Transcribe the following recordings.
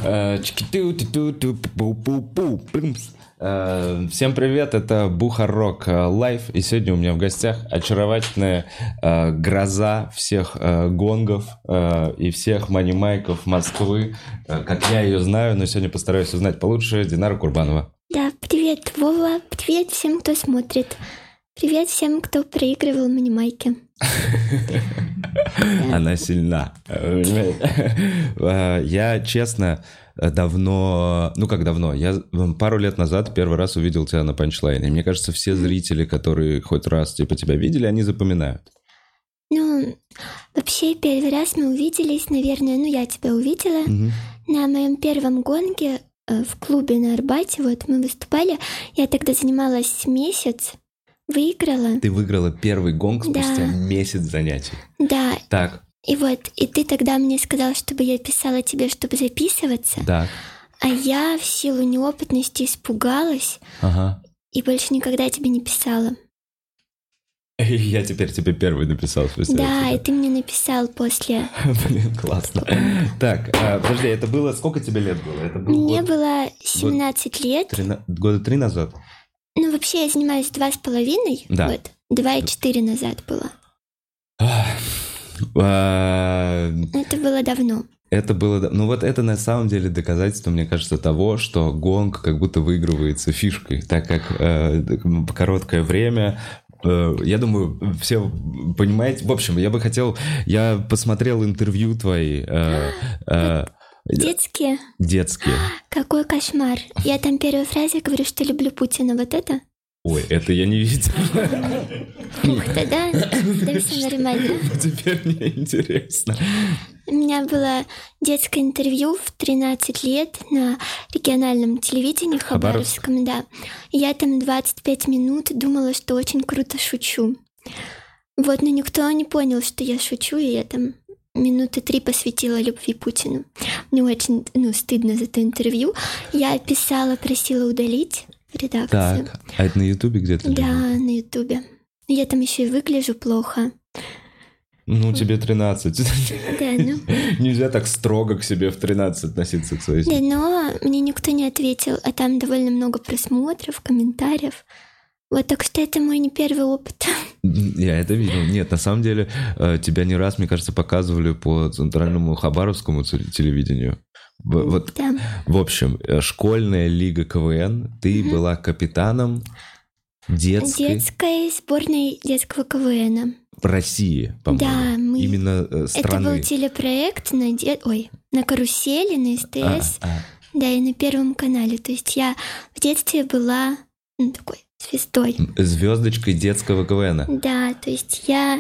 Всем привет, это Бухарок Лайв, и сегодня у меня в гостях очаровательная гроза всех гонгов и всех манимайков Москвы, как я ее знаю, но сегодня постараюсь узнать получше, Динара Курбанова. Да, привет, Вова, привет всем, кто смотрит. Привет всем, кто проигрывал манимайки. Она сильна. Я, честно, давно, я пару лет назад первый раз увидел тебя на панчлайне. Мне кажется, все зрители, которые хоть раз тебя видели, они запоминают. Ну, вообще, первый раз мы увиделись, наверное, я тебя увидела на моем первом гонге в клубе на Арбате. Вот мы выступали, я тогда занималась месяц. Выиграла. Ты выиграла первый гонг спустя месяц занятий. Да. Так. И ты тогда мне сказал, чтобы я писала тебе, чтобы записываться. Да. А я в силу неопытности испугалась. Ага. И больше никогда тебе не писала. Я теперь тебе первый написал спустя. Да, и ты мне написал после. Блин, классно. Так, подожди, это было... Сколько тебе лет было? Мне было 17 лет. Года 3 назад? Ну, вообще, я занимаюсь 2,5. Да. Вот, 2,4 назад было. Это было давно. Это было... Ну, вот это на самом деле доказательство, мне кажется, того, что гонг как будто выигрывается фишкой, так как короткое время... Я думаю, все понимаете... В общем, я посмотрел интервью твои... Детские? Детские. Какой кошмар. Я там первой фразе говорю, что люблю Путина. Вот это? Ой, это я не видел. Ух ты, да? Да все нормально. Теперь мне интересно. У меня было детское интервью в 13 лет на региональном телевидении Хабаровском, да. И я там 25 минут думала, что очень круто шучу. Вот, но никто не понял, что я шучу, и я там... минуты 3 посвятила любви Путину. Мне очень стыдно за то интервью. Я писала, просила удалить редакцию. Так, а это на Ютубе где-то? Да, на Ютубе. Я там еще и выгляжу плохо. Ну, тебе 13. Да, Нельзя так строго к себе в 13 относиться к своей семье. Да, но мне никто не ответил, а там довольно много просмотров, комментариев. Вот, так что это мой не первый опыт. Я это видел. Нет, на самом деле, тебя не раз, мне кажется, показывали по центральному хабаровскому телевидению. Вот, да. В общем, школьная лига КВН, ты была капитаном детской сборной детского КВН. В России, по-моему. Да, мы... Именно страны. Это был телепроект на карусели, на СТС, да, и на Первом канале. То есть я в детстве была такой звездой. Звездочкой детского КВН. Да, то есть я...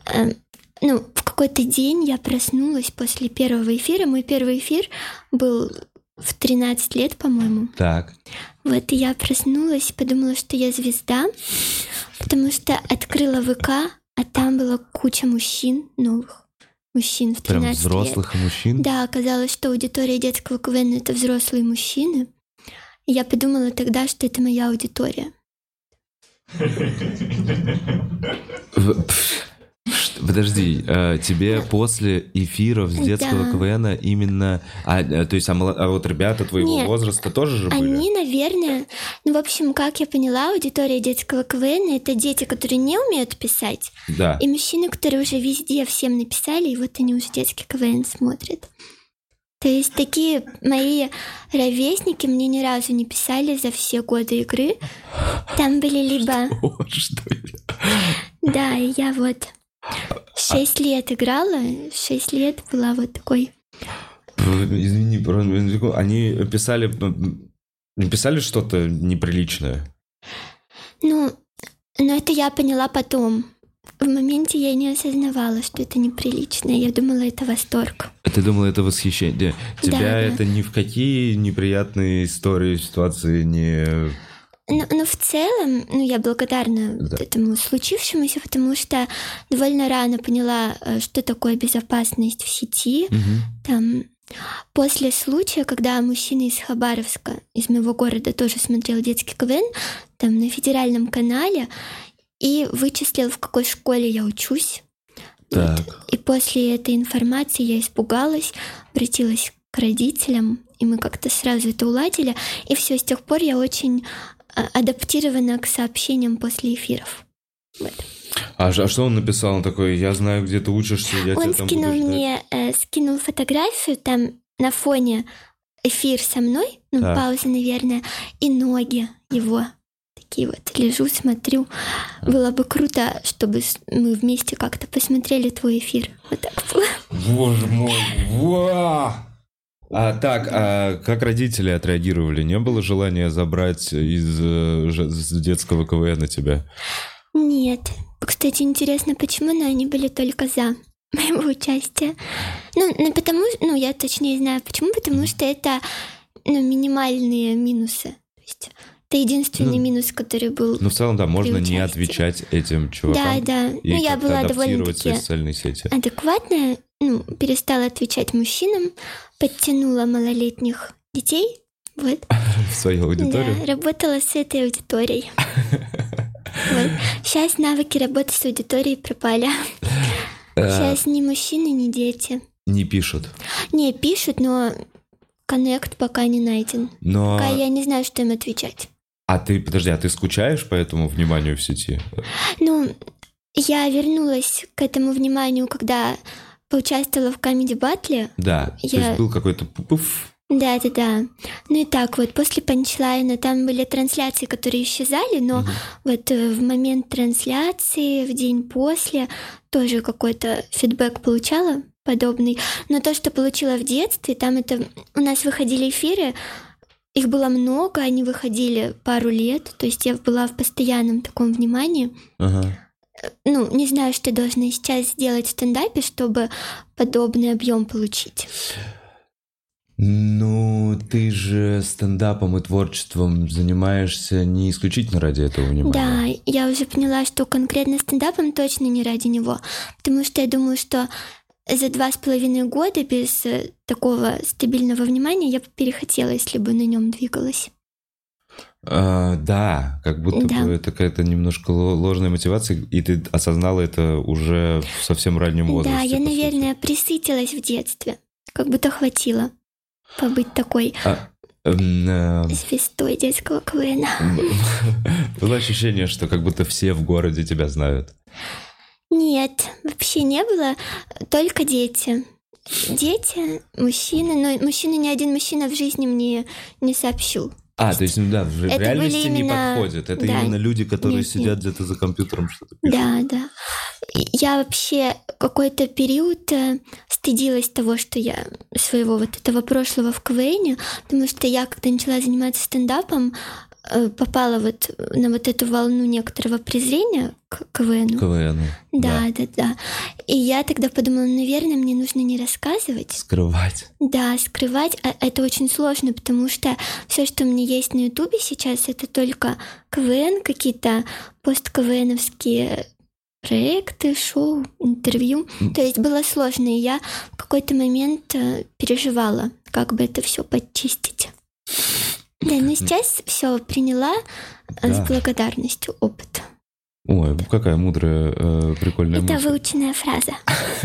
в какой-то день я проснулась после первого эфира. Мой первый эфир был в 13 лет, по-моему. Так. Вот, и я проснулась и подумала, что я звезда, потому что открыла ВК, а там была куча новых мужчин в 13 Прям лет. взрослых мужчин? Да, оказалось, что аудитория детского КВН — это взрослые мужчины. И я подумала тогда, что это моя аудитория. Подожди, тебе после эфиров с детского КВН именно... то есть, вот ребята твоего возраста тоже же были? Они, наверное... в общем, как я поняла, аудитория детского КВН — это дети, которые не умеют писать, да. И мужчины, которые уже везде всем написали, и вот они уже детский КВН смотрят. То есть такие мои ровесники мне ни разу не писали за все годы игры. Там были либо... Что это? Да, и я 6 лет играла, 6 лет была вот такой... Извини, они писали что-то неприличное? Это я поняла потом. В моменте я не осознавала, что это неприлично. Я думала, это восторг. Ты думала, это восхищение? Тебя это ни в какие неприятные истории, ситуации не... в целом, я благодарна этому случившемуся, потому что довольно рано поняла, что такое безопасность в сети. Там, после случая, когда мужчина из Хабаровска, из моего города, тоже смотрел детский КВН, там на федеральном канале, и вычислил, в какой школе я учусь. Так. И после этой информации я испугалась, обратилась к родителям, и мы как-то сразу это уладили, и все, с тех пор я очень адаптирована к сообщениям после эфиров. Вот. А что он написал? Он такой: я знаю, где ты учишься, я тебя там буду ждать. Он скинул фотографию, там на фоне эфир со мной, пауза, наверное, и ноги его. Такие вот, лежу, смотрю. Было бы круто, чтобы мы вместе как-то посмотрели твой эфир. Вот так было. Боже мой, вау! А как родители отреагировали? Не было желания забрать из детского КВН тебя? Нет. Кстати, интересно, почему, но они были только за моего участия. Я точнее знаю почему, потому что это минимальные минусы. То есть это единственный минус, который был. В целом, да, можно не отвечать этим чувакам. Да. И я была довольно-таки свои социальные сети. Адекватная, перестала отвечать мужчинам, подтянула малолетних детей. Вот. В свою аудиторию? Да, работала с этой аудиторией. Вот. Сейчас навыки работы с аудиторией пропали. Сейчас ни мужчины, ни дети. Не пишут? Не, пишут, но коннект пока не найден. Пока я не знаю, что им отвечать. А ты скучаешь по этому вниманию в сети? Я вернулась к этому вниманию, когда поучаствовала в Comedy Battle. Да, то есть был какой-то пуф. Да. И так вот, после панчлайна там были трансляции, которые исчезали, но вот в момент трансляции, в день после, тоже какой-то фидбэк получала подобный. Но то, что получила в детстве, там у нас выходили эфиры, их было много, они выходили пару лет, то есть я была в постоянном таком внимании. Не знаю, что должна сейчас сделать в стендапе, чтобы подобный объем получить. Ты же стендапом и творчеством занимаешься не исключительно ради этого внимания. Да, я уже поняла, что конкретно стендапом точно не ради него, потому что я думаю, что за 2,5 года без такого стабильного внимания я бы перехотела, если бы на нем двигалась. Да, как будто бы это какая-то немножко ложная мотивация, и ты осознала это уже в совсем раннем возрасте. Да, я, наверное, присытилась в детстве, как будто хватило побыть такой звездой детского КВН. Было ощущение, что как будто все в городе тебя знают? Нет, вообще не было, только дети. Дети, мужчины, но ни один мужчина в жизни мне не сообщил. То есть, в реальности не подходит. Это именно люди, которые сидят где-то за компьютером, что-то пишут. Да. Я вообще какой-то период стыдилась того, что я своего вот этого прошлого в КВН, потому что я, когда начала заниматься стендапом, попала вот на вот эту волну некоторого презрения к КВНу. Да. И я тогда подумала, наверное, мне нужно не рассказывать. Скрывать. Да, скрывать. А это очень сложно, потому что все, что у меня есть на Ютубе сейчас, это только КВН, какие-то пост-КВНовские проекты, шоу, интервью. То есть было сложно, и я в какой-то момент переживала, как бы это все подчистить. Да, но сейчас все приняла с благодарностью опыт. Ой, какая мудрая, прикольная мысль. Это выученная фраза.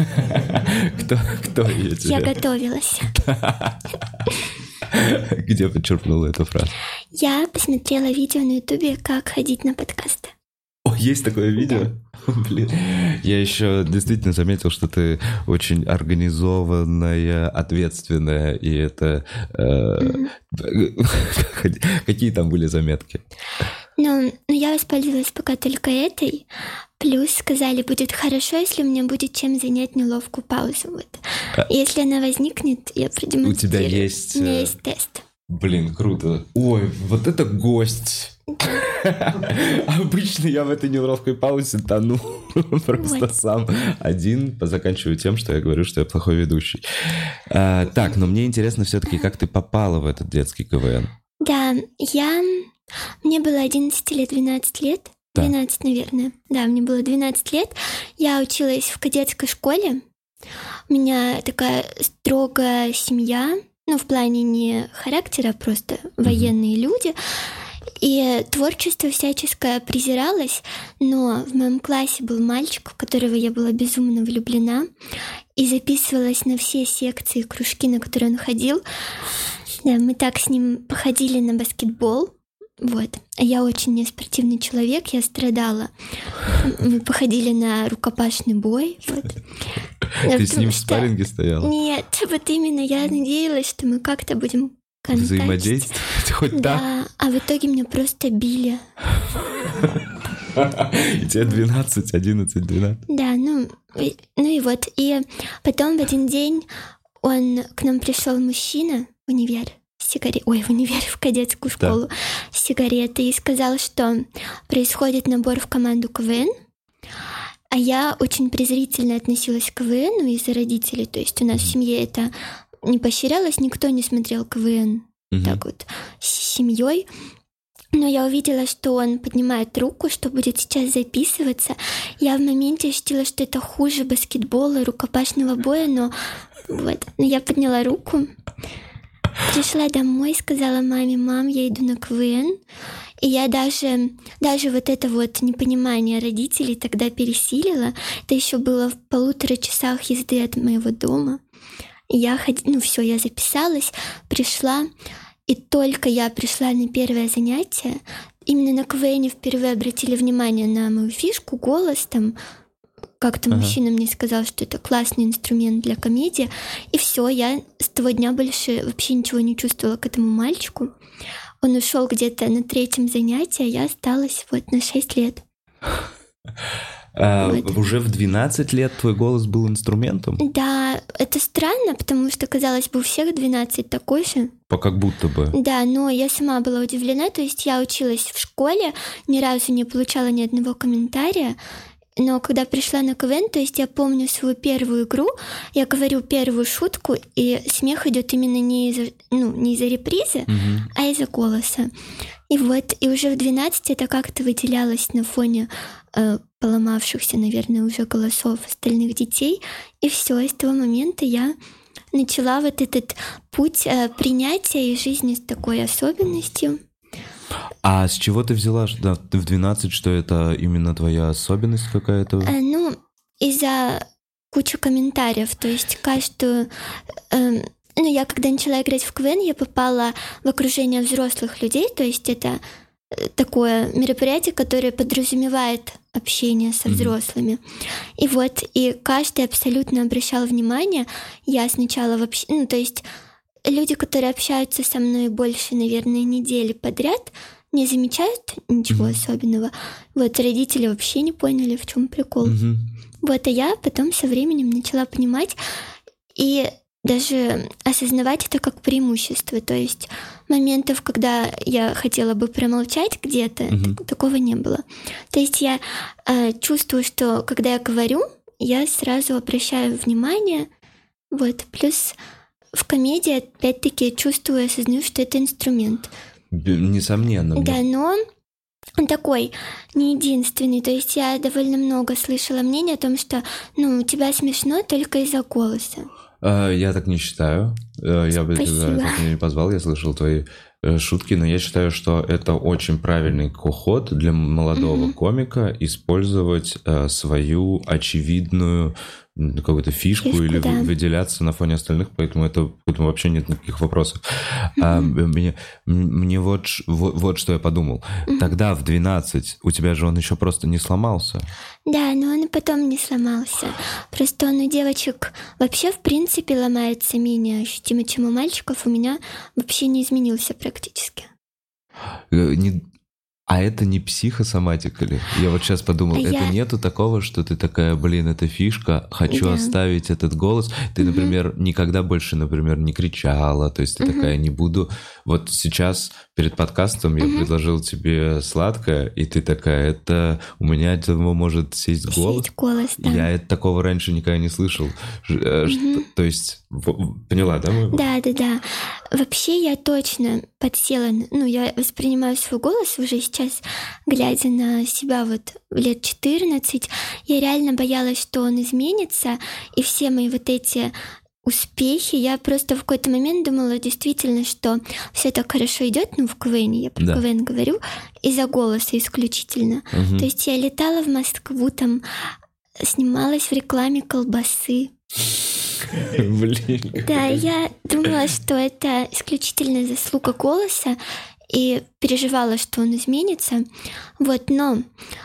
Кто ее тебе? Я готовилась. Где подчеркнула эту фразу? Я посмотрела видео на Ютубе «Как ходить на подкасты». О, есть такое видео? Да. Блин. Я еще действительно заметил, что ты очень организованная, ответственная, и это... Какие там были заметки? Я воспользовалась пока только этой. Плюс сказали, будет хорошо, если у меня будет чем занять неловкую паузу. Вот. Если она возникнет, я продемонстрирую. У тебя есть... У меня есть тест. Блин, круто. Ой, вот это гость. Обычно я в этой неловкой паузе тону просто сам один, заканчиваю тем, что я говорю, что я плохой ведущий. Так, но мне интересно все-таки, как ты попала в этот детский КВН? Да, мне было 11 лет, 12 лет. 12, наверное. Да, мне было 12 лет. Я училась в кадетской школе. У меня такая строгая семья. В плане не характера, а просто военные люди. И творчество всяческое презиралось, но в моем классе был мальчик, в которого я была безумно влюблена. и записывалась на все секции, кружки, на которые он ходил. Да, мы так с ним походили на баскетбол. Вот. А я очень неспортивный человек, я страдала. Мы походили на рукопашный бой. Вот. Ты с ним в спарринге стояла? Нет, вот именно я надеялась, что мы как-то будем взаимодействовать хоть так? Да, а в итоге меня просто били. И тебе 12, 11, 12? Да, ну и вот. И потом в один день к нам пришел мужчина в универ. В кадетскую школу с сигаретой и сказал, что происходит набор в команду КВН, а я очень презрительно относилась к КВН из-за родителей, то есть у нас в семье это не поощрялось, никто не смотрел КВН так вот с семьей. Но я увидела, что он поднимает руку, что будет сейчас записываться. Я в моменте ощутила, что это хуже баскетбола, рукопашного боя, но я подняла руку. Пришла домой, сказала маме: «Мам, я иду на КВН». И я даже вот это вот непонимание родителей тогда пересилила. Это еще было в 1,5 часах езды от моего дома. И я я записалась, пришла. И только я пришла на первое занятие, именно на КВН впервые обратили внимание на мою фишку, голос там. Как-то мужчина мне сказал, что это классный инструмент для комедии. И все, я с того дня больше вообще ничего не чувствовала к этому мальчику. Он ушел где-то на 3-м занятии, а я осталась на 6 лет. Уже в 12 лет твой голос был инструментом? Да, это странно, потому что, казалось бы, у всех 12 такой же. Как будто бы. Да, но я сама была удивлена. То есть я училась в школе, ни разу не получала ни одного комментария. Но когда пришла на КВН, то есть я помню свою первую игру, я говорю первую шутку, и смех идет именно не из-за репризы, а из-за голоса. И уже в 12 это как-то выделялось на фоне поломавшихся, наверное, уже голосов остальных детей. И все, с того момента я начала этот путь принятия и жизни с такой особенностью. А с чего ты взяла в 12, что это именно твоя особенность какая-то? Из-за кучи комментариев. То есть каждую... я когда начала играть в КВН, я попала в окружение взрослых людей. То есть это такое мероприятие, которое подразумевает общение со взрослыми. И каждый абсолютно обращал внимание. Я сначала вообще... то есть люди, которые общаются со мной больше, наверное, недели подряд, не замечают ничего особенного. Родители вообще не поняли, в чем прикол. А я потом со временем начала понимать и даже осознавать это как преимущество. То есть моментов, когда я хотела бы промолчать где-то, такого не было. То есть я чувствую, что когда я говорю, я сразу обращаю внимание. Плюс в комедии, опять-таки, чувствую и осознаю, что это инструмент. Несомненно. Да, но он такой не единственный. То есть я довольно много слышала мнения о том, что у тебя смешно только из-за голоса. Я так не считаю. Я бы тебя так не позвал, я слышал твои шутки, но я считаю, что это очень правильный ход для молодого комика использовать свою очевидную какую-то фишку или выделяться на фоне остальных, поэтому это вообще нет никаких вопросов. Мне вот что я подумал. Тогда в 12 у тебя же он еще просто не сломался. Да, но он и потом не сломался. Просто он у девочек вообще в принципе ломается менее ощутимо, чем у мальчиков. У меня вообще не изменился практически. А это не психосоматика ли? Я вот сейчас подумал, нету такого, что ты такая, это фишка, хочу оставить этот голос. Ты, например, никогда больше, не кричала, то есть ты такая, не буду... Вот сейчас перед подкастом я предложил тебе сладкое, и ты такая, это у меня от этого может сесть голос. Да. Я такого раньше никогда не слышал. То есть, поняла, да? Да. Вообще я точно подсела, я воспринимаю свой голос уже сейчас, глядя на себя в лет 14, я реально боялась, что он изменится, и все мои эти успехи, я просто в какой-то момент думала действительно, что все так хорошо идет, в КВН, я про КВН говорю, из-за голоса исключительно. То есть я летала в Москву, там снималась в рекламе колбасы, Блин. Да, я думала, что это исключительно заслуга голоса, и переживала, что он изменится. Вот, но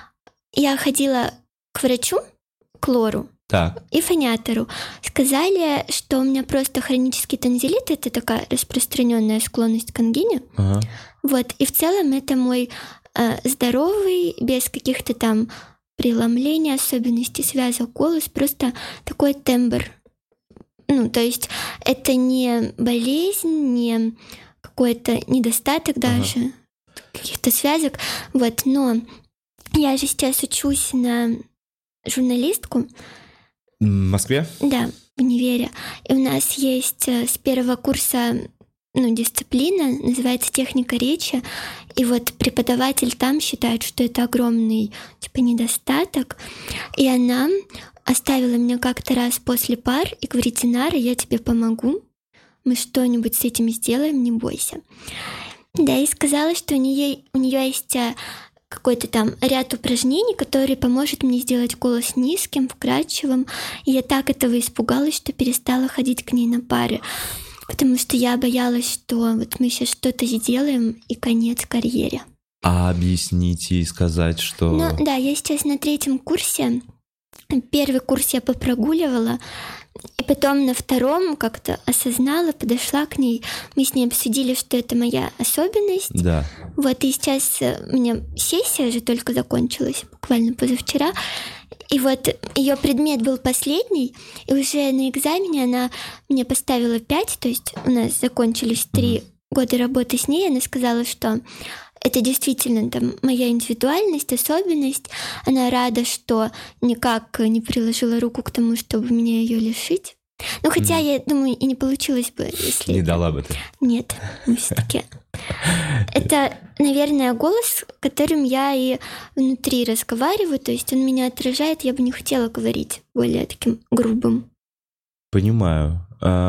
я ходила к врачу, к лору, Так. и фониатору. Сказали, что у меня просто хронический тонзиллит, это такая распространенная склонность к ангине. Ага. Вот, и в целом это мой здоровый, без каких-то там преломлений, особенностей связок голос, просто такой тембр. Ну, то есть это не болезнь, не какой-то недостаток даже каких-то связок. Вот, но я же сейчас учусь на журналистку. В Москве? Да, в универе. И у нас есть с первого курса дисциплина, называется техника речи. И вот преподаватель там считает, что это огромный недостаток. И она оставила меня как-то раз после пар и говорит: Динара, я тебе помогу, мы что-нибудь с этим сделаем, не бойся. Да, и сказала, что у нее есть какой-то там ряд упражнений, который поможет мне сделать голос низким, вкрадчивым. И я так этого испугалась, что перестала ходить к ней на пары. Потому что я боялась, что вот мы сейчас что-то сделаем, и конец карьере. А объяснить и сказать, что... Ну да, я сейчас на 3-м курсе. Первый курс я попрогуливала, и потом на 2-м как-то осознала, подошла к ней. Мы с ней обсудили, что это моя особенность. Да. Вот, и сейчас у меня сессия же только закончилась, буквально позавчера. И вот ее предмет был последний, и уже на экзамене она мне поставила 5, то есть у нас закончились 3 года работы с ней. Она сказала, что это действительно там моя индивидуальность, особенность. Она рада, что никак не приложила руку к тому, чтобы меня ее лишить. Ну, хотя, я думаю, и не получилось бы, если... Не дала бы ты. Нет, все-таки. Это, наверное, голос, которым я и внутри разговариваю, то есть он меня отражает, я бы не хотела говорить более таким грубым. Понимаю.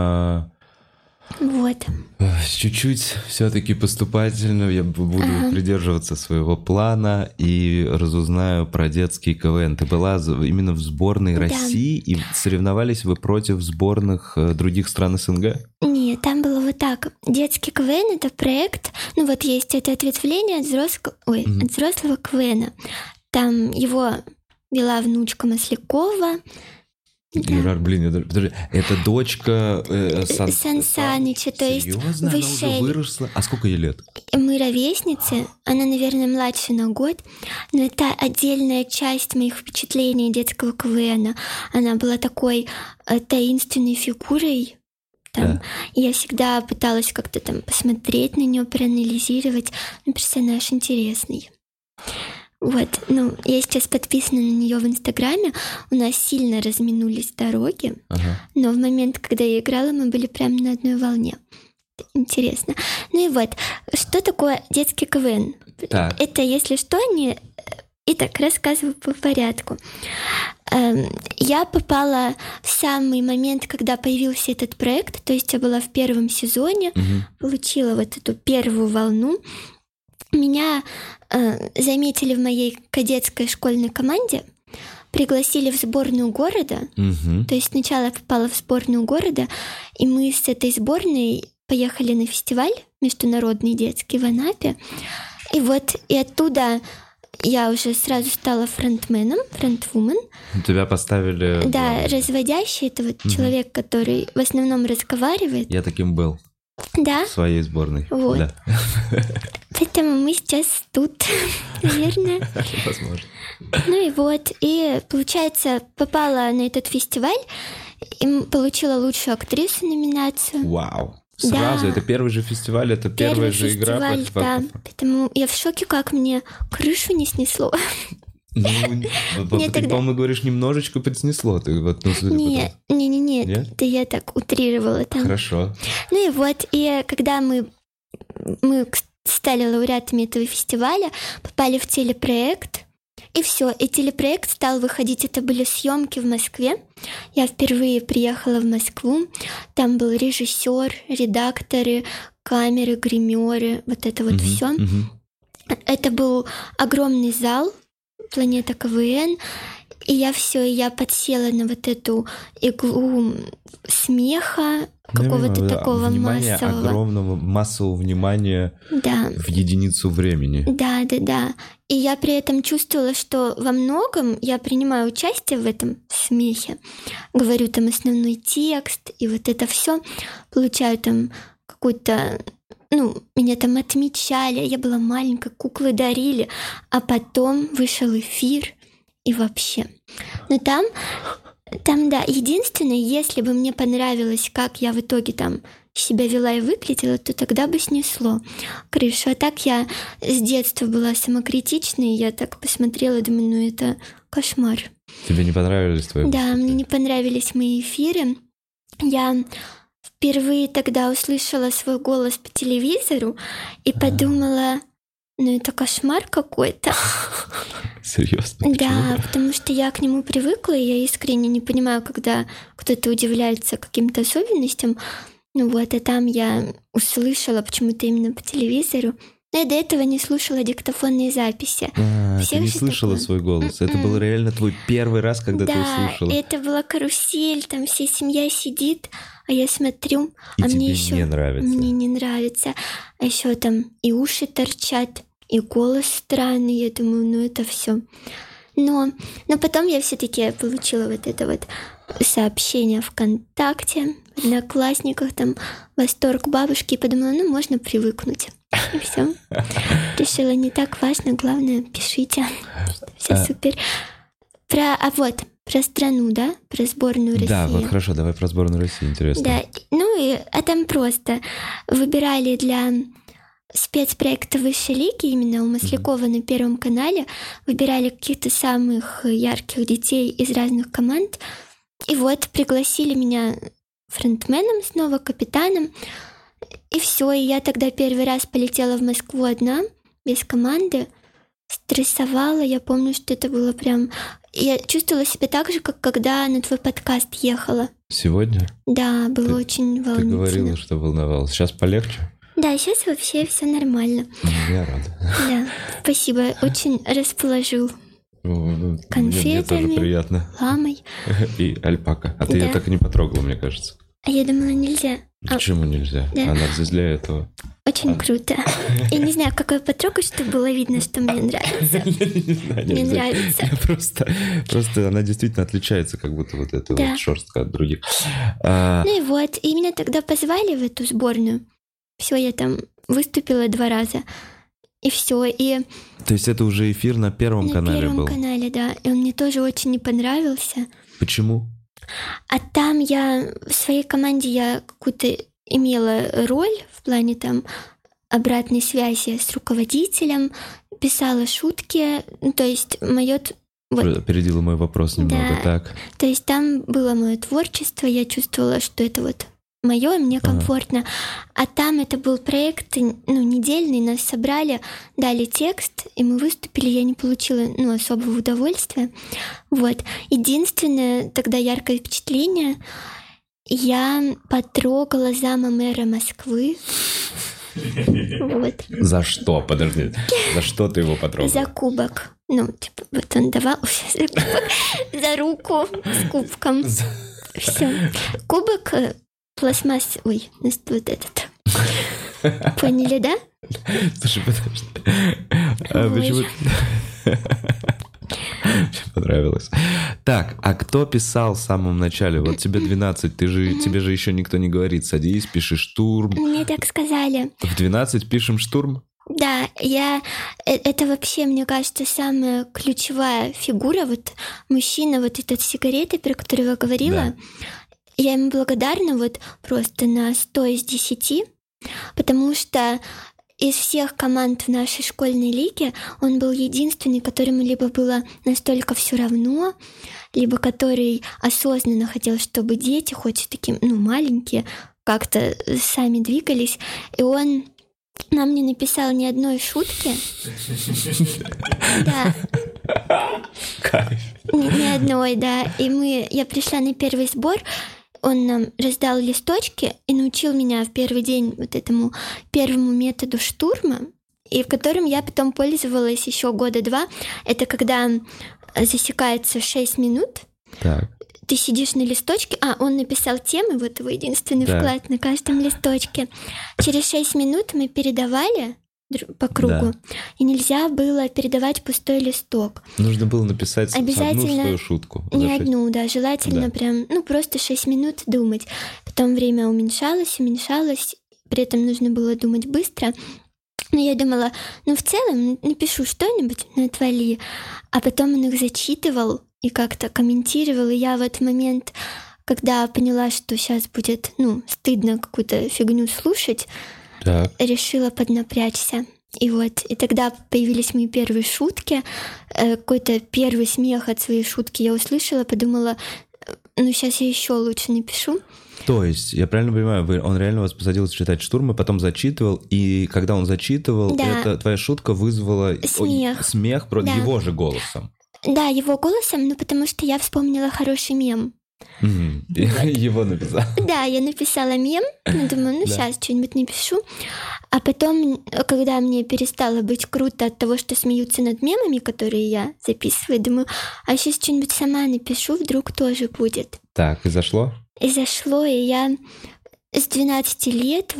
Вот. Чуть-чуть все-таки поступательно я буду придерживаться своего плана и разузнаю про детский КВН. Ты была именно в сборной России, и соревновались вы против сборных других стран СНГ? Нет, там было вот так. Детский КВН — это проект, ну вот есть это ответвление от взрослого КВНа. Там его вела внучка Маслякова. Да. Блин, подожди, это дочка Сан Саныча, то есть серьезно? Она уже выросла? А сколько ей лет? Мы ровесницы, она, наверное, младше на год, но это отдельная часть моих впечатлений детского КВНа. Она была такой таинственной фигурой. Там. Да. Я всегда пыталась как-то там посмотреть на нее, проанализировать. Персонаж интересный. Вот, я сейчас подписана на нее в Инстаграме. У нас сильно разминулись дороги, но в момент, когда я играла, мы были прямо на одной волне. Интересно. Ну и вот, что такое детский КВН? Так. Это, если что, не... Итак, рассказываю по порядку. Я попала в самый момент, когда появился этот проект, то есть я была в 1-м сезоне, получила вот эту первую волну. Меня заметили в моей кадетской школьной команде, пригласили в сборную города. То есть сначала я попала в сборную города, и мы с этой сборной поехали на фестиваль международный детский в Анапе. И вот и оттуда я уже сразу стала фронтменом, фронтвумен. Тебя поставили... Да, разводящий — это вот человек, который в основном разговаривает. Я таким был. Да? В своей сборной. Вот. Да. Поэтому мы сейчас тут, наверное. Возможно. Ну и вот, и, получается, попала на этот фестиваль и получила лучшую актрису номинацию. Вау. Сразу, да. Это первый же фестиваль, это первая же игра. Первый фестиваль, да. Поэтому я в шоке, как мне крышу не снесло. Ну, ты, по-моему, говоришь, немножечко подснесло. Нет, это я так утрировала там. Хорошо. Ну и вот, и когда мы стали лауреатами этого фестиваля, попали в телепроект, и все, и телепроект стал выходить. Это были съемки в Москве. Я впервые приехала в Москву. Там был режиссер, редакторы, камеры, гримеры, вот это вот все. Это был огромный зал, Планета КВН. И я подсела на вот эту иглу смеха, какого-то такого массового. Огромного массового внимания в единицу времени. Да. И я при этом чувствовала, что во многом я принимаю участие в этом смехе. Говорю там основной текст, и вот это все. Получаю там какую-то... меня там отмечали, я была маленькая, куклы дарили. А потом вышел эфир, и вообще. Но там, да, единственное, если бы мне понравилось, как я в итоге там себя вела и выглядела, то тогда бы снесло крышу. А так я с детства была самокритичной, и я так посмотрела, думаю, это кошмар. Тебе не понравились твои выступления? Да, мне не понравились мои эфиры. Я впервые тогда услышала свой голос по телевизору и подумала, это кошмар какой-то. Серьезно? Да, потому что я к нему привыкла, и я искренне не понимаю, когда кто-то удивляется каким-то особенностям. А там я услышала почему-то именно по телевизору. Но я до этого не слушала диктофонные записи. Ты не слышала свой голос? Это был реально твой первый раз, когда ты услышала? Да, это была карусель, там вся семья сидит, а я смотрю, и мне еще не нравится. Мне не нравится. А еще там и уши торчат, и голос странный. Я думаю, это все. Но потом я все-таки получила вот это вот сообщение ВКонтакте, в Одноклассниках, там восторг бабушки, и подумала, можно привыкнуть. И все. Решила, не так важно, главное, пишите. Все супер. Про страну, да? Про сборную России. Да, хорошо, давай про сборную России, интересно. Да, там просто выбирали для спецпроекта высшей лиги, именно у Маслякова на Первом канале, выбирали каких-то самых ярких детей из разных команд. И пригласили меня фронтменом снова, капитаном. И все, и я тогда первый раз полетела в Москву одна, без команды, стрессовала. Я помню, что это было прям... Я чувствовала себя так же, как когда на твой подкаст ехала. Сегодня? Да, было очень волнительно. Ты говорила, что волновалась. Сейчас полегче? Да, сейчас вообще все нормально. Я рад. Да, спасибо, очень расположил. Конфетами, мне тоже приятно. Ламой. И альпака. А ты ее так и не потрогала, мне кажется. А я думала, нельзя. Почему нельзя? Да. Она здесь для этого. Очень круто. Я не знаю, какой потрогать, чтобы было видно, что мне нравится. Мне нравится. Просто она действительно отличается, как будто вот эта вот шерстка от других. И меня тогда позвали в эту сборную. Все, я там выступила 2 раза. И все. То есть это уже эфир на Первом канале был? На Первом канале, да. И он мне тоже очень не понравился. Почему? А там в своей команде какую-то имела роль в плане там обратной связи с руководителем, писала шутки, то есть мое... Опередила мой вопрос немного, так. То есть там было мое творчество, я чувствовала, что это мое, мне комфортно. А там это был проект, недельный, нас собрали, дали текст, и мы выступили, я не получила, особого удовольствия. Единственное тогда яркое впечатление, я потрогала зама мэра Москвы. За что? Подожди. За что ты его потрогала? За кубок. Он давал за руку с кубком. Все. Кубок пластмассовый. Вот этот. Поняли, да? Слушай, подожди. Почему... Понравилось. Так, а кто писал в самом начале? Вот тебе 12, тебе же еще никто не говорит, садись, пиши штурм. Мне так сказали. В 12 пишем штурм? Да, это вообще, мне кажется, самая ключевая фигура, мужчина, этот с сигаретой, про которого я говорила. Да. Я ему благодарна просто на 100 из 10, потому что из всех команд в нашей школьной лиге он был единственный, которому либо было настолько все равно, либо который осознанно хотел, чтобы дети, хоть такие, маленькие, как-то сами двигались. И он нам не написал ни одной шутки. Да. Кайф. Ни одной, да. И я пришла на первый сбор, он нам раздал листочки и научил меня в первый день этому первому методу штурма, и в котором я потом пользовалась еще 2 года. Это когда засекается 6 минут. Так. Ты сидишь на листочке, он написал темы, вот его единственный вклад на каждом листочке. Через 6 минут мы передавали по кругу, и нельзя было передавать пустой листок. Нужно было написать обязательно одну свою шутку. Не одну, желательно прям, просто 6 минут думать. Потом время уменьшалось, при этом нужно было думать быстро. Но я думала, в целом напишу что-нибудь на отвали, а потом он их зачитывал и как-то комментировал, и я в этот момент, когда поняла, что сейчас будет, стыдно какую-то фигню слушать, решила поднапрячься. И тогда появились мои первые шутки, какой-то первый смех от своей шутки я услышала, подумала, сейчас я еще лучше напишу. То есть, я правильно понимаю, он реально вас посадил читать «Штурм», и потом зачитывал, и когда он зачитывал, эта твоя шутка вызвала смех его же голосом. Да, его голосом, потому что я вспомнила хороший мем. Его написала. Да, я написала мем, думаю, сейчас что-нибудь напишу. А потом, когда мне перестало быть круто от того, что смеются над мемами, которые я записываю, думаю, а сейчас что-нибудь сама напишу, вдруг тоже будет. Так, и зашло? И зашло, и я с 12 лет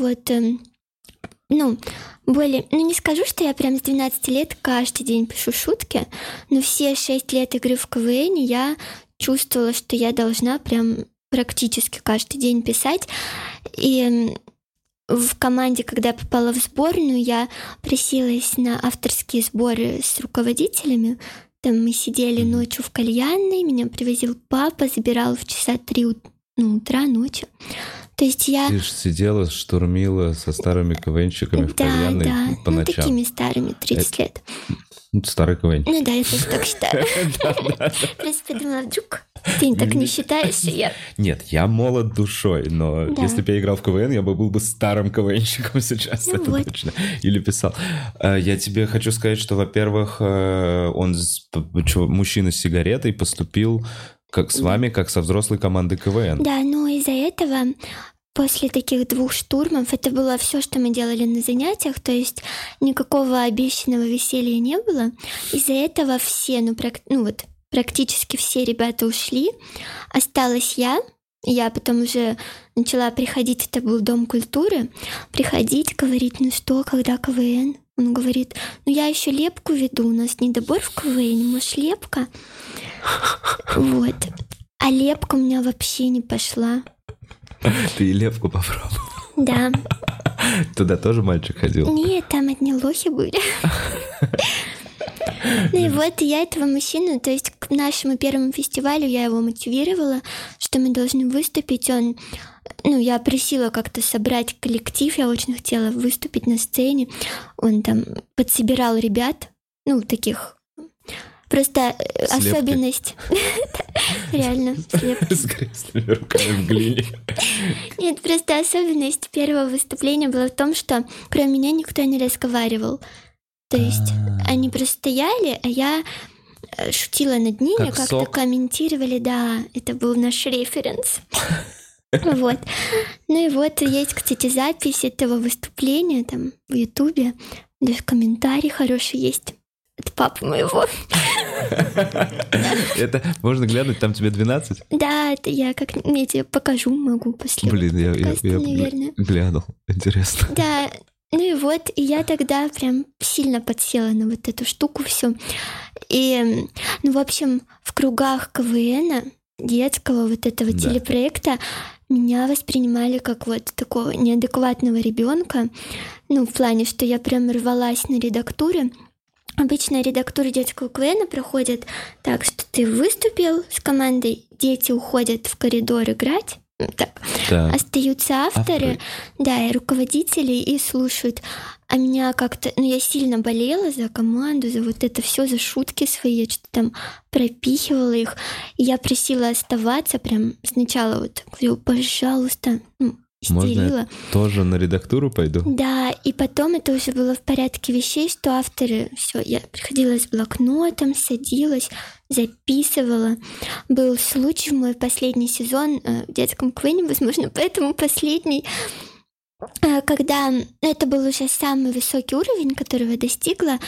не скажу, что я прям с 12 лет каждый день пишу шутки, но все 6 лет игры в КВН я чувствовала, что я должна прям практически каждый день писать. И в команде, когда я попала в сборную, я просилась на авторские сборы с руководителями. Там мы сидели ночью в кальянной, меня привозил папа, забирал в часа 3 утра, ночью. То есть я... Ты же сидела, штурмила со старыми КВНщиками в кальянной по ночам. Такими старыми, 30 лет. Старый КВН. Я тоже так считаю. Просто подумала, вдруг ты так не считаешь, и я... Нет, я молод душой, но если бы я играл в КВН, я был бы старым КВНщиком сейчас, это точно. Или писал. Я тебе хочу сказать, что, во-первых, он, мужчина с сигаретой, поступил как с вами, как со взрослой командой КВН. Да, но из-за этого... После таких 2 штурмов это было все, что мы делали на занятиях, то есть никакого обещанного веселья не было. Из-за этого все, практически все ребята ушли. Осталась я. Я потом уже начала приходить, это был Дом культуры, приходить, говорить, что, когда КВН? Он говорит, я еще лепку веду, у нас недобор в КВН, может, лепка? А лепка у меня вообще не пошла. Ты и лепку попробовал? Да. Туда тоже мальчик ходил? Нет, там одни лохи были. И я этого мужчину, то есть к нашему первому фестивалю я его мотивировала, что мы должны выступить. Я просила как-то собрать коллектив, я очень хотела выступить на сцене. Он там подсобирал ребят, таких... Просто слепки. Особенность. Реально, слепки. С грязными руками в глине. Нет, просто особенность первого выступления была в том, что кроме меня никто не разговаривал. То есть они просто стояли, а я шутила над ними, как-то комментировали. Да, это был наш референс. Есть, кстати, запись этого выступления там в Ютубе. Даже комментарий хороший есть. Это папа моего. Это можно глянуть, там тебе 12? Да, это я тебе покажу, могу после. Блин, я глянул, интересно. Да, и я тогда прям сильно подсела на эту штуку всю. И, в общем, в кругах КВН, детского этого телепроекта, меня воспринимали как такого неадекватного ребенка. В плане, что я прям рвалась на редактуры. Обычно редактуры детского КВН проходят так, что ты выступил с командой, дети уходят в коридор играть, остаются авторы, и руководители, и слушают. А меня как-то... я сильно болела за команду, за это все, за шутки свои, я что-то там пропихивала их. И я просила оставаться прям сначала говорю, пожалуйста, истерила. Можно я тоже на редактуру пойду? Да, и потом это уже было в порядке вещей, что авторы... Все, я приходила с блокнотом, садилась, записывала. Был случай в мой последний сезон в детском КВН, возможно, поэтому последний, когда это был уже самый высокий уровень, которого я достигла,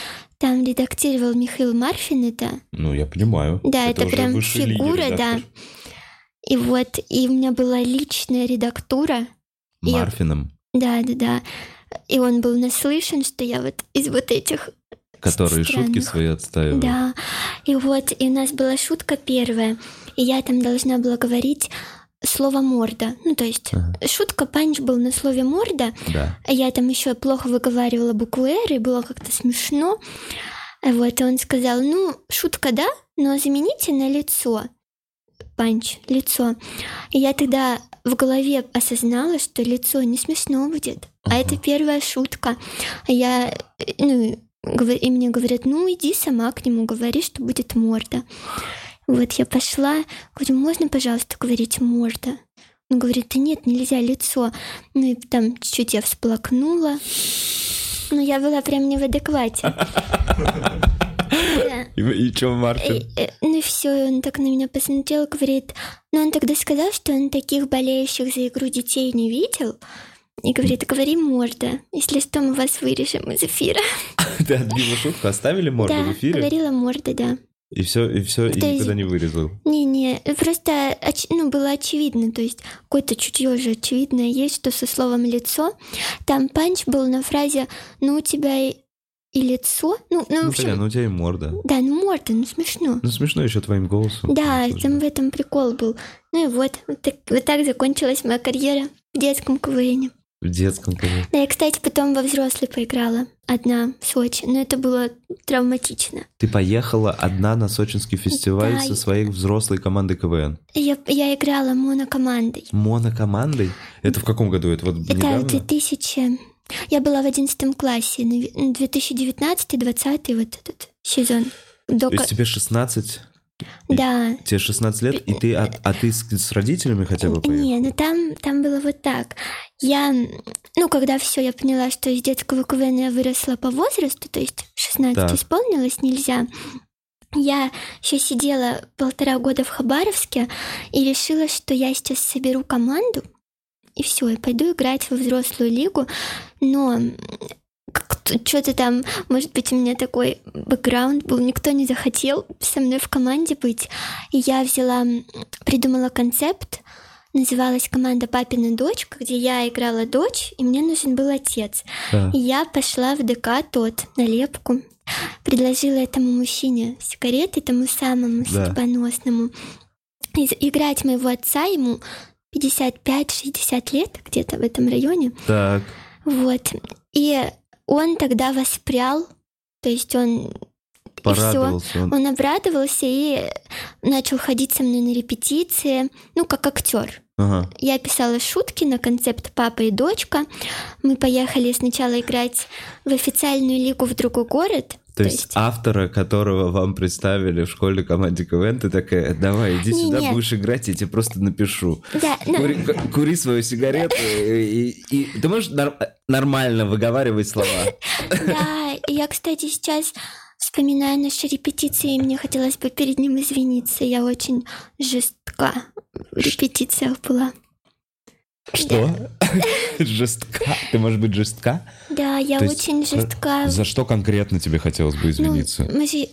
там редактировал Михаил Марфин, это... Ну, я понимаю. Да, это уже прям высший фигура, лидер, да. И вот, и у меня была личная редактура. Марфином. Да. И он был наслышан, что я вот из вот этих... Которые странных. шутки свои отстаивают. Да, и вот, и у нас была шутка первая, и я там должна была говорить слово «морда». Ну, то есть шутка, панч был на слове «морда», Да. а я там еще плохо выговаривала букву «р», и было как-то смешно. Вот, и он сказал, ну, шутка, да, но замените на лицо. Панч, лицо. И я тогда в голове осознала, что лицо не смешно будет, а это первая шутка. А я, и мне говорят, ну, иди сама к нему, говори, что будет морда. Вот я пошла, говорю, можно, пожалуйста, говорить морда? Он говорит, да нет, нельзя, лицо. Ну, и там чуть-чуть я всплакнула. Ну, я была прям не в адеквате. И что, Марфин? Ну, все, он так на меня посмотрел, говорит... Ну, он тогда сказал, что он таких болеющих за игру детей не видел. И говорит, говори морда. Если что, мы вас вырежем из эфира. Ты отбила шутку, оставили морду в эфире? Да, говорила морда, да. И все, и никуда не вырезал? Не, просто было очевидно, то есть какое-то чутье же очевидное есть, что со словом «лицо». Там панч был на фразе «ну, у тебя и лицо». Ну, в общем, понятно, у тебя и морда. Да, морда, смешно. Ну, смешно еще твоим голосом. Да, там в этом прикол был. Ну и вот так закончилась моя карьера в детском КВН. В детском, конечно. Да, я, кстати, потом во взрослый поиграла одна в Сочи, но это было травматично. Ты поехала одна на сочинский фестиваль со своей взрослой командой КВН? Я играла монокомандой. Монокомандой? Это в каком году? Это вот недавно? Это 2000... Я была в 11 классе, 2019-2020 вот этот сезон. То есть тебе 16? Да. Тебе 16 лет, и ты, ты с родителями хотя бы поехала? Не, там было вот так. Когда все, я поняла, что из детского КВН я выросла по возрасту, то есть 16 исполнилось, нельзя. Я еще сидела 1,5 года в Хабаровске и решила, что я сейчас соберу команду, и все, я пойду играть во взрослую лигу, но... Что-то там, может быть, у меня такой бэкграунд был, никто не захотел со мной в команде быть. И я придумала концепт, называлась команда «Папина дочка», где я играла дочь, и мне нужен был отец. Да. И я пошла в ДК на лепку, предложила этому мужчине сигареты, тому самому судьбоносному, играть моего отца, ему 55-60 лет, где-то в этом районе. Так. Вот. И он тогда воспрял, то есть он обрадовался и начал ходить со мной на репетиции, как актер. Ага. Я писала шутки на концепт «Папа и дочка». Мы поехали сначала играть в официальную лигу в другой город. То есть автора, которого вам представили в школьной команде КВН, ты такая, давай, иди сюда, будешь играть, я тебе просто напишу. Да, кури свою сигарету, и ты можешь нормально выговаривать слова. Да, я, кстати, сейчас вспоминаю наши репетиции, и мне хотелось бы перед ним извиниться. Я очень жестка в репетициях была. Что? Жестка? Ты можешь быть жестка? Да, я очень жестка. За что конкретно тебе хотелось бы извиниться? Мы же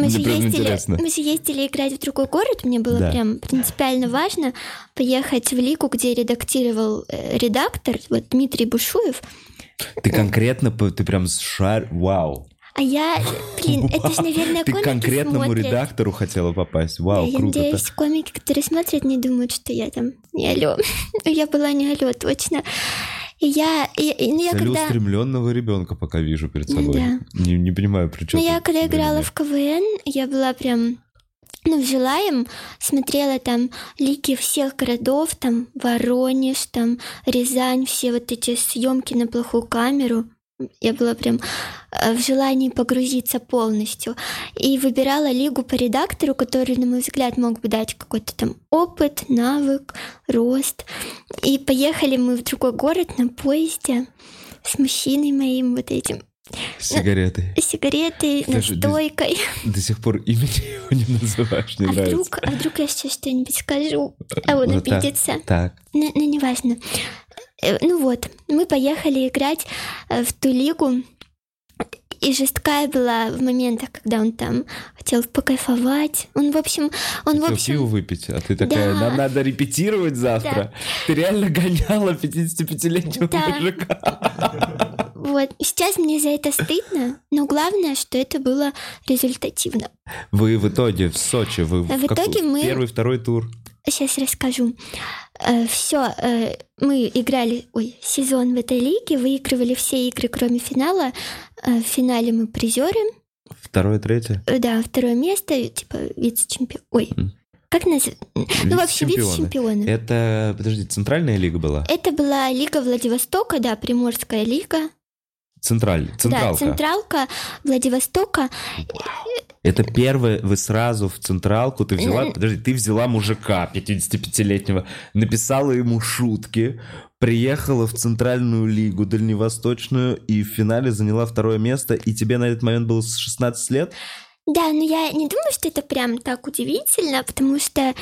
ездили играть в другой город. Мне было прям принципиально важно поехать в лигу, где редактировал редактор, вот Дмитрий Бушуев. Ты конкретно, ты прям вау. А я, это же, наверное, комики смотрят. Ты конкретному редактору хотела попасть. Вау, да, круто. Я надеюсь, комики, которые смотрят, не думают, что я там не алло. Я была не алло, точно. Я целеустремленного ребенка пока вижу перед собой. Да. Не понимаю, при чем. Я когда играла в КВН, я была прям... в Жилаем смотрела там лиги всех городов, там Воронеж, там Рязань, все вот эти съемки на плохую камеру. Я была прям в желании погрузиться полностью. И выбирала лигу по редактору, который, на мой взгляд, мог бы дать какой-то там опыт, навык, рост. И поехали мы в другой город на поезде с мужчиной моим вот этим. Сигареты, настойкой. До сих пор имени его не называешь, не нравится. А вдруг я сейчас что-нибудь скажу, а он обидится. Так. Ну, неважно. Мы поехали играть в ту лигу, и жесткая была в моментах, когда он там хотел покайфовать. Он, в общем... Хотел пиво выпить, а ты такая, нам надо репетировать завтра. Да. Ты реально гоняла 55-летнего мужика. Вот. Сейчас мне за это стыдно, но главное, что это было результативно. Вы в итоге в Сочи, вы в итоге мы... первый, второй тур? Сейчас расскажу. Все, мы играли сезон в этой лиге, выигрывали все игры, кроме финала. В финале мы призеры. Второе, третье? Да, второе место, типа вице-чемпион. Как называется? Ну, вообще, вице-чемпионы. Это, подожди, центральная лига была? Это была лига Владивостока, да, Приморская лига. Централка. Да, Централка Владивостока. Это первое, вы сразу в Централку, ты взяла, подожди, ты взяла мужика 55-летнего, написала ему шутки, приехала в Центральную лигу дальневосточную и в финале заняла второе место, и тебе на этот момент было 16 лет? Да, но я не думаю, что это прям так удивительно, потому что,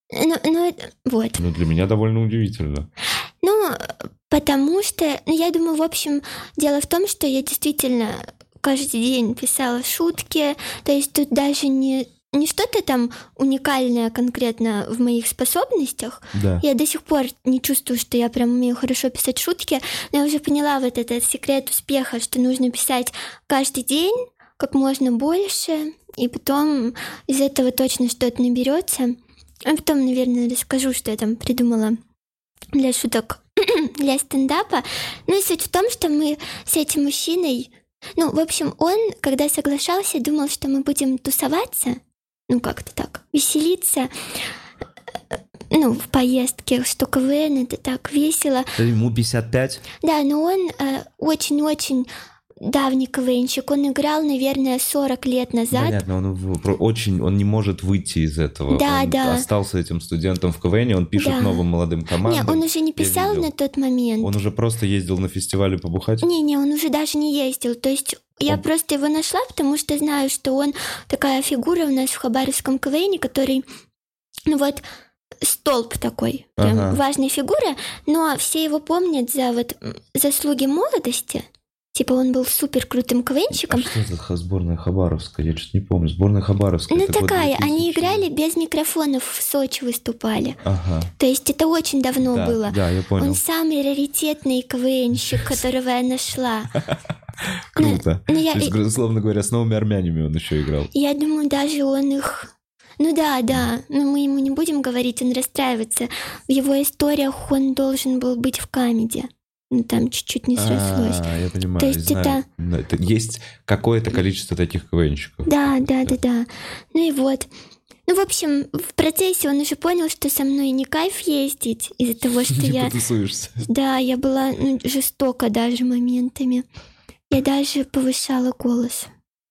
вот. Ну, для меня довольно удивительно. Ну, потому что, я думаю, в общем, дело в том, что я действительно каждый день писала шутки, то есть тут даже не что-то там уникальное конкретно в моих способностях. Да. Я до сих пор не чувствую, что я прям умею хорошо писать шутки, но я уже поняла вот этот секрет успеха, что нужно писать каждый день как можно больше, и потом из этого точно что-то наберется. А потом, наверное, расскажу, что я там придумала для шуток, для стендапа. Ну и суть в том, что мы с этим мужчиной... Ну, в общем, он, когда соглашался, думал, что мы будем тусоваться, ну, как-то так, веселиться, ну, в поездке, что КВН, это так весело. Ему 55? Да, но он очень-очень давний КВНщик. Он играл, наверное, 40 лет назад. Понятно, он не может выйти из этого. Да, он остался этим студентом в КВН, он пишет новым молодым командам. Не, он уже не писал на тот момент. Он уже просто ездил на фестивале побухать? Не, он уже даже не ездил. То есть я просто его нашла, потому что знаю, что он такая фигура у нас в Хабаровском КВН, который, ну вот, столб такой, прям важная фигура, но все его помнят за вот заслуги молодости. Типа он был супер крутым КВНщиком. А что это сборная Хабаровская? Я что-то не помню. Сборная Хабаровская. Ну такая, они играли без микрофонов, в Сочи выступали. Ага. То есть это очень давно было. Да, я понял. Он самый раритетный КВНщик, которого я нашла. Круто. То есть, условно говоря, с новыми армянами он еще играл. Я думаю, даже он их... Ну да, но мы ему не будем говорить, он расстраивается. В его историях он должен был быть в камеди. Ну, там чуть-чуть не срослось. Я понимаю, то есть знаю. Это есть какое-то количество таких КВНщиков. Да. Ну и вот. Ну, в общем, в процессе он уже понял, что со мной не кайф ездить из-за того, что я... Не потусуешься. Да, я была жестока даже моментами. Я даже повышала голос.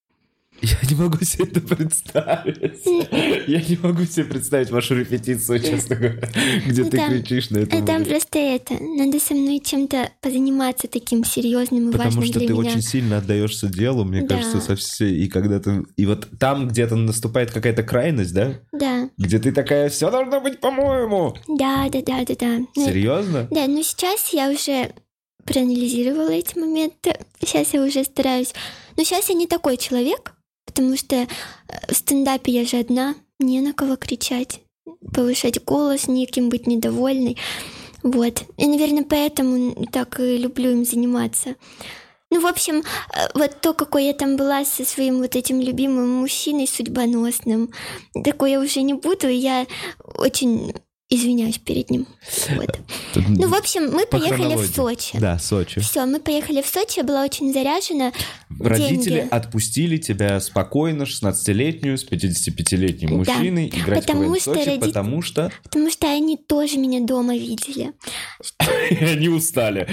Я не могу себе это представить. Я не могу себе представить вашу репетицию, честно говоря, где ты кричишь на это. Там просто надо со мной чем-то позаниматься таким серьезным и важным для меня. Потому что ты очень сильно отдаешься делу, мне кажется, со всей... И когда ты... И вот там где-то наступает какая-то крайность, да? Да. Где ты такая, все должно быть по-моему. Да. Серьезно? Да, но сейчас я уже проанализировала эти моменты. Сейчас я уже стараюсь... Но сейчас я не такой человек, потому что в стендапе я же одна, не на кого кричать, повышать голос, неким быть недовольной. Вот. И, наверное, поэтому так и люблю им заниматься. Ну, в общем, вот то, какой я там была со своим вот этим любимым мужчиной судьбоносным, такой я уже не буду, и я очень... извиняюсь перед ним. Вот. Ну, в общем, мы поехали в Сочи. Да, Сочи. Все, мы поехали в Сочи, я была очень заряжена. Родители отпустили тебя спокойно, 16-летнюю, с 55-летним мужчиной, играть в КВН в Сочи, потому что... Потому что они тоже меня дома видели. И они устали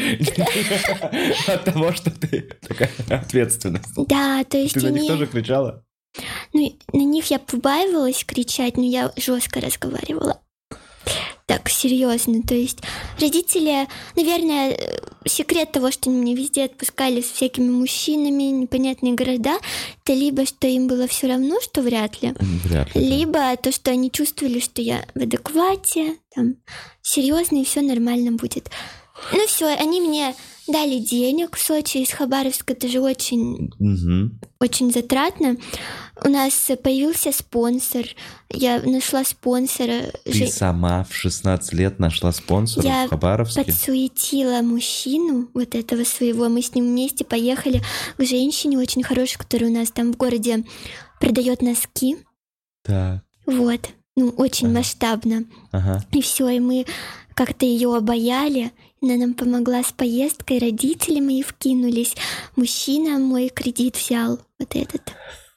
от того, что ты такая ответственная. Да, то есть... Ты на них тоже кричала? Ну, на них я побаивалась кричать, но я жестко разговаривала. Так, серьезно, то есть родители, наверное, секрет того, что они меня везде отпускали с всякими мужчинами, непонятные города, это либо, что им было все равно, что вряд ли, либо то, что они чувствовали, что я в адеквате, там, серьезно, и все нормально будет. Ну все, они мне дали денег в Сочи, из Хабаровска, это же очень, Мгм. очень затратно. У нас появился спонсор, я нашла спонсора. Ты сама в 16 лет нашла спонсора Я в Хабаровске? подсуетила мужчину вот этого своего, мы с ним вместе поехали к женщине очень хорошей, которая у нас там в городе продает носки. Да. Вот, ну, очень Ага. масштабно. Ага. И все, и мы как-то ее обаяли. Она нам помогла с поездкой, родители мои вкинулись. Мужчина мой кредит взял, вот этот.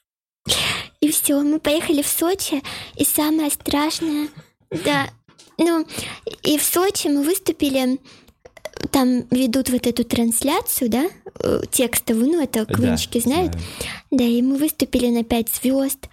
И все, мы поехали в Сочи, и самое страшное, да, ну, и в Сочи мы выступили, там ведут вот эту трансляцию, да, текстовую, ну, это квинчики знают. знаю. Да, и мы выступили на 5 звезд.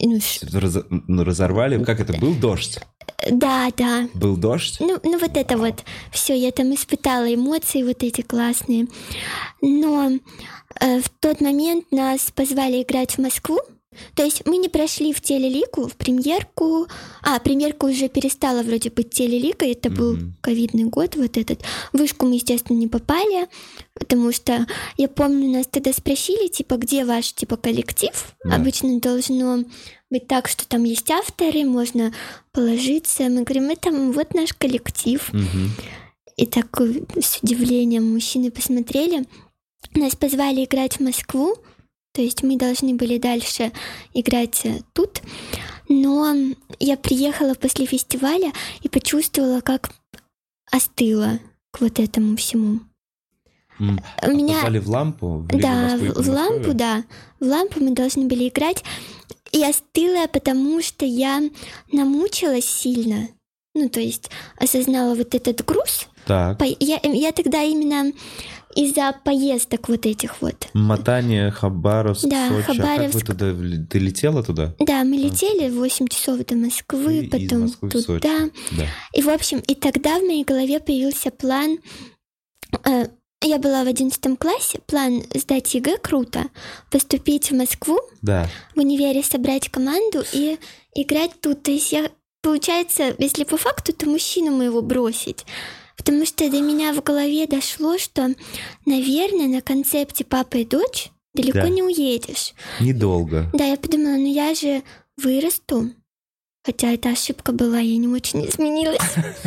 Разорвали? Как это? Был дождь? Да, да. Был дождь? Ну вот это вот все, я там испытала эмоции вот эти классные. Но в тот момент нас позвали играть в Москву. То есть мы не прошли в телелигу, в премьерку. Премьерка уже перестала вроде быть телелигой, это был ковидный год вот этот. В вышку мы, естественно, не попали, потому что, я помню, нас тогда спросили, типа, где ваш, типа, коллектив? Да. Обычно должно быть так, что там есть авторы, можно положиться. Мы говорим, это вот наш коллектив. Мгм. И так с удивлением мужчины посмотрели. Нас позвали играть в Москву, то есть мы должны были дальше играть тут. Но я приехала после фестиваля и почувствовала, как остыла к вот этому всему. А позвали в лампу? В Лигу Да, Москвы и в лампу, Подмосковья? да. В лампу мы должны были играть. И остыла, потому что я намучилась сильно. Ну, то есть осознала вот этот груз. Так. Я тогда именно из-за поездок вот этих вот. Мотание, Хабаровск, Да, Сочи. А как вы Хабаровск. туда... Ты летела туда? Да, мы летели 8 часов до Москвы, И из потом Москвы в Сочи. туда. Да. И, в общем, и тогда в моей голове появился план. Я была в 11 классе, план сдать ЕГЭ круто, поступить в Москву, Да. в универе собрать команду и играть тут. То есть я, получается, если по факту, то мужчину моего бросить. Потому что до меня в голове дошло, что, наверное, на концепте «папа и дочь» далеко Да. не уедешь. Недолго. Да, я подумала, ну я же вырасту. Хотя это ошибка была, я не очень изменилась.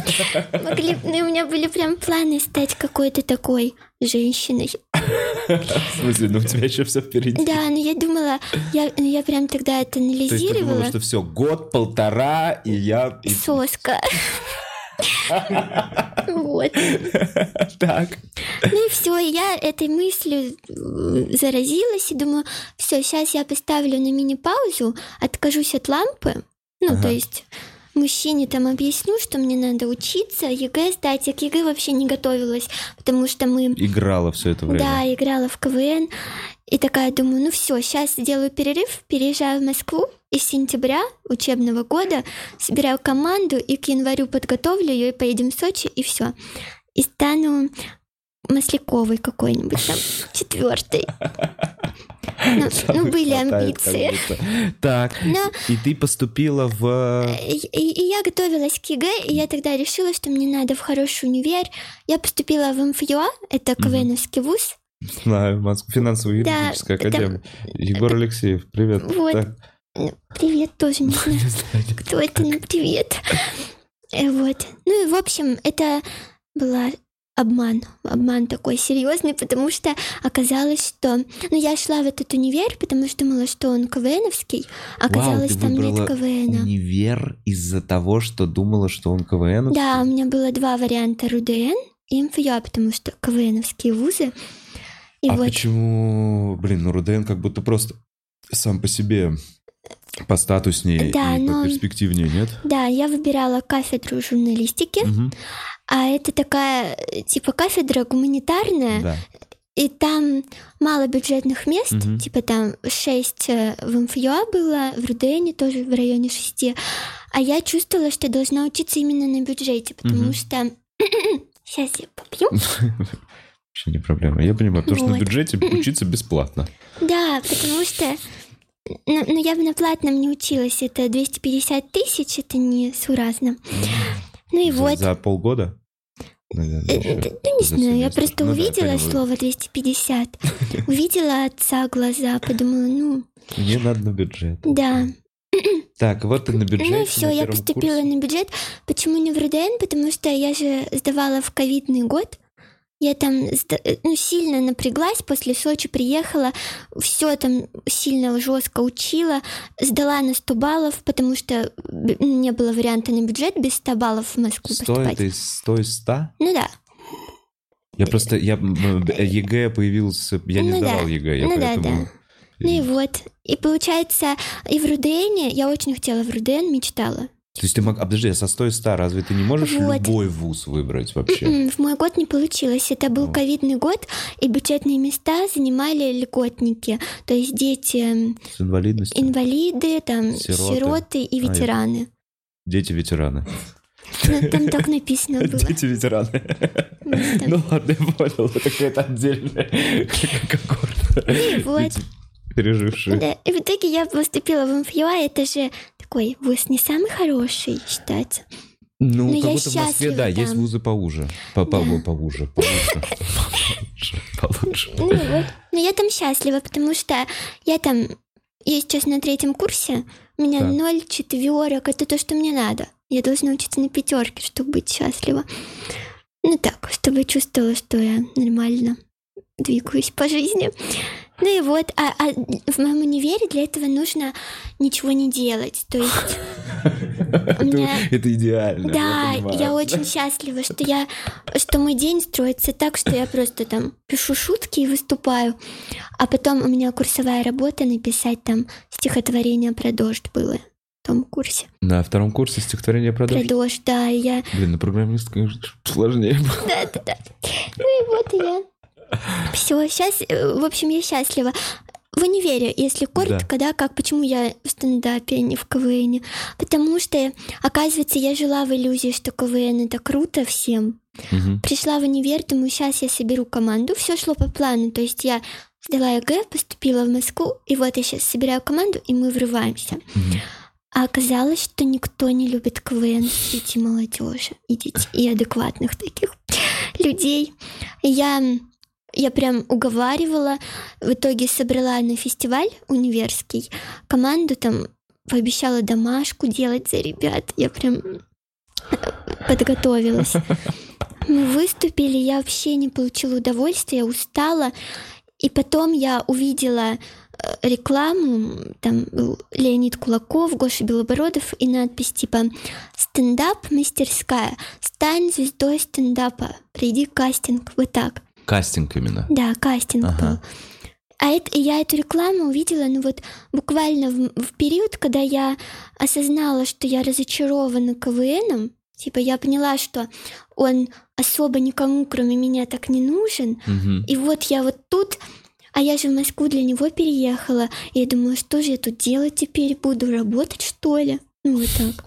У меня были прям планы стать какой-то такой женщиной. В смысле, ну у тебя еще все впереди. Да, но я думала, я прям тогда это То есть ты анализировала. думала, что все, год-полтора, и я... Соска. Вот. Так. Ну и все, я этой мыслью заразилась и думаю, все, сейчас я поставлю на мини-паузу, откажусь от лампы. Ну, Ага. то есть мужчине там объясню, что мне надо учиться, ЕГЭ сдать. Я к ЕГЭ вообще не готовилась, потому что мы... Играла все это время. Да, играла в КВН. И такая думаю, ну все, сейчас делаю перерыв, переезжаю в Москву, и с сентября учебного года собираю команду, и к январю подготовлю ее, и поедем в Сочи, и все. И стану Масляковой какой-нибудь там, 4-й. Ну, были амбиции. Так, Но- и ты поступила в... И я готовилась к ЕГЭ, и я тогда решила, что мне надо в хороший универ. Я поступила в МФЮА, это КВНовский вуз. Знаю, финансово-юридическая Да, академия. Егор Алексеев, привет. Вот. Так. Ну, привет, тоже не знаю, Не знаю, кто это, ну, привет. Вот. Ну и, в общем, это была обман такой серьезный, потому что оказалось, что... Ну, я шла в этот универ, потому что думала, что он КВНовский, оказалось, Вау, ты там нет выбрала КВНа. универ из-за того, что думала, что он КВН? Да, у меня было 2 варианта: РУДН и МФЮА, потому что КВНовские вузы. И А вот, почему, ну РУДН как будто просто сам по себе постатуснее Да, и но- поперспективнее, нет? да, я выбирала кафедру журналистики, Мгм. а это такая, типа, кафедра гуманитарная, Да. и там мало бюджетных мест, Мгм. типа там 6 в МФЮА было, в РУДНе тоже в районе 6, а я чувствовала, что должна учиться именно на бюджете, потому Мгм. что... Сейчас я попью. Вообще не проблема. Я понимаю, потому что на Вот. бюджете учиться бесплатно. Да, потому что... Ну, я бы на платном не училась, это 250 тысяч, это не суразно. Ну и вот, За полгода? наверное. Не знаю, я просто увидела слово 250, увидела отца глаза, подумала, мне надо на бюджет. Да. Так, вот ты на бюджете. Ну и все, я поступила на бюджет. Почему не в РУДН? Потому что я же сдавала в ковидный год. Я там сильно напряглась, после Сочи приехала, все там сильно жестко учила, сдала на 100 баллов, потому что не было варианта на бюджет без 100 баллов в Москву поступать. 100 из 100? Ну да. ЕГЭ появился, я не сдавал ЕГЭ, поэтому... Да. Ну и вот. И получается, и в РУДНе, я очень хотела в РУДН, мечтала. То есть ты подожди, со 100 из 100 разве ты не можешь любой вуз выбрать вообще? В мой год не получилось. Это был ковидный год, и бюджетные места занимали льготники. То есть дети... С инвалидностью? Инвалиды, там, сироты и ветераны. Дети-ветераны. Там так написано было. Дети-ветераны. Ну ладно, я понял. Это какая-то отдельная когорта. Вот. Пережившие. Да, и в итоге я поступила в МФЮА, это же такой вуз не самый хороший, считается. Ну, как будто в Москве, да, есть вузы поуже. Получше. Ну вот. Но я там счастлива, потому что я сейчас на 3-м курсе, у меня 0 четверок, это то, что мне надо. Я должна учиться на 5, чтобы быть счастлива. Ну так, чтобы чувствовала, что я нормально двигаюсь по жизни. Ну и вот, а в моем универе для этого нужно ничего не делать. То есть это идеально. Да, я очень счастлива, что мой день строится так, что я просто там пишу шутки и выступаю. А потом у меня курсовая работа написать там стихотворение про дождь было в том курсе. На 2-м курсе стихотворение про дождь? Про дождь, да, и я... Блин, на программист, конечно, сложнее было. Да. Ну и вот я... Все, сейчас, в общем, я счастлива. В универе, если коротко, да, почему я в стендапе, а не в КВН? Потому что, оказывается, я жила в иллюзии, что КВН это круто всем. Пришла в универ, думаю, сейчас я соберу команду. Все шло по плану, то есть я сдала ЕГЭ, поступила в Москву, и вот я сейчас собираю команду, и мы врываемся. А оказалось, что никто не любит КВН среди молодежи и адекватных таких людей. Я прям уговаривала, в итоге собрала на фестиваль универский команду, там пообещала домашку делать за ребят, я прям подготовилась. Мы выступили, я вообще не получила удовольствия, устала, и потом я увидела рекламу, там был Леонид Кулаков, Гоша Белобородов, и надпись типа «Стендап-мастерская, стань звездой стендапа, пройди кастинг», вот так. Кастинг именно? Да, кастинг был. И я эту рекламу увидела, буквально в период, когда я осознала, что я разочарована КВНом, типа я поняла, что он особо никому, кроме меня, так не нужен, и вот я вот тут, а я же в Москву для него переехала, и я думала, что же я тут делать теперь, буду работать, что ли? Ну, вот так.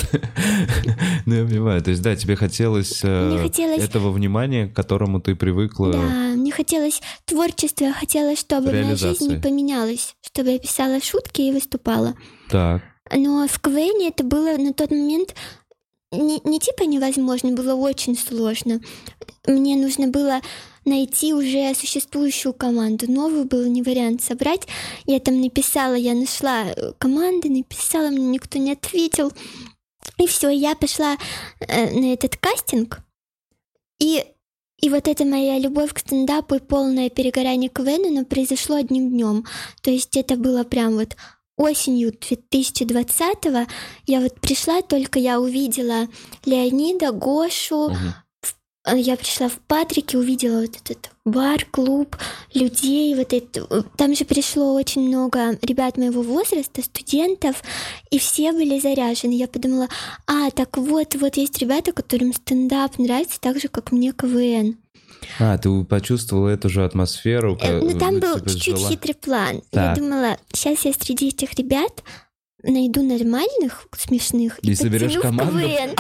Ну, я понимаю. То есть, да, тебе хотелось этого внимания, к которому ты привыкла. Да, мне хотелось творчества, я хотела, чтобы моя жизнь не поменялась, чтобы я писала шутки и выступала. Так. Но в КВН это было на тот момент не типа невозможно, было очень сложно. Мне нужно было найти уже существующую команду. Новую было не вариант собрать. Я там написала, я нашла команды, написала, мне никто не ответил. И все, я пошла на этот кастинг. И вот эта моя любовь к стендапу и полное перегорание КВН, оно произошло одним днем. То есть это было прям вот осенью 2020-го. Я вот пришла, только я увидела Леонида, Гошу. Я пришла в Патрике, увидела вот этот бар, клуб, людей, вот это. Там же пришло очень много ребят моего возраста, студентов, и все были заряжены. Я подумала, так вот есть ребята, которым стендап нравится так же, как мне КВН. Ты почувствовала эту же атмосферу? Там был чуть-чуть хитрый план. Я думала, сейчас я среди этих ребят найду нормальных, смешных и соберешь команду? КВН.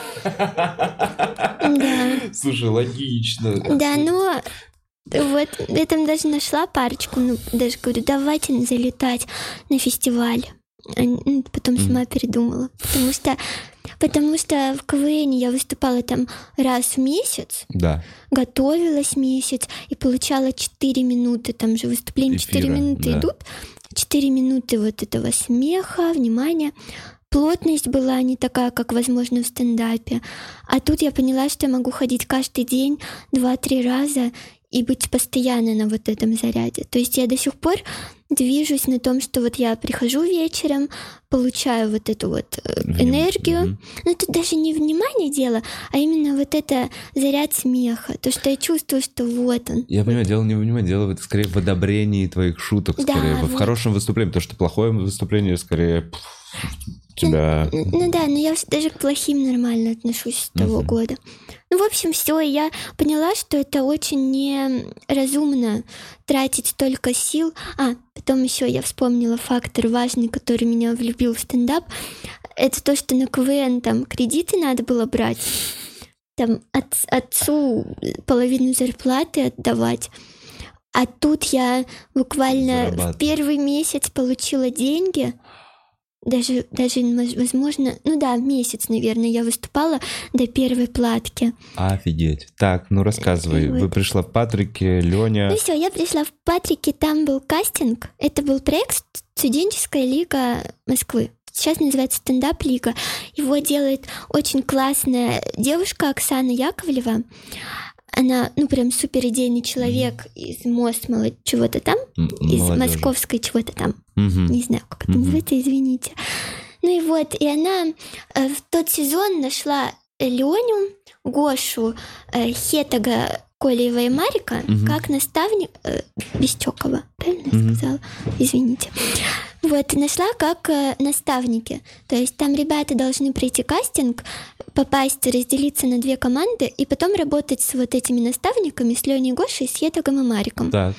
Да. Слушай, логично. Да, но вот я там даже нашла парочку, даже говорю, давайте залетать на фестиваль. Потом сама передумала, потому что Потому что в КВН я выступала там раз в месяц, Да. готовилась месяц и получала 4 минуты, там же выступление 4 минуты да. идут, 4 минуты вот этого смеха, внимания. Плотность была не такая, как, возможно, в стендапе. А тут я поняла, что я могу ходить каждый день 2-3 раза и быть постоянно на вот этом заряде. То есть я до сих пор движусь на том, что вот я прихожу вечером, получаю вот эту вот энергию. Но тут даже не внимание дело, а именно вот это заряд смеха. То, что я чувствую, что вот он. Я понимаю, дело не в внимании, дело скорее в одобрении твоих шуток, скорее, в хорошем выступлении, потому что плохое выступление скорее тебя... Ну да, но я даже к плохим нормально отношусь с того года. Ну, в общем, все, я поняла, что это очень неразумно тратить столько сил. Потом еще я вспомнила фактор важный, который меня влюбил в стендап. Это то, что на КВН там кредиты надо было брать, там отцу половину зарплаты отдавать. А тут я буквально в первый месяц получила деньги. Даже, возможно, месяц, наверное, я выступала до первой платки. Офигеть. Так, ну рассказывай. Вы пришла в Патрике, Лёня. Ну все, я пришла в Патрике, там был кастинг. Это был проект «Студенческая лига Москвы». Сейчас называется «Стендап-лига». Его делает очень классная девушка Оксана Яковлева. Она, прям супер идейный человек из чего-то там, из московской чего-то там. Не знаю, как это называется, извините. Ну и вот, и она в тот сезон нашла Леню, Гошу, Хетага, Колеева и Марика как наставник... Бестёкова, правильно я сказала? Извините. Вот, нашла как наставники. То есть там ребята должны пройти кастинг, попасть, разделиться на 2 команды и потом работать с вот этими наставниками, с Леней Гошей, с Хетагом и Мариком. Да.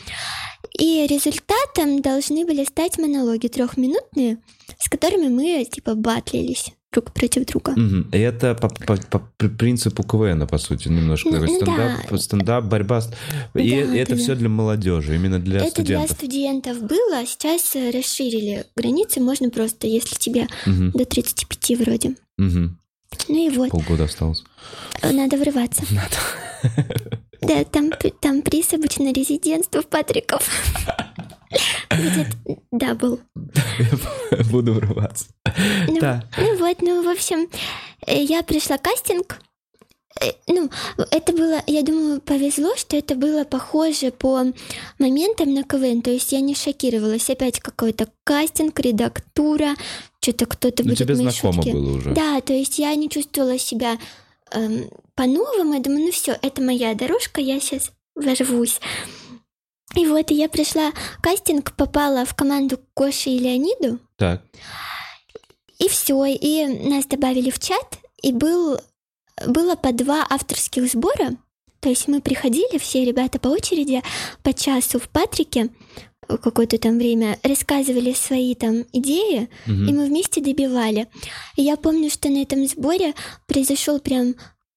И результатом должны были стать монологи 3-минутные, с которыми мы батлились друг против друга. И это по принципу КВН, по сути, немножко. Стендап, борьба. И это все для молодежи, именно для студентов. Это для студентов было, а сейчас расширили границы. Можно просто, если тебе до 35 вроде. Ну и вот. Полгода осталось. Надо врываться. Да, там приз обычно резидентство в Патриков. Будет дабл. Буду врываться. В общем, я пришла в кастинг. Это было, я думаю, повезло, что это было похоже по моментам на КВН. То есть я не шокировалась. Опять какой-то кастинг, редактура, что-то кто-то будет тебе мои знакомо шутки. было уже. Да, то есть я не чувствовала себя по-новому. Я думаю, все, это моя дорожка, я сейчас ворвусь. И вот я пришла в кастинг, попала в команду к Гоше и Леониду. Так. И все, и нас добавили в чат, и было по 2 авторских сбора. То есть мы приходили, все ребята по очереди, по часу в Патрике, какое-то там время, рассказывали свои там идеи, и мы вместе добивали. И я помню, что на этом сборе произошел прям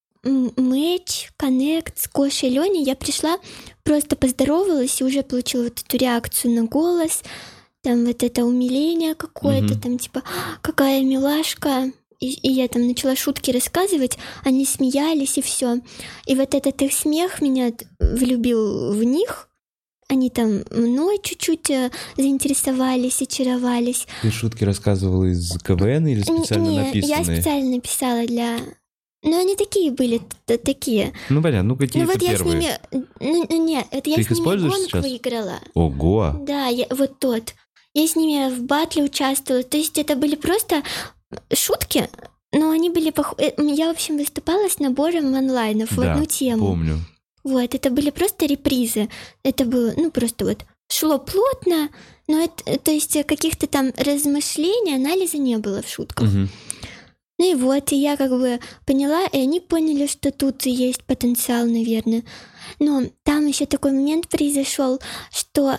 матч, коннект с Гошей и Леней. Я пришла, просто поздоровалась и уже получила вот эту реакцию на голос, там вот это умиление какое-то, там типа «какая милашка». И я там начала шутки рассказывать, они смеялись и все. И вот этот их смех меня влюбил в них. Они там мной чуть-чуть заинтересовались, очаровались. Ты шутки рассказывала из КВН или специально написанные? Я специально писала для... Ну, они такие были, такие. Ну, понятно, какие-то вот первые. Я с ними... Нет, это я с ними гонку выиграла. Ого! Да, вот тот. Я с ними в батле участвовала. То есть это были просто шутки, но они были похожи. Я, в общем, выступала с набором онлайнов в одну тему. Помню. Вот, это были просто репризы. Это было, просто вот шло плотно, но это, то есть каких-то там размышлений, анализа не было в шутках. Ну и вот, и я как бы поняла, и они поняли, что тут есть потенциал, наверное. Но там еще такой момент произошел, что...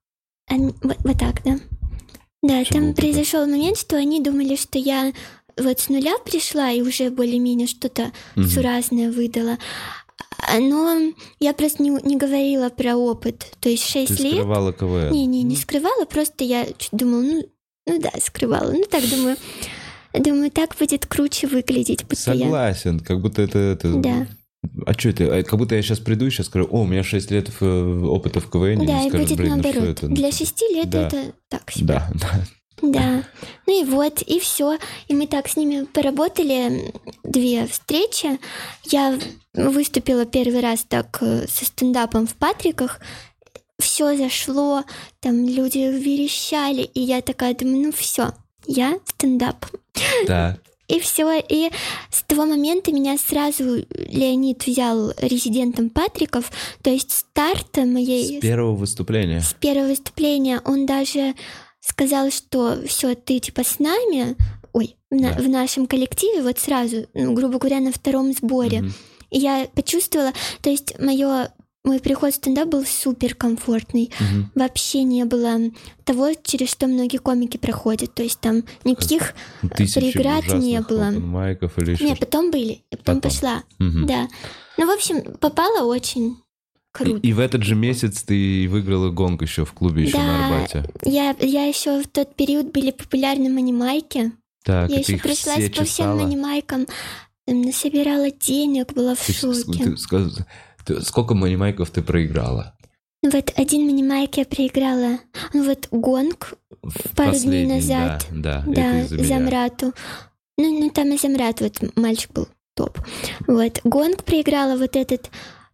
Вот так, да? Да, там произошел момент, что они думали, что я вот с нуля пришла и уже более-менее что-то суразное выдала. Но я просто не говорила про опыт. То есть 6 лет... Ты скрывала КВН? Не скрывала, просто я чуть думала, ну да, скрывала. Ну так думаю... Думаю, так будет круче выглядеть. Согласен, как будто это... Да. А что это? Как будто я сейчас приду и сейчас скажу, о, у меня 6 лет опыта в КВН. Да, и скажут, будет наоборот. это? Для 6 лет да. это так себе. Да. Да. Ну и вот, и все. И мы так с ними поработали 2 встречи. Я выступила первый раз так со стендапом в Патриках. Все зашло, там люди верещали, и я такая думаю, ну все, я стендап. Да. И все, и с того момента меня сразу Леонид взял резидентом Патриков, то есть старт моей... С первого выступления. С первого выступления он даже сказал, что все, ты типа с нами, в нашем коллективе, вот сразу, грубо говоря, на 2-м сборе. И я почувствовала, то есть мой приход в стендап был супер комфортный. Вообще не было того, через что многие комики проходят. То есть там никаких преград не было. Майков или еще. Нет, потом были. Потом пошла. Да. Ну, в общем, попала очень круто. И в этот же месяц ты выиграла гонг еще в клубе, еще на Арбате. Я еще в тот период были популярны манимайки. Так, я еще пришлась по всем манимайкам, насобирала денег, была в шоке. Сколько манимайков ты проиграла? Ну вот 1 манимайк я проиграла. Ну вот гонг пару дней назад. Да, Замрату. Ну там и Замрат, вот мальчик был топ. Вот, гонг проиграла, вот этот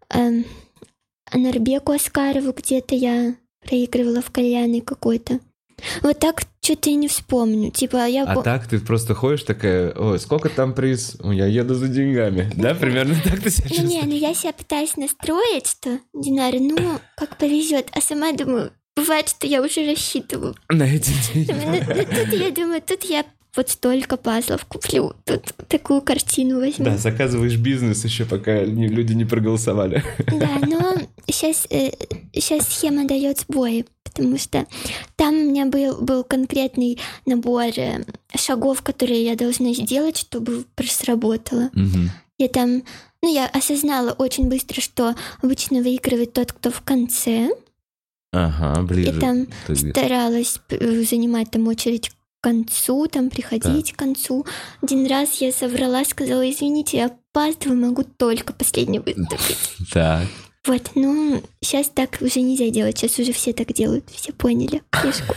Анарбеку Аскарову где-то я проигрывала в кальянной какой-то. Вот так что-то и не вспомню. Типа, так ты просто ходишь такая, ой, сколько там приз? Я еду за деньгами. Да, примерно так ты себя чувствуешь? Не, я себя пытаюсь настроить, что, Динара, как повезет. А сама думаю, бывает, что я уже рассчитываю. На эти деньги. Тут я думаю, тут я вот столько пазлов куплю, тут такую картину возьму. Да, заказываешь бизнес еще, пока люди не проголосовали. Да, но сейчас схема дает сбои, потому что там у меня был конкретный набор шагов, которые я должна сделать, чтобы сработало. Я там, я осознала очень быстро, что обычно выигрывает тот, кто в конце. Ага, ближе. И там старалась занимать там очередь к концу, там приходить к концу. Один раз я соврала, сказала, извините, я опаздываю, могу только последний выступить. Так. Вот, сейчас так уже нельзя делать, сейчас уже все так делают, все поняли фишку.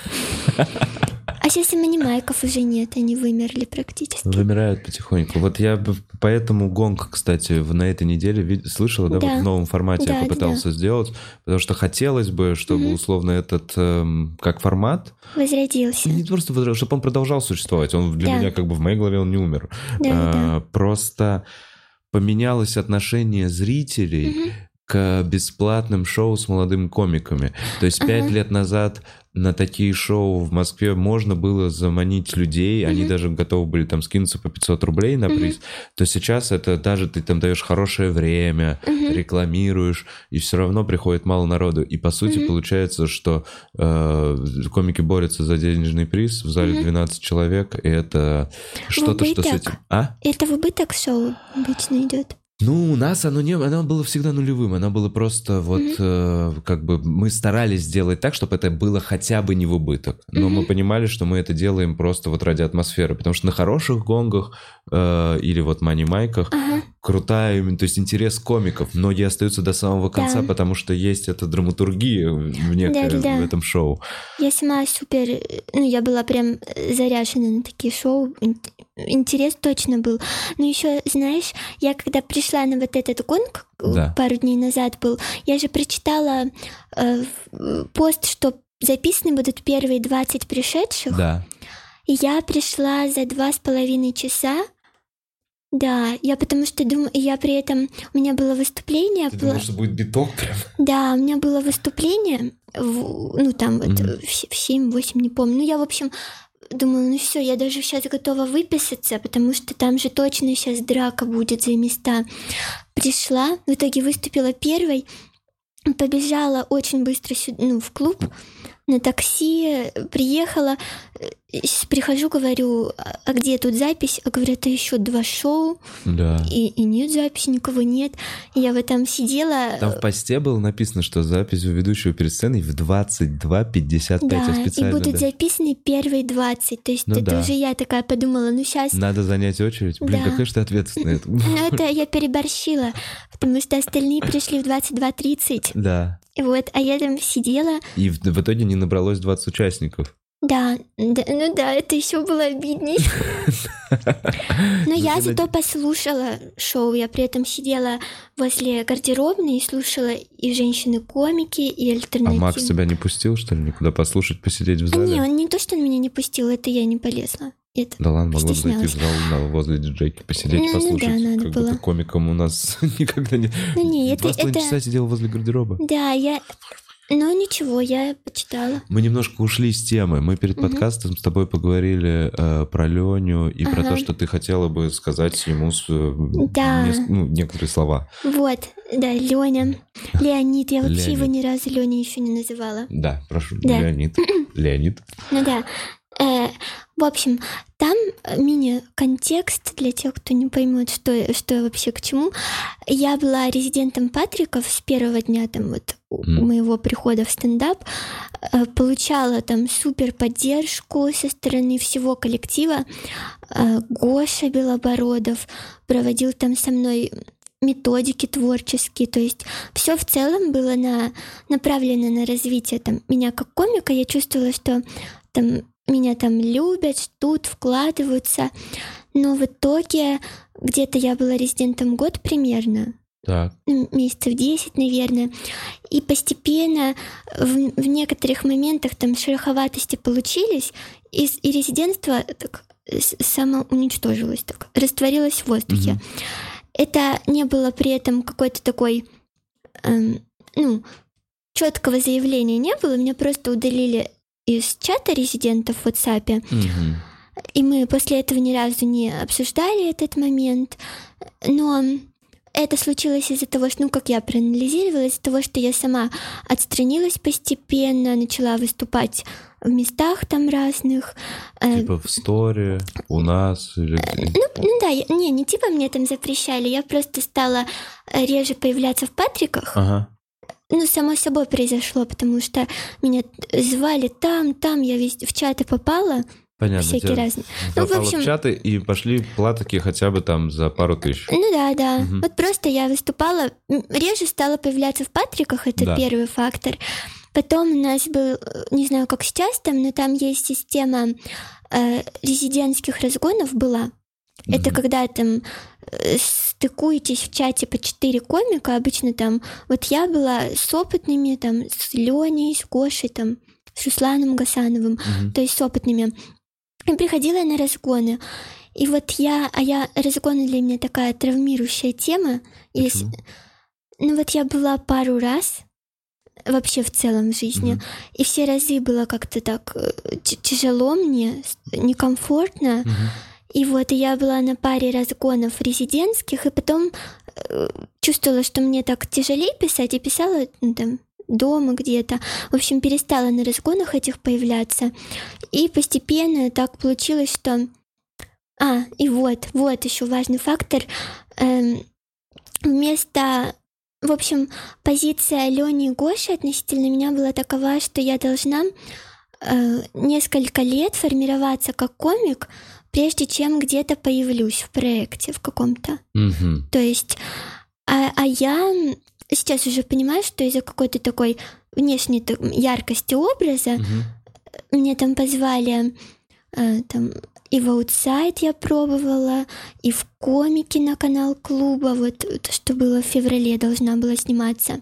А сейчас и манимайков уже нет, они вымерли практически. Вымирают потихоньку. Вот я поэтому гонг, кстати, на этой неделе слышала, да, вот в новом формате я попытался сделать, потому что хотелось бы, чтобы условно этот, как формат... Возродился. Не просто возродился, чтобы он продолжал существовать. Он для меня как бы в моей голове он не умер. Просто поменялось отношение зрителей к бесплатным шоу с молодыми комиками. То есть 5 лет назад на такие шоу в Москве можно было заманить людей, они даже готовы были там скинуться по 500 рублей на приз, то сейчас это даже ты там даешь хорошее время, рекламируешь, и все равно приходит мало народу. И по сути получается, что комики борются за денежный приз, в зале 12 человек, и это что-то, что с этим... Это в убыток шоу обычно идет. У нас оно было всегда нулевым, оно было просто как бы мы старались сделать так, чтобы это было хотя бы не в убыток, но мы понимали, что мы это делаем просто вот ради атмосферы, потому что на хороших гонгах или вот манимайках крутая, то есть интерес комиков, многие остаются до самого конца, потому что есть эта драматургия в этом шоу. Я сама супер, я была прям заряжена на такие шоу, интерес точно был. Но еще, знаешь, я когда пришла на вот этот гонг, пару дней назад был, я же прочитала пост, что записаны будут первые 20 пришедших. Да. И я пришла за 2,5 часа. Да, я потому что думаю, я при этом, у меня было выступление. Ты думала, что будет биток прям? Да, у меня было выступление, там вот в 7-8, не помню. Я, в общем, думаю, все, я даже сейчас готова выписаться, потому что там же точно сейчас драка будет за места. Пришла, в итоге выступила первой, побежала очень быстро в клуб, на такси, приехала, прихожу, говорю, а где тут запись? А говорят, это еще 2 шоу, Да. И нет записи, никого нет. И я вот там сидела. Там в посте было написано, что запись у ведущего перед сценой в 22:55, Да, специально. и будут записаны первые 20. То есть Ну это да. уже я такая подумала, ну сейчас... Надо занять очередь. Блин, Да. какая же ты ответственная. Ну это я переборщила, потому что остальные пришли в 22:30. Да. Вот, а я там сидела. И в итоге не набралось 20 участников. Да, ну да, это еще было обидней. Но я зато послушала шоу. Я при этом сидела возле гардеробной и слушала и женщины-комики, и А альтернативу. Макс тебя не пустил, что ли, никуда послушать, посидеть в зале? Не, он не то, что он меня не пустил, это я не полезла. Это Да ладно, могла бы зайти в стеснялась. зал возле диджейки, посидеть, Ну послушать. да, надо как было. будто комиком у нас никогда не... Ну не, это... 2,5 часа сидела возле гардероба. Да, я... Но ничего, я почитала. Мы немножко ушли с темы. Мы перед подкастом с тобой поговорили про Леню и про то, что ты хотела бы сказать ему Да. некоторые слова. Вот, да, Леня. Леонид, я вообще Леонид. его ни разу Леней еще не называла. Да, прошу, Да. Леонид. Ну да. В общем, там мини-контекст для тех, кто не поймет, что вообще к чему. Я была резидентом Патриков с первого дня там вот моего прихода в стендап. Получала там супер поддержку со стороны всего коллектива. Гоша Белобородов проводил там со мной методики творческие, то есть все в целом было направлено на развитие там меня как комика. Я чувствовала, что там меня там любят, ждут, вкладываются. Но в итоге где-то я была резидентом год примерно. Так. Месяцев 10, наверное. И постепенно в некоторых моментах там шероховатости получились, и резидентство так самоуничтожилось, так, растворилось в воздухе. Это не было при этом какой-то такой, четкого заявления не было, меня просто удалили из чата резидентов в WhatsApp, и мы после этого ни разу не обсуждали этот момент, но это случилось из-за того, что, как я проанализировала, из-за того, что я сама отстранилась постепенно, начала выступать в местах там разных. Типа в сторе, у нас или... Да, не типа мне там запрещали, я просто стала реже появляться в Патриках. Ага. Само собой произошло, потому что меня звали там, я везде в чаты попала. Понятно. Всякие разные. Попала в чаты и пошли платки хотя бы там за пару тысяч. Да. Вот просто я выступала, реже стала появляться в Патриках, это первый фактор. Потом у нас был, не знаю, как сейчас там, но там есть система резидентских разгонов была. Это когда там стыкуетесь в чате по 4 комика, обычно там, вот я была с опытными, там, с Леней, с Гошей, там, с Русланом Гасановым, то есть с опытными. И приходила я на разгоны. И вот разгоны для меня такая травмирующая тема. Вот я была пару раз, вообще в целом в жизни, и все разы было как-то так тяжело мне, некомфортно. И вот я была на паре разгонов резидентских, и потом чувствовала, что мне так тяжелее писать, и писала там дома где-то. В общем, перестала на разгонах этих появляться. И постепенно так получилось, что... И вот еще важный фактор. В общем, позиция Лёни и Гоши относительно меня была такова, что я должна несколько лет формироваться как комик, прежде чем где-то появлюсь в проекте в каком-то. То есть, я сейчас уже понимаю, что из-за какой-то такой внешней яркости образа мне там позвали там и в Outside я пробовала, и в комики на канал клуба, вот то, что было в феврале, должна была сниматься.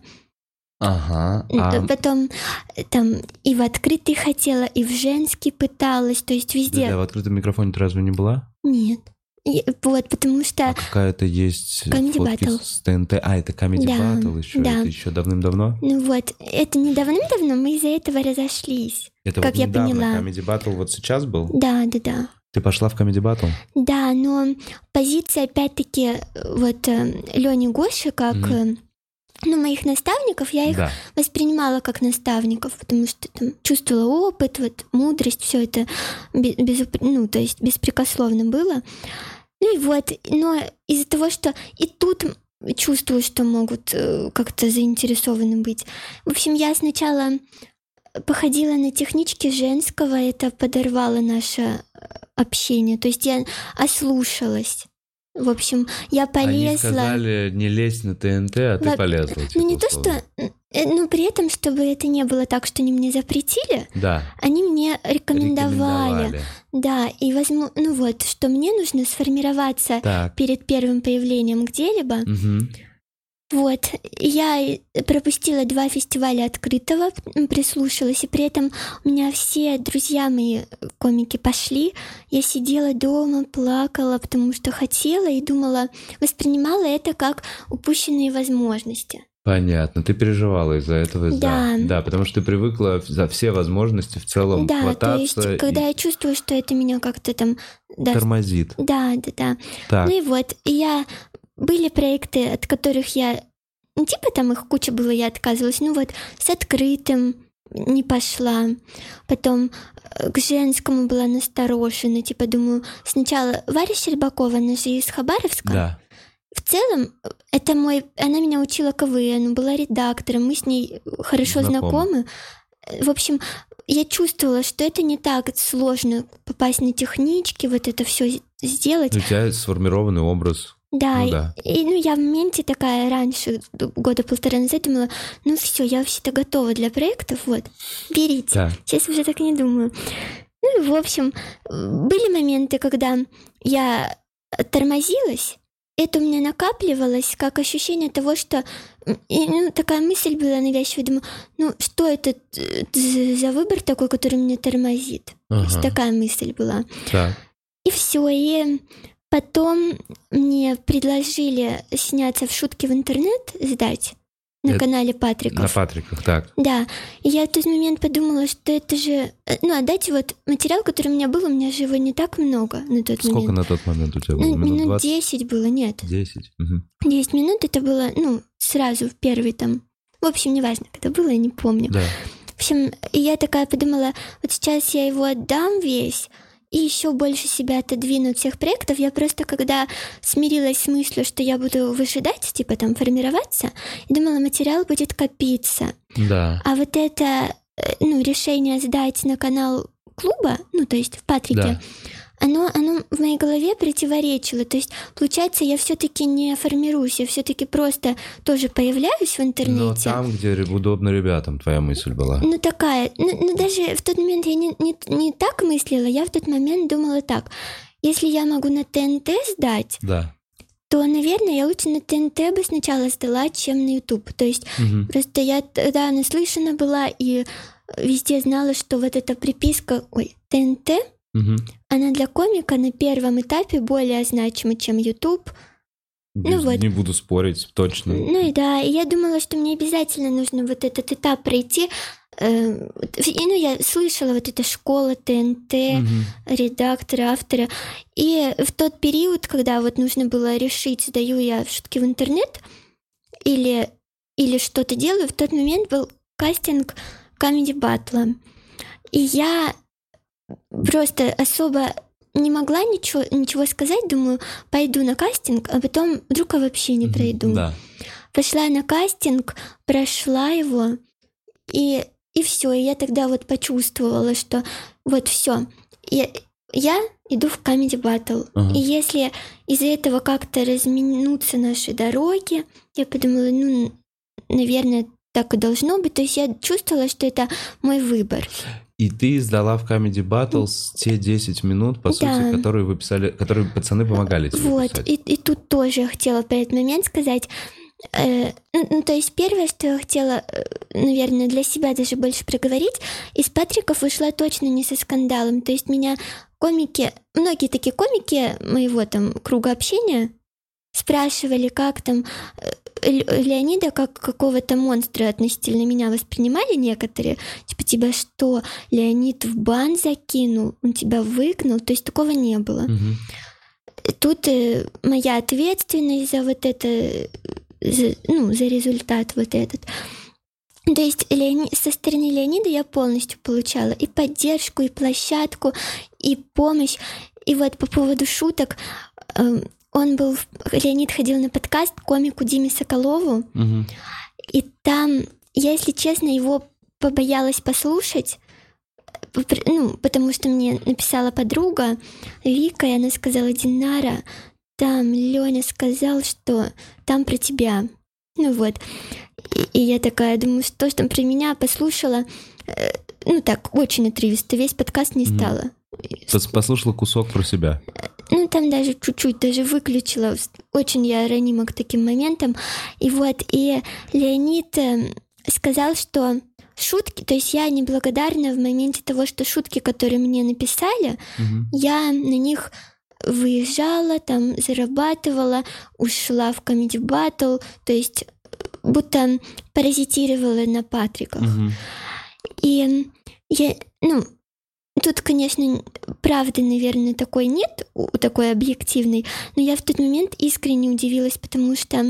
Потом там и в открытый хотела, и в женский пыталась, то есть везде. Да, в открытом микрофоне ты разве не была? Нет. Вот, потому что... какая-то есть Comedy фотки Battle. с ТНТ. Это Comedy Battle еще? Да. Это еще давным-давно? Это не давным-давно, мы из-за этого разошлись. Это как вот я недавно поняла. Comedy Battle вот сейчас был? Да. Ты пошла в Comedy Battle? Да, но позиция, опять-таки, вот Лёни Гоши, как моих наставников, я их воспринимала как наставников, потому что там чувствовала опыт, вот мудрость, все это то есть беспрекословно было. Ну и вот, но из-за того, что и тут чувствую, что могут как-то заинтересованы быть. В общем, я сначала походила на технички женского, это подорвало наше общение, то есть я ослушалась. В общем, я полезла... Они сказали не лезть на ТНТ, а ты полезла. Ну не то, что... Ну при этом, чтобы это не было так, что они мне запретили, они мне рекомендовали. Да, и что мне нужно сформироваться перед первым появлением где-либо. Вот, я пропустила 2 фестиваля открытого, прислушалась, и при этом у меня все друзья мои комики пошли. Я сидела дома, плакала, потому что хотела и думала, воспринимала это как упущенные возможности. Понятно, ты переживала из-за этого, да, потому что ты привыкла за все возможности в целом хвататься. То есть, когда я чувствую, что это меня как-то там... Тормозит. Да. Так. Ну и вот, были проекты, от которых я... Типа там их куча было, я отказывалась. Ну вот, с открытым не пошла. Потом к женскому была насторожена. Типа думаю, сначала Варя Щербакова, она же из Хабаровска. Да. В целом, она меня учила КВН, была редактором, мы с ней хорошо знакомы. В общем, я чувствовала, что это не так сложно попасть на технички, вот это все сделать. У тебя сформированный образ. Да. И я в моменте такая раньше, 1.5 года назад, думала, все, я вообще-то готова для проектов, вот, берите. Да. Сейчас уже так не думаю. Ну и в общем, были моменты, когда я тормозилась, это у меня накапливалось, как ощущение того, что... такая мысль была навязчивая, думаю, что это за выбор такой, который меня тормозит? То есть такая мысль была. Так. И все, и... Потом мне предложили сняться в «Шутки в интернет», сдать на канале Патриков. На Патриках, так. Да, и я в тот момент подумала, что это же... отдать вот материал, который у меня же его не так много на тот момент. Сколько на тот момент у тебя было? Минут 20? 10 было, нет. 10? 10 минут, это было, сразу в первый там... В общем, неважно, когда было, я не помню. Да. В общем, и я такая подумала, вот сейчас я его отдам весь, и еще больше себя отодвину от всех проектов. Я просто, когда смирилась с мыслью, что я буду выжидать, типа там формироваться, я думала, материал будет копиться. Да. А вот это, решение сдать на канал клуба, то есть в Патрике, оно в моей голове противоречило. То есть, получается, я все-таки не формируюсь, я все-таки просто тоже появляюсь в интернете. Но там, где удобно ребятам, твоя мысль была. Такая. Даже в тот момент я не так мыслила, я в тот момент думала так. Если я могу на ТНТ сдать, то, наверное, я лучше на ТНТ бы сначала сдала, чем на YouTube. То есть просто я тогда наслышана была и везде знала, что вот эта приписка, ТНТ, она для комика на первом этапе более значима, чем YouTube. Не буду спорить, точно. И я думала, что мне обязательно нужно вот этот этап пройти. Я слышала вот эта школа ТНТ, редактора, автора. И в тот период, когда вот нужно было решить, сдаю я «Шутки в интернет» или что-то делаю, в тот момент был кастинг Comedy Battle. И я просто особо не могла ничего сказать, думаю, пойду на кастинг, а потом вдруг я вообще не пройду. Да. Пошла на кастинг, прошла его, и все. И я тогда вот почувствовала, что вот все. Я иду в Comedy Battle. И если из-за этого как-то разминутся наши дороги, я подумала, наверное, так и должно быть. То есть я чувствовала, что это мой выбор. И ты сдала в Comedy Battles те 10 минут, по сути, которые вы писали, которые пацаны помогали тебе писать. И тут тоже я хотела про этот момент сказать. То есть первое, что я хотела, наверное, для себя даже больше проговорить, из Патриков вышла точно не со скандалом. То есть меня многие такие комики моего там круга общения спрашивали, как там Леонида как какого-то монстра относительно меня воспринимали некоторые. Типа, тебя что, Леонид в бан закинул, он тебя выгнал? То есть такого не было. Тут моя ответственность за вот это за результат вот этот. То есть со стороны Леонида я полностью получала и поддержку, и площадку, и помощь. И вот по поводу шуток, Леонид ходил на подкаст к комику Диме Соколову, и там, я, если честно, его побоялась послушать, потому что мне написала подруга Вика, и она сказала: Динара, там Лёня сказал, что там про тебя. И я такая думаю, что ж там про меня, послушала, так, очень отрывисто, весь подкаст не стала. Послушала кусок про себя. Там даже чуть-чуть, даже выключила. Очень я ранима к таким моментам. И Леонид сказал, что шутки, то есть я неблагодарна в моменте того, что шутки, которые мне написали, я на них выезжала, там зарабатывала, ушла в Comedy Battle, то есть будто паразитировала на Патриках. И я, тут, конечно, правды, наверное, такой нет, такой объективной, но я в тот момент искренне удивилась, потому что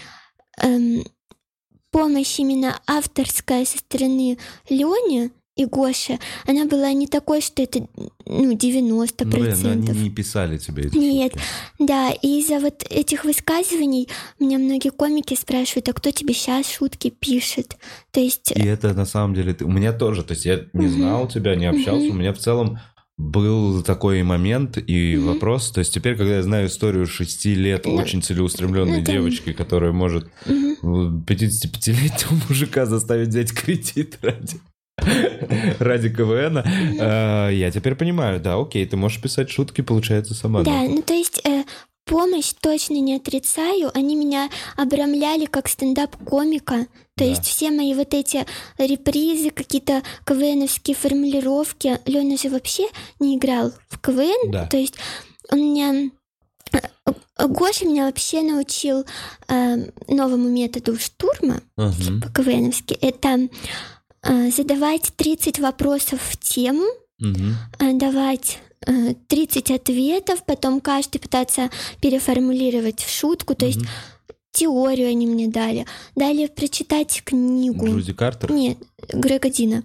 помощь именно авторская со стороны Лёни и Гоши, она была не такой, что это 90%. Они не писали тебе эти Нет, шутки. Да, и из-за вот этих высказываний меня многие комики спрашивают, а кто тебе сейчас шутки пишет? То есть... И это на самом деле... У меня тоже, то есть я не знал тебя, не общался, у меня в целом был такой момент и вопрос, то есть теперь, когда я знаю историю 6 лет очень целеустремленной девочки, которая может 55-летнего мужика заставить взять кредит ради КВН, я теперь понимаю, да, окей, ты можешь писать шутки, получается, сама. Да, то есть помощь точно не отрицаю, они меня обрамляли как стендап-комика, то есть все мои вот эти репризы, какие-то КВНовские формулировки, Лёня же вообще не играл в КВН, то есть Гоша меня вообще научил новому методу штурма, типа КВНовски, это задавать 30 вопросов в тему, давать 30 ответов, потом каждый пытаться переформулировать в шутку, то есть теорию они мне дали. Дали прочитать книгу. Джуди Картер? Нет, Грега Дина.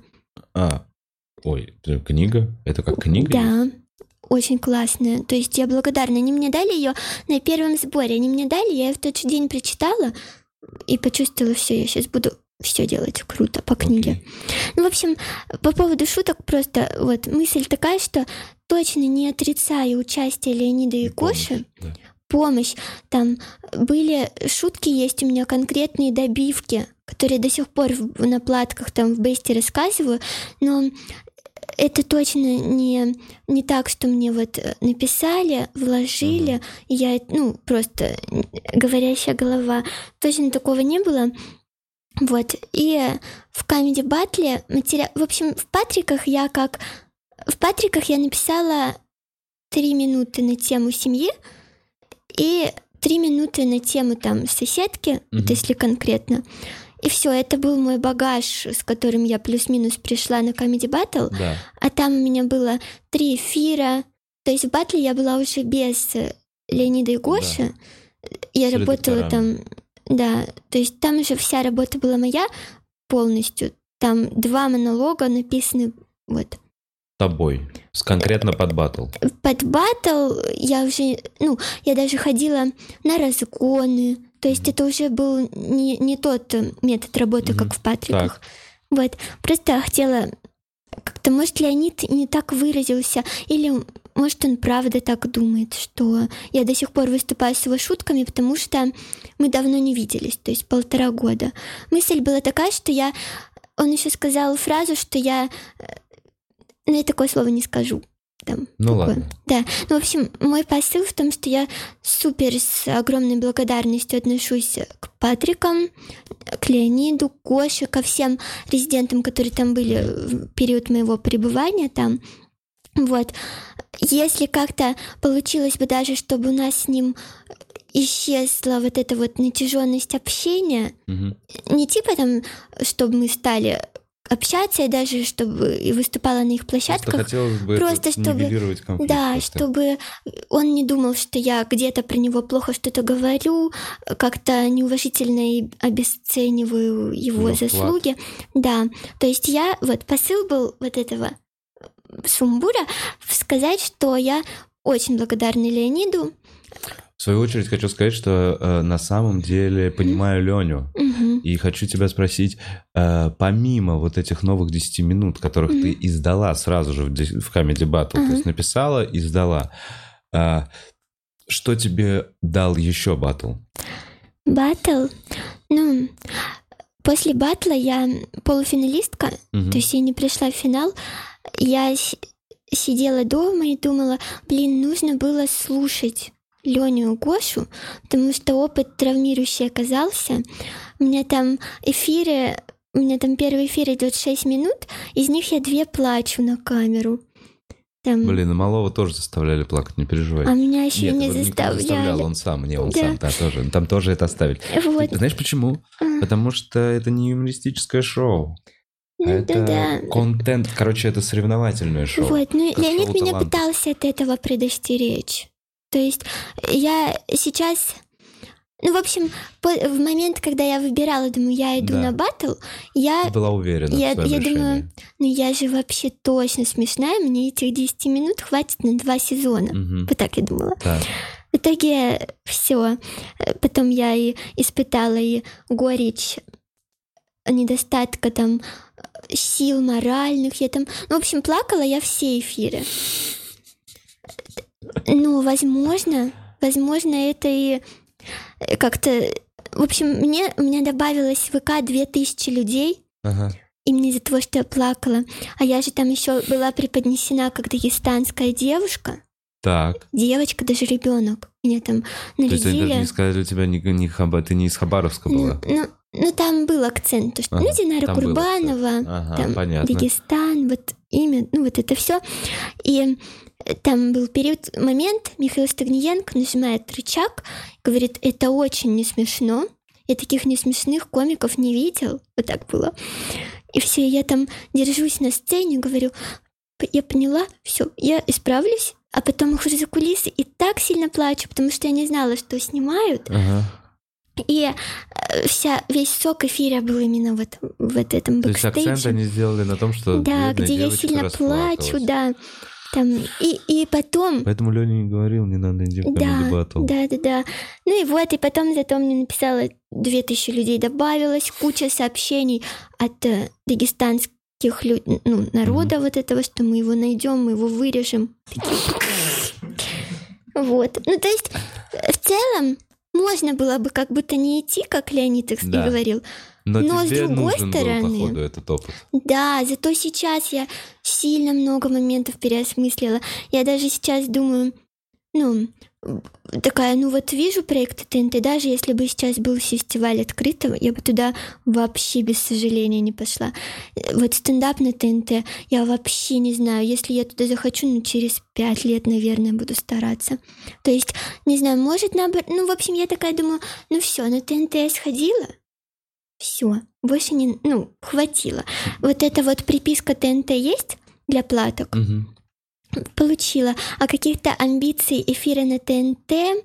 Книга? Это как книга? Да, очень классная. То есть я благодарна. Они мне дали ее на первом сборе. Они мне дали, я ее в тот же день прочитала и почувствовала, все, я сейчас буду все делать круто по книге. В общем, по поводу шуток просто вот мысль такая, что точно не отрицаю участие Леонида и Гоши. Помощь. Там были шутки, есть у меня конкретные добивки, которые до сих пор на платках там в Бесте рассказываю, но это точно не так, что мне вот написали, вложили, и я, просто говорящая голова. Точно такого не было. Вот, и в Comedy Battle в общем, в Патриках я написала 3 минуты на тему семьи и 3 минуты на тему там соседки, вот если конкретно. И все, это был мой багаж, с которым я плюс-минус пришла на Comedy Battle, а там у меня было 3 эфира, то есть в батле я была уже без Леонида и Гоши, я работала там... Да, то есть там уже вся работа была моя полностью. Там 2 монолога написаны вот. Тобой, конкретно под баттл. Под баттл я уже, я даже ходила на разгоны. То есть это уже был не тот метод работы, как в Патриках. Вот, просто хотела как-то, может, Леонид не так выразился, или... Может, он правда так думает, что я до сих пор выступаю с его шутками, потому что мы давно не виделись, то есть 1,5 года. Мысль была такая, что он еще сказал фразу, что я... я такое слово не скажу. Там, ладно. Да. В общем, мой посыл в том, что я супер с огромной благодарностью отношусь к Патрикам, к Леониду, к Гоше, ко всем резидентам, которые там были в период моего пребывания там. Вот. Если как-то получилось бы даже, чтобы у нас с ним исчезла вот эта вот натяженность общения, не типа там, чтобы мы стали общаться, и даже чтобы и выступала на их площадках. Просто хотелось бы нивелировать конфликт. Да, чтобы он не думал, что я где-то про него плохо что-то говорю, как-то неуважительно и обесцениваю его заслуги. Да, то есть посыл был вот этого сумбура сказать, что я очень благодарна Леониду. В свою очередь хочу сказать, что на самом деле понимаю Леню. И хочу тебя спросить, помимо вот этих новых 10 минут, которых ты издала сразу же в Comedy Battle, то есть написала и издала, что тебе дал еще батл? Батл? После батла я полуфиналистка, то есть я не пришла в финал. Я сидела дома и думала, нужно было слушать Леню и Гошу, потому что опыт травмирующий оказался. У меня там первый эфир идет 6 минут, из них я 2 плачу на камеру. Малого тоже заставляли плакать, не переживай. А меня еще не заставляли. Заставлял, он сам тоже. Там тоже это оставили. Вот. Знаешь почему? Потому что это не юмористическое шоу. Это контент, это соревновательное шоу. Леонид меня пытался от этого предостеречь. То есть я сейчас... в момент, когда я выбирала, думаю, я иду на баттл, я... Ты была уверена в своем решении. Думаю, я же вообще точно смешная, мне этих 10 минут хватит на 2 сезона. Вот так я думала. Да. В итоге все. Потом я и испытала и горечь недостатка сил моральных. Я плакала я все эфиры. Возможно, это и как-то... у меня добавилось в ВК 2000 людей, именно из-за того, что я плакала. А я же там еще была преподнесена как дагестанская девушка. Так. Девочка, даже ребенок. Меня там нарядили. То есть они даже не сказали, у тебя ты не из Хабаровска была? Там был акцент, то, что Динара Курбанова, понятно. Дагестан, имя, это все. И там был момент, Михаил Стагниенко нажимает рычаг, говорит, это очень не смешно, я таких несмешных комиков не видел, вот так было. И все, я там держусь на сцене, говорю, я поняла, все, я исправлюсь, а потом ухожу за кулисы и так сильно плачу, потому что я не знала, что снимают. И весь сок эфира был именно в этом бэкстейдже. То есть акцент они сделали на том, что где я сильно плачу, да. И потом... Поэтому Леня не говорил, не надо идти в Comedy Battle. Да. И потом зато мне написала 2000 людей, добавилось, куча сообщений от дагестанских народа этого, что мы его найдем, мы его вырежем. То есть в целом можно было бы как будто не идти, как Леонид и говорил. Но с тебе другой нужен стороны, был, походу, этот опыт. Да, зато сейчас я сильно много моментов переосмыслила. Я даже сейчас думаю, такая, вижу проект ТНТ, даже если бы сейчас был фестиваль открытого, я бы туда вообще без сожаления не пошла. Стендап на ТНТ, я вообще не знаю, если я туда захочу, через 5 лет, наверное, буду стараться. То есть, не знаю, может, наоборот, я такая думаю, все, на ТНТ я сходила, все, больше не, хватило. Эта приписка ТНТ есть для платок? Получила. А каких-то амбиций эфира на ТНТ,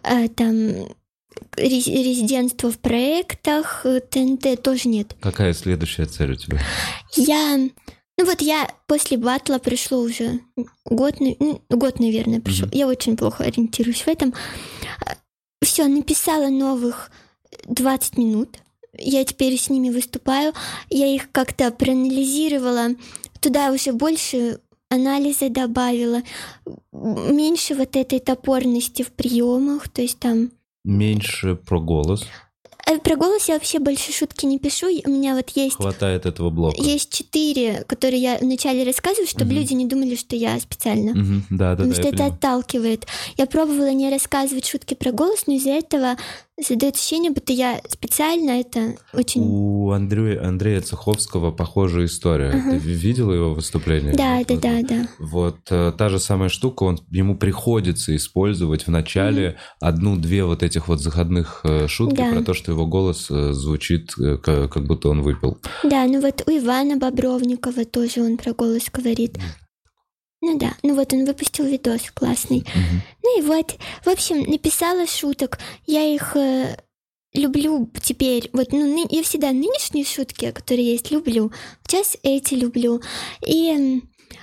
резидентство в проектах ТНТ тоже нет. Какая следующая цель у тебя? Я после батла пришло уже год, наверное, пришел. Я очень плохо ориентируюсь в этом. Все, написала новых 20 минут. Я теперь с ними выступаю. Я их как-то проанализировала. Туда уже больше анализа добавила. Меньше этой топорности в приемах. То есть там... Меньше про голос. Про голос я вообще больше шутки не пишу. У меня есть... Хватает этого блока. Есть 4, которые я вначале рассказываю, чтобы люди не думали, что я специально. Да, потому что это отталкивает. Я пробовала не рассказывать шутки про голос, но из-за этого создает ощущение, будто я специально это очень... У Андрея Цеховского похожая история. Ты видела его выступление? Да. Вот та же самая штука, ему приходится использовать в начале одну-две вот этих вот заходных шутки про то, что его голос звучит, как будто он выпил. Да, ну вот у Ивана Бобровникова тоже он про голос говорит. Ну да, ну вот он выпустил видос классный. Ну и вот, в общем, написала шуток. Я их люблю теперь. Вот, ну, я всегда нынешние шутки, которые есть, люблю. Сейчас эти люблю. И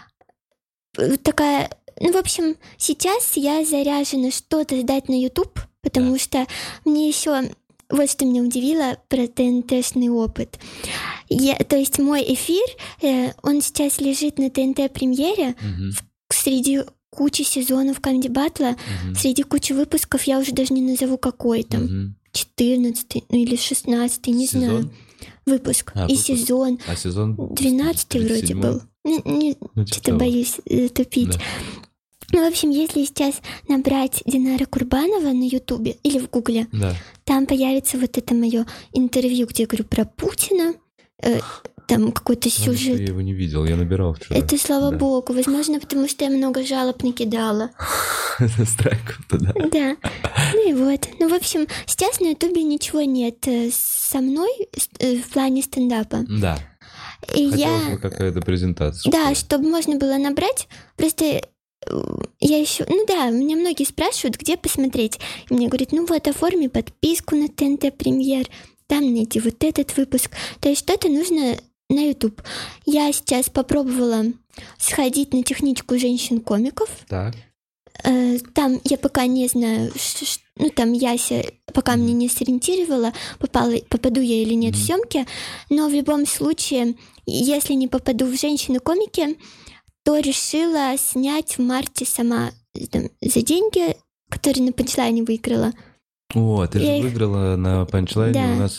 такая... Ну, в общем, сейчас я заряжена что-то сдать на YouTube, потому что мне еще... Вот что меня удивило про ТНТ-шный опыт. То есть мой эфир, он сейчас лежит на ТНТ-премьере среди кучи сезонов Comedy Battle, среди кучи выпусков, я уже даже не назову какой там, 14 ну, или 16 не сезон? Знаю, выпуск и сезон. А сезон 12 вроде был. Что-то боюсь тупить. Да. Ну, в общем, если сейчас набрать Динара Курбанова на Ютубе или в Гугле, там появится вот это мое интервью, где я говорю про Путина, там какой-то сюжет. Я его не видел, я набирал вчера. Это слава богу, возможно, потому что я много жалоб накидала. Страйков-то, да. Да, ну и вот. Ну, в общем, сейчас на Ютубе ничего нет со мной в плане стендапа. Да. И хотелось бы какая-то презентация. Да, чтобы можно было набрать, просто... Я еще, ну да, меня многие спрашивают, где посмотреть. И мне говорят, ну вот, оформи подписку на ТНТ Премьер, там найди вот этот выпуск. То есть что-то нужно на YouTube. Я сейчас попробовала сходить на техничку женщин-комиков. Так. Там я пока не знаю, ну там Яся пока мне не сориентировала, попаду я или нет в съемки, но в любом случае, если не попаду в женщины-комики, то решила снять в марте сама там, за деньги, которые на панчлайне выиграла. О, ты же выиграла на панчлайне у нас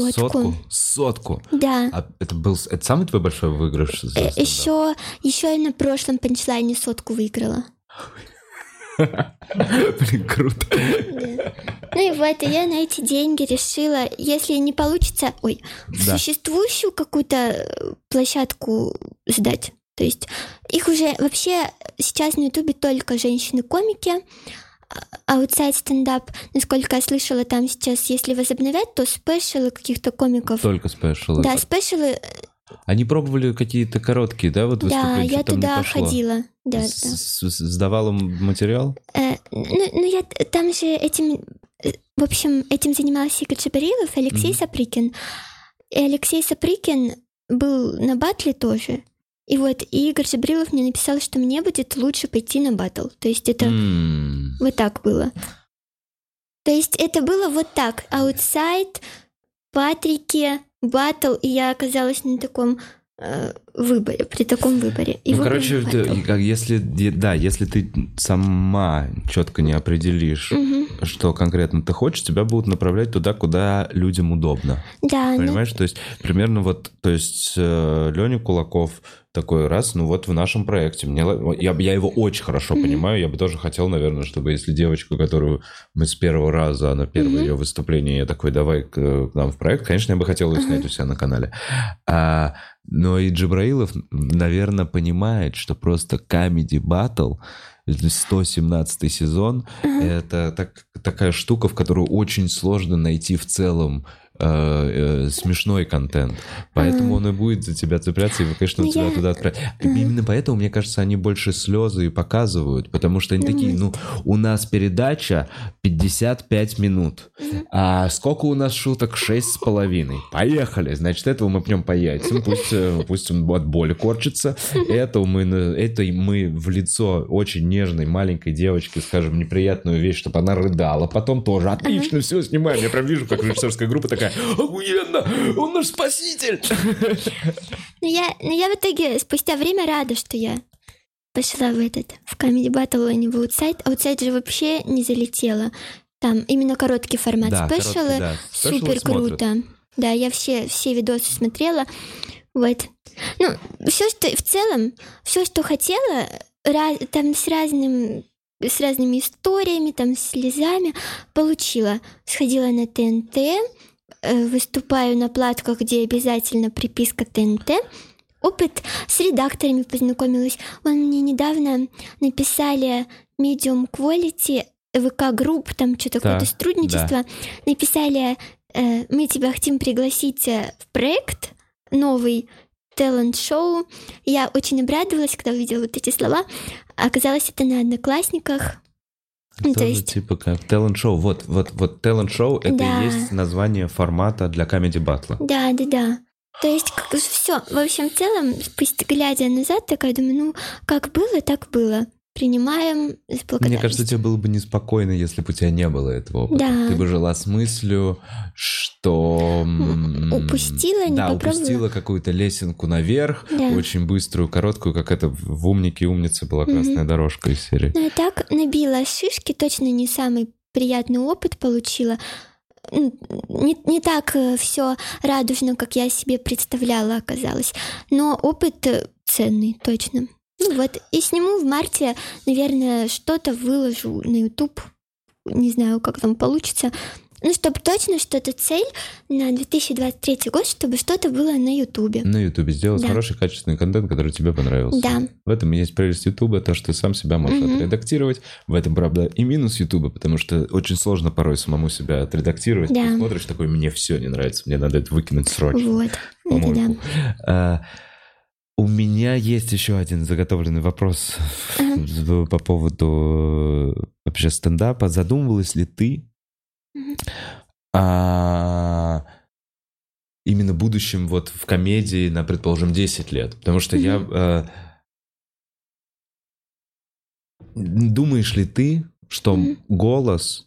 сотку. Да. А это самый твой большой выигрыш? Еще я на прошлом панчлайне 100 выиграла. Блин, круто. Да. Ну и вот, я на эти деньги решила, если не получится, существующую какую-то площадку сдать. То есть их уже вообще сейчас на Ютубе только женщины-комики, аутсайд стендап, насколько я слышала, там сейчас, если возобновять, то спешалы каких-то комиков. Только спешалы. Да, спешалы. Они пробовали какие-то короткие, да, вот выступления? Да, я туда ходила. Да, сдавала материал? Ну, я там же этим занимался Игорь Джабарилов и Алексей Сапрыкин. И Алексей Сапрыкин был на батле тоже. И вот Игорь Джабрилов мне написал, что мне будет лучше пойти на баттл. То есть это вот так было. То есть это было вот так. Аутсайд, Патрики, баттл, и я оказалась на таком выборе, при таком выборе. И короче, если ты сама четко не определишь, что конкретно ты хочешь, тебя будут направлять туда, куда людям удобно. Да. Понимаешь? То есть примерно Леня Кулаков такой раз, в нашем проекте. Я его очень хорошо понимаю. Я бы тоже хотел, наверное, чтобы если девочка, которую мы с первого раза, на первое ее выступление, я такой, давай к нам в проект, конечно, я бы хотел ее снять у себя на канале. Но и Джабраилов, наверное, понимает, что просто Comedy Battle, 117 сезон, это такая штука, в которую очень сложно найти в целом смешной контент. Поэтому он и будет за тебя цепляться, и, конечно, тебя туда отправить. Именно поэтому, мне кажется, они больше слезы и показывают, потому что они такие, у нас передача 55 минут. А сколько у нас шуток? 6,5. Поехали. Значит, этого мы пнем по яйцам. Пусть он от боли корчится. Это мы в лицо очень нежной маленькой девочке скажем неприятную вещь, чтобы она рыдала. Потом тоже. Отлично, все, снимаем. Я прям вижу, как режиссерская группа такая: охуенно, он наш спаситель. Но я в итоге спустя время рада, что я пошла в Comedy Battle, а не в Outside. Outside же вообще не залетела. Там именно короткий формат. Спешалы супер круто. Да, я все видосы смотрела. Вот. Ну, все, что в целом, все, что хотела, там с разным с разными историями, там, слезами. Получила. Сходила на ТНТ, выступаю на платках, где обязательно приписка ТНТ. Опыт с редакторами познакомилась. Мне недавно написали Medium Quality, ВК-групп, там что-то какое-то сотрудничество. Да. Написали, мы тебя хотим пригласить в проект новый, талант-шоу. Я очень обрадовалась, когда увидела вот эти слова. Оказалось, это на Одноклассниках. То есть типа как талант-шоу. Вот талант-шоу — это и есть название формата для комеди-баттла. Да. То есть все, в общем, в целом, глядя назад, такая думаю, как было, так было. Принимаем с благодарностью. Мне кажется, тебе было бы неспокойно, если бы у тебя не было этого опыта. Да. Ты бы жила с мыслью, что... Упустила, не попробовала. Упустила какую-то лесенку наверх, очень быструю, короткую, как это в «Умнике и умнице» была красная дорожка из серии. Ну и так набила шишки, точно не самый приятный опыт получила. Не так все радужно, как я себе представляла, оказалось. Но опыт ценный, точно. И сниму в марте, наверное, что-то выложу на YouTube. Не знаю, как там получится. Чтобы точно что-то цель на 2023 год, чтобы что-то было на YouTube. На YouTube сделать хороший, качественный контент, который тебе понравился. Да. В этом и есть прелесть YouTube, то, что ты сам себя можешь отредактировать. В этом, правда, и минус YouTube, потому что очень сложно порой самому себя отредактировать. Да. Ты смотришь такой, мне все не нравится, мне надо это выкинуть срочно. Вот, это да. У меня есть еще один заготовленный вопрос по поводу вообще стендапа. Задумывалась ли ты именно будущем вот в комедии на, предположим, 10 лет? Потому что я... Думаешь ли ты, что голос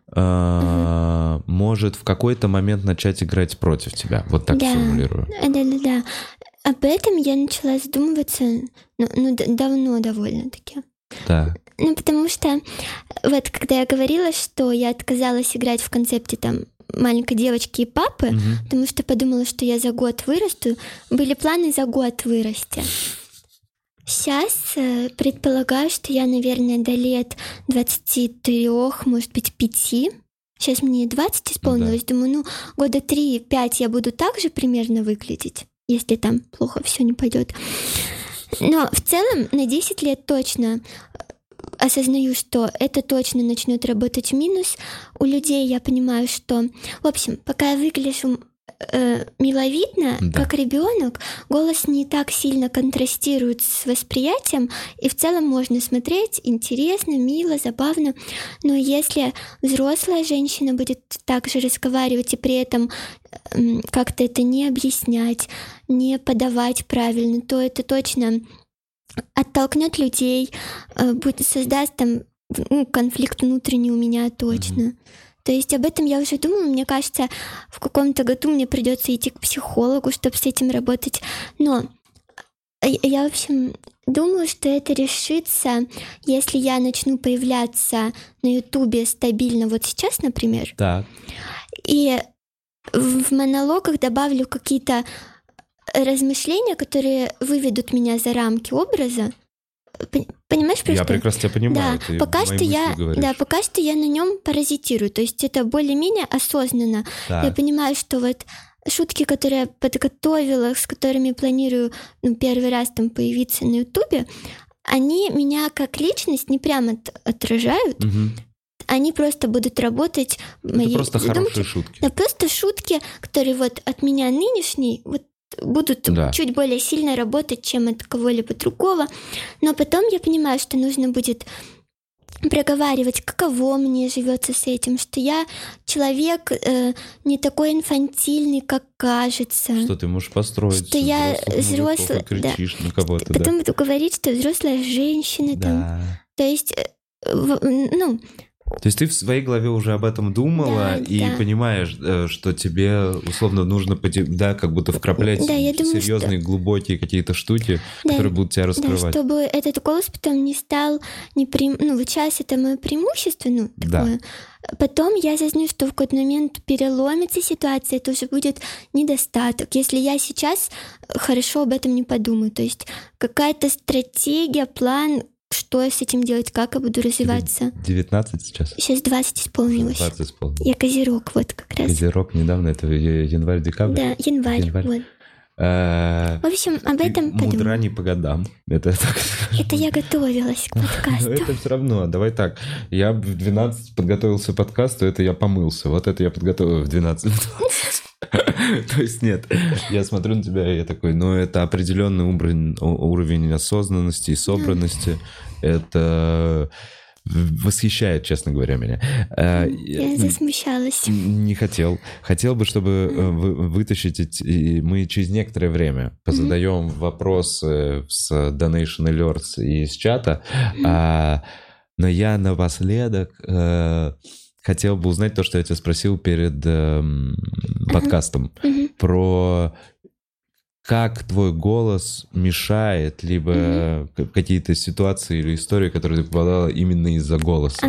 может в какой-то момент начать играть против тебя? Вот так сформулирую. Да. Об этом я начала задумываться давно довольно-таки. Да. Потому что вот когда я говорила, что я отказалась играть в концепте там маленькой девочки и папы, потому что подумала, что я за год вырасту, были планы за год вырасти. Сейчас предполагаю, что я, наверное, до лет 23, может быть, 5. Сейчас мне 20 исполнилось. Да. Думаю, года 3-5 я буду так же примерно выглядеть, если там плохо все не пойдет. Но в целом на 10 лет точно осознаю, что это точно начнет работать в минус. У людей я понимаю, что... В общем, пока я выгляжу миловидно, как ребенок, голос не так сильно контрастирует с восприятием, и в целом можно смотреть интересно, мило, забавно. Но если взрослая женщина будет так же разговаривать и при этом как-то это не объяснять, не подавать правильно, то это точно оттолкнет людей, создаст там конфликт внутренний у меня точно. То есть об этом я уже думала. Мне кажется, в каком-то году мне придется идти к психологу, чтобы с этим работать. Но я, в общем, думаю, что это решится, если я начну появляться на Ютубе стабильно вот сейчас, например. Так. И в монологах добавлю какие-то размышления, которые выведут меня за рамки образа. Понимаешь, про что? Я прекрасно тебя понимаю. Да, пока что я на нем паразитирую. То есть это более-менее осознанно. Так. Я понимаю, что вот шутки, которые я подготовила, с которыми планирую первый раз там появиться на Ютубе, они меня как личность не прямо отражают. Они просто будут работать в моей... Это просто хорошие шутки. Да, просто шутки, которые вот от меня нынешней будут чуть более сильно работать, чем от кого-либо другого. Но потом я понимаю, что нужно будет проговаривать, каково мне живется с этим, что я человек не такой инфантильный, как кажется. Что ты можешь построить. Что я взрослая... кричишь на кого-то. Потом буду говорить, что взрослая женщина. Там. То есть, То есть ты в своей голове уже об этом думала и понимаешь, что тебе условно нужно как будто вкраплять серьезные, глубокие какие-то штуки, которые будут тебя раскрывать. Да, чтобы этот голос потом не стал... вот сейчас это мое преимущество, такое. Потом я осознаю, что в какой-то момент переломится ситуация, это уже будет недостаток, если я сейчас хорошо об этом не подумаю. То есть какая-то стратегия, план что с этим делать, как я буду развиваться. 19 сейчас? Сейчас 20 исполнилось. 20 исполнилось. Я Козерог, вот как раз. Козерог недавно, это январь-декабрь? Да, январь. Вот. В общем, об этом подумала. Мудра не по годам. Это я готовилась к подкасту. Это все равно, давай так. Я в 12 подготовился к подкасту, это я помылся. Вот это я подготовил в 12. То есть нет, я смотрю на тебя, и я такой, это определенный уровень осознанности и собранности. Это восхищает, честно говоря, меня. Я засмущалась. Не хотел. Хотел бы, чтобы вытащить, мы через некоторое время позадаем вопросы с Donation Alerts и из чата, но я напоследок хотел бы узнать то, что я тебя спросил перед подкастом, про как твой голос мешает, либо какие-то ситуации или истории, которые ты попадала именно из-за голоса.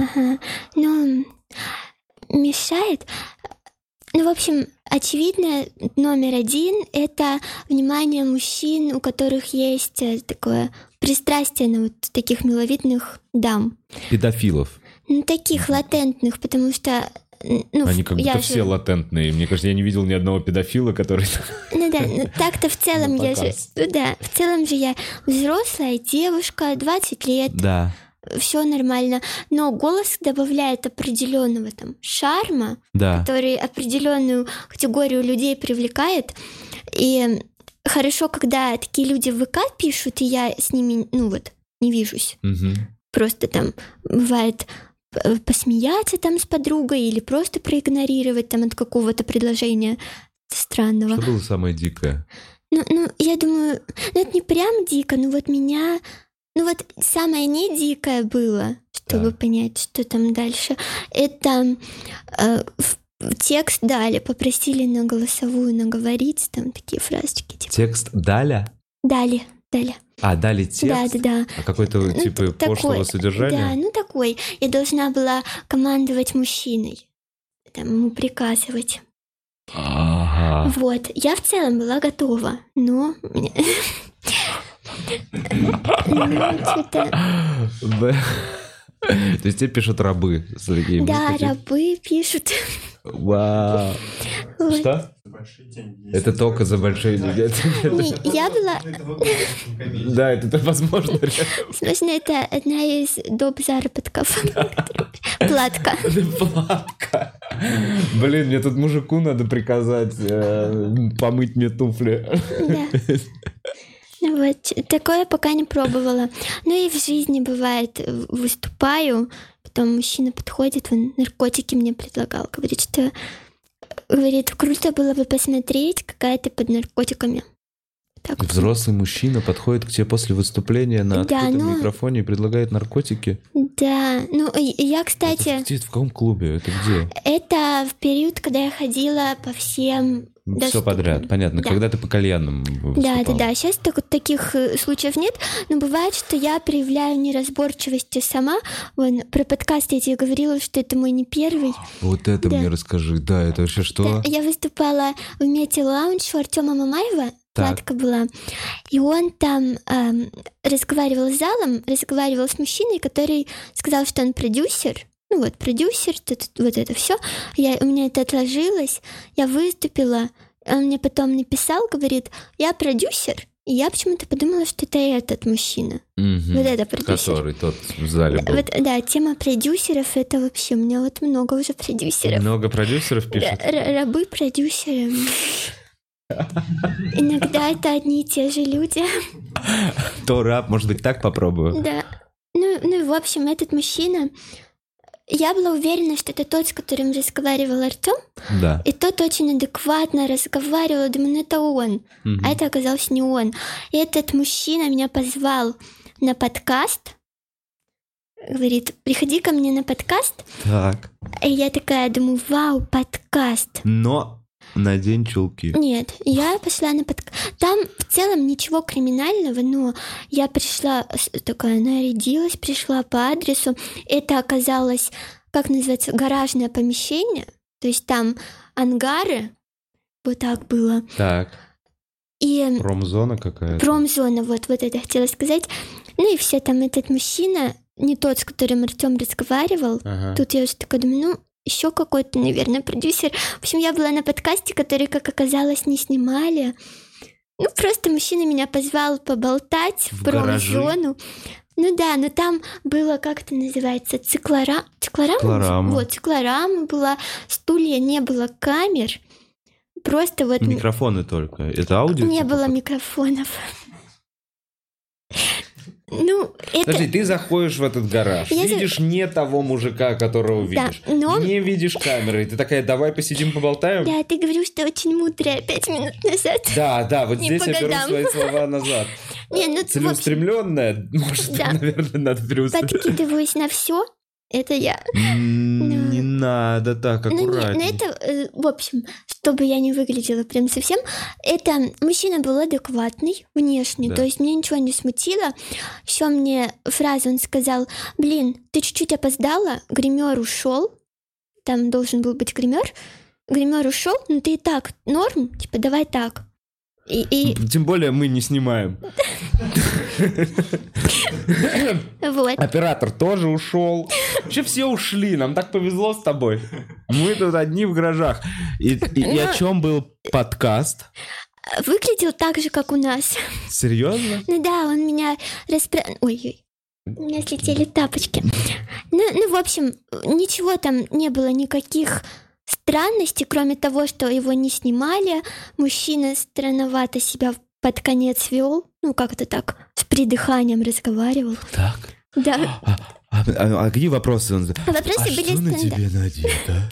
Мешает. В общем, очевидно, номер один — это внимание мужчин, у которых есть такое пристрастие на вот таких миловидных дам. Педофилов. Таких латентных, потому что... Они как будто все латентные. Мне кажется, я не видел ни одного педофила, который... Так-то в целом я же... в целом же я взрослая девушка, 20 лет. Да. Все нормально. Но голос добавляет определенного шарма, который определенную категорию людей привлекает. И хорошо, когда такие люди в ВК пишут, и я с ними, не вижусь. Просто бывает... посмеяться с подругой или просто проигнорировать от какого-то предложения странного. Что было самое дикое? Я думаю, это не прям дико, но вот меня... самое не дикое было, чтобы понять, что там дальше. Это текст дали, попросили на голосовую наговорить, такие фразочки. Текст Даля? Дали. Дали текст? Да. А какой-то пошлого содержания? Да, такой. Я должна была командовать мужчиной, ему приказывать. Ага. Вот. Я в целом была готова, но... То есть тебе пишут рабы? Да, рабы пишут. Вау. Что? Это только за большие деньги. Я была... Да, это возможно. Возможно, это одна из доп. Заработков. Платка. Платка. Блин, мне тут мужику надо приказать помыть мне туфли. Да. Вот, такое пока не пробовала. И в жизни бывает, выступаю, потом мужчина подходит, он наркотики мне предлагал, говорит, круто было бы посмотреть, какая ты под наркотиками. Так взрослый мужчина подходит к тебе после выступления на открытом микрофоне и предлагает наркотики? Да, я, кстати... Это где, в каком клубе? Это где? Это в период, когда я ходила по всем... Все подряд, понятно. Да. Когда ты по кальянам выступала. Да. Сейчас таких случаев нет, но бывает, что я проявляю неразборчивость сама. Про подкаст я тебе говорила, что это мой не первый. Вот это мне расскажи. Да, это вообще что? Да, я выступала в Мети Лаунж у Артема Мамаева. Платка была. И он там разговаривал с залом, разговаривал с мужчиной, который сказал, что он продюсер. Продюсер, вот это все. У меня это отложилось, я выступила. Он мне потом написал, говорит, я продюсер. И я почему-то подумала, что это этот мужчина. Вот это продюсер. Который тот в зале был. Да, тема продюсеров, это вообще, у меня много уже продюсеров. Много продюсеров пишут? Рабы продюсеры. Иногда это одни и те же люди. То раб, может быть, так попробую? Да. В общем, этот мужчина... Я была уверена, что это тот, с которым разговаривал Артём. Да. И тот очень адекватно разговаривал. Думаю, это он. А это оказался не он. И этот мужчина меня позвал на подкаст. Говорит, приходи ко мне на подкаст. Так. И я такая думаю, вау, подкаст. Но надень чулки. Нет, я пошла на подкаст. Там в целом ничего криминального, но я пришла, такая нарядилась, пришла по адресу. Это оказалось, как называется, гаражное помещение. То есть там ангары. Вот так было. Так. И промзона какая-то. Промзона, вот это я хотела сказать. Ну и все, там этот мужчина, не тот, с которым Артём разговаривал. Тут я уже такая думаю, еще какой-то, наверное, продюсер. В общем, я была на подкасте, который, как оказалось, не снимали. Ну, просто мужчина меня позвал поболтать в промзону. Ну да, но там было, как это называется, циклорама? Вот, циклорама была, стулья, не было камер. Просто вот... Микрофоны только. Это аудио? Не было микрофонов. Ну, это... Подожди, ты заходишь в этот гараж, видишь не того мужика, которого видишь, не видишь камеры, и ты такая, давай посидим, поболтаем? Да, ты говорил, что очень мудрая 5 минут назад. Да, вот здесь я беру свои слова назад. Целеустремленная, может, наверное, надо переустремить. Подкидываюсь на все. Это я. Не надо так, аккуратнее. Это, в общем, чтобы я не выглядела прям совсем, это мужчина был адекватный внешне, то есть меня ничего не смутило. Еще мне фразу он сказал, ты чуть-чуть опоздала, гример ушел, там должен был быть гример ушел, но ты и так норм, типа давай так. Тем более мы не снимаем. Вот. Оператор тоже ушел. Вообще все ушли, нам так повезло с тобой. Мы тут одни в гаражах. И о чем был подкаст? Выглядел так же, как у нас. Серьезно? Ну да, он меня Ой, у меня слетели тапочки. Ну, в общем, ничего там не было, никаких странностей, кроме того, что его не снимали. Мужчина странновато себя под конец вел. Ну, как-то так, с придыханием разговаривал. Так? Да. А какие вопросы он задал? Вопросы были что на тебе надето?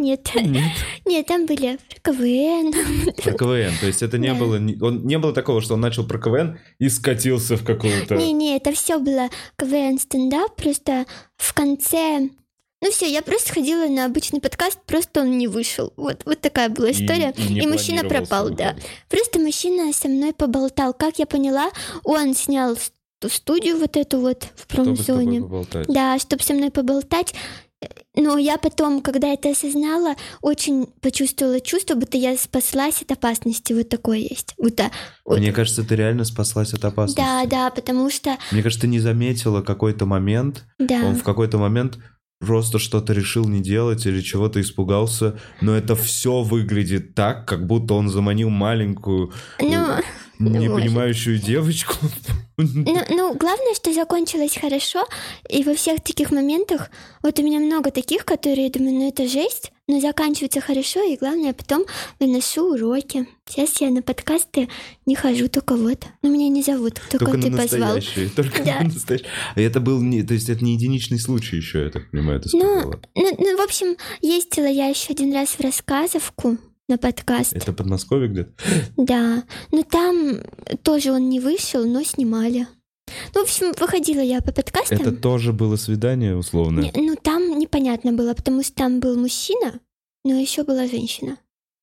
Нет, там были про КВН. Про КВН, то есть это не было... Не было такого, что он начал про КВН и скатился в какую-то... Не, это все было КВН стендап, просто в конце... Ну все, я просто ходила на обычный подкаст, просто он не вышел. Вот такая была история. И мужчина пропал, да. Просто мужчина со мной поболтал. Как я поняла, он снял студию вот эту вот в промзоне. Да, чтобы со мной поболтать. Но я потом, когда это осознала, очень почувствовала чувство, будто я спаслась от опасности. Вот такое есть. Мне кажется, ты реально спаслась от опасности. Да, потому что... Мне кажется, ты не заметила какой-то момент. Да. Он в какой-то момент... просто что-то решил не делать или чего-то испугался, но это все выглядит так, как будто он заманил маленькую, не понимающую девочку. Ну, главное, что закончилось хорошо, и во всех таких моментах, вот у меня много таких, которые, думаю, это жесть, но заканчивается хорошо, и главное, потом выношу уроки. Сейчас я на подкасты не хожу, только вот. Но меня не зовут, только ты позвал. Только на настоящие. Это был, то есть это не единичный случай еще, я так понимаю, ты сказала. Ну, в общем, ездила я еще один раз в Рассказовку на подкаст. Это Подмосковье где-то? Да, но там тоже он не вышел, но снимали. Ну, в общем, выходила я по подкастам. Это тоже было свидание условное? Ну, там непонятно было, потому что там был мужчина, но еще была женщина.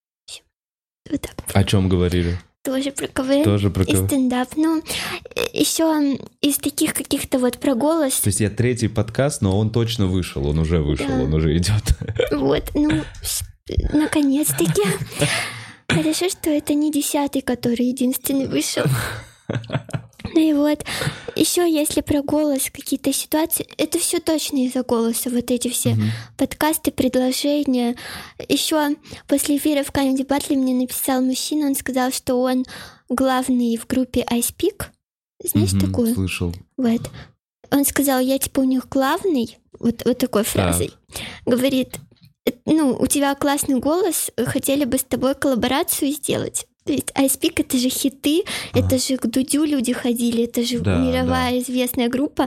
Вот так. О чем говорили? Тоже про КВН и стендап. Ну, еще из таких каких-то вот про голос. То есть я третий подкаст, но он точно вышел, он уже вышел, да. Он уже идет. Вот, ну, наконец-таки. Хорошо, что это не 10-й, который единственный вышел. Ну и вот, еще если про голос, какие-то ситуации, это все точно из-за голоса, вот эти все подкасты, предложения. Еще после эфира в Comedy Battle мне написал мужчина, он сказал, что он главный в группе iSpeak. Знаешь такую? Слышал. Вот. Он сказал, я типа у них главный, вот такой фразой. Говорит, ну, у тебя классный голос, хотели бы с тобой коллаборацию сделать. То есть iSpeak — это же хиты, это же к Дудю люди ходили, это же мировая известная группа.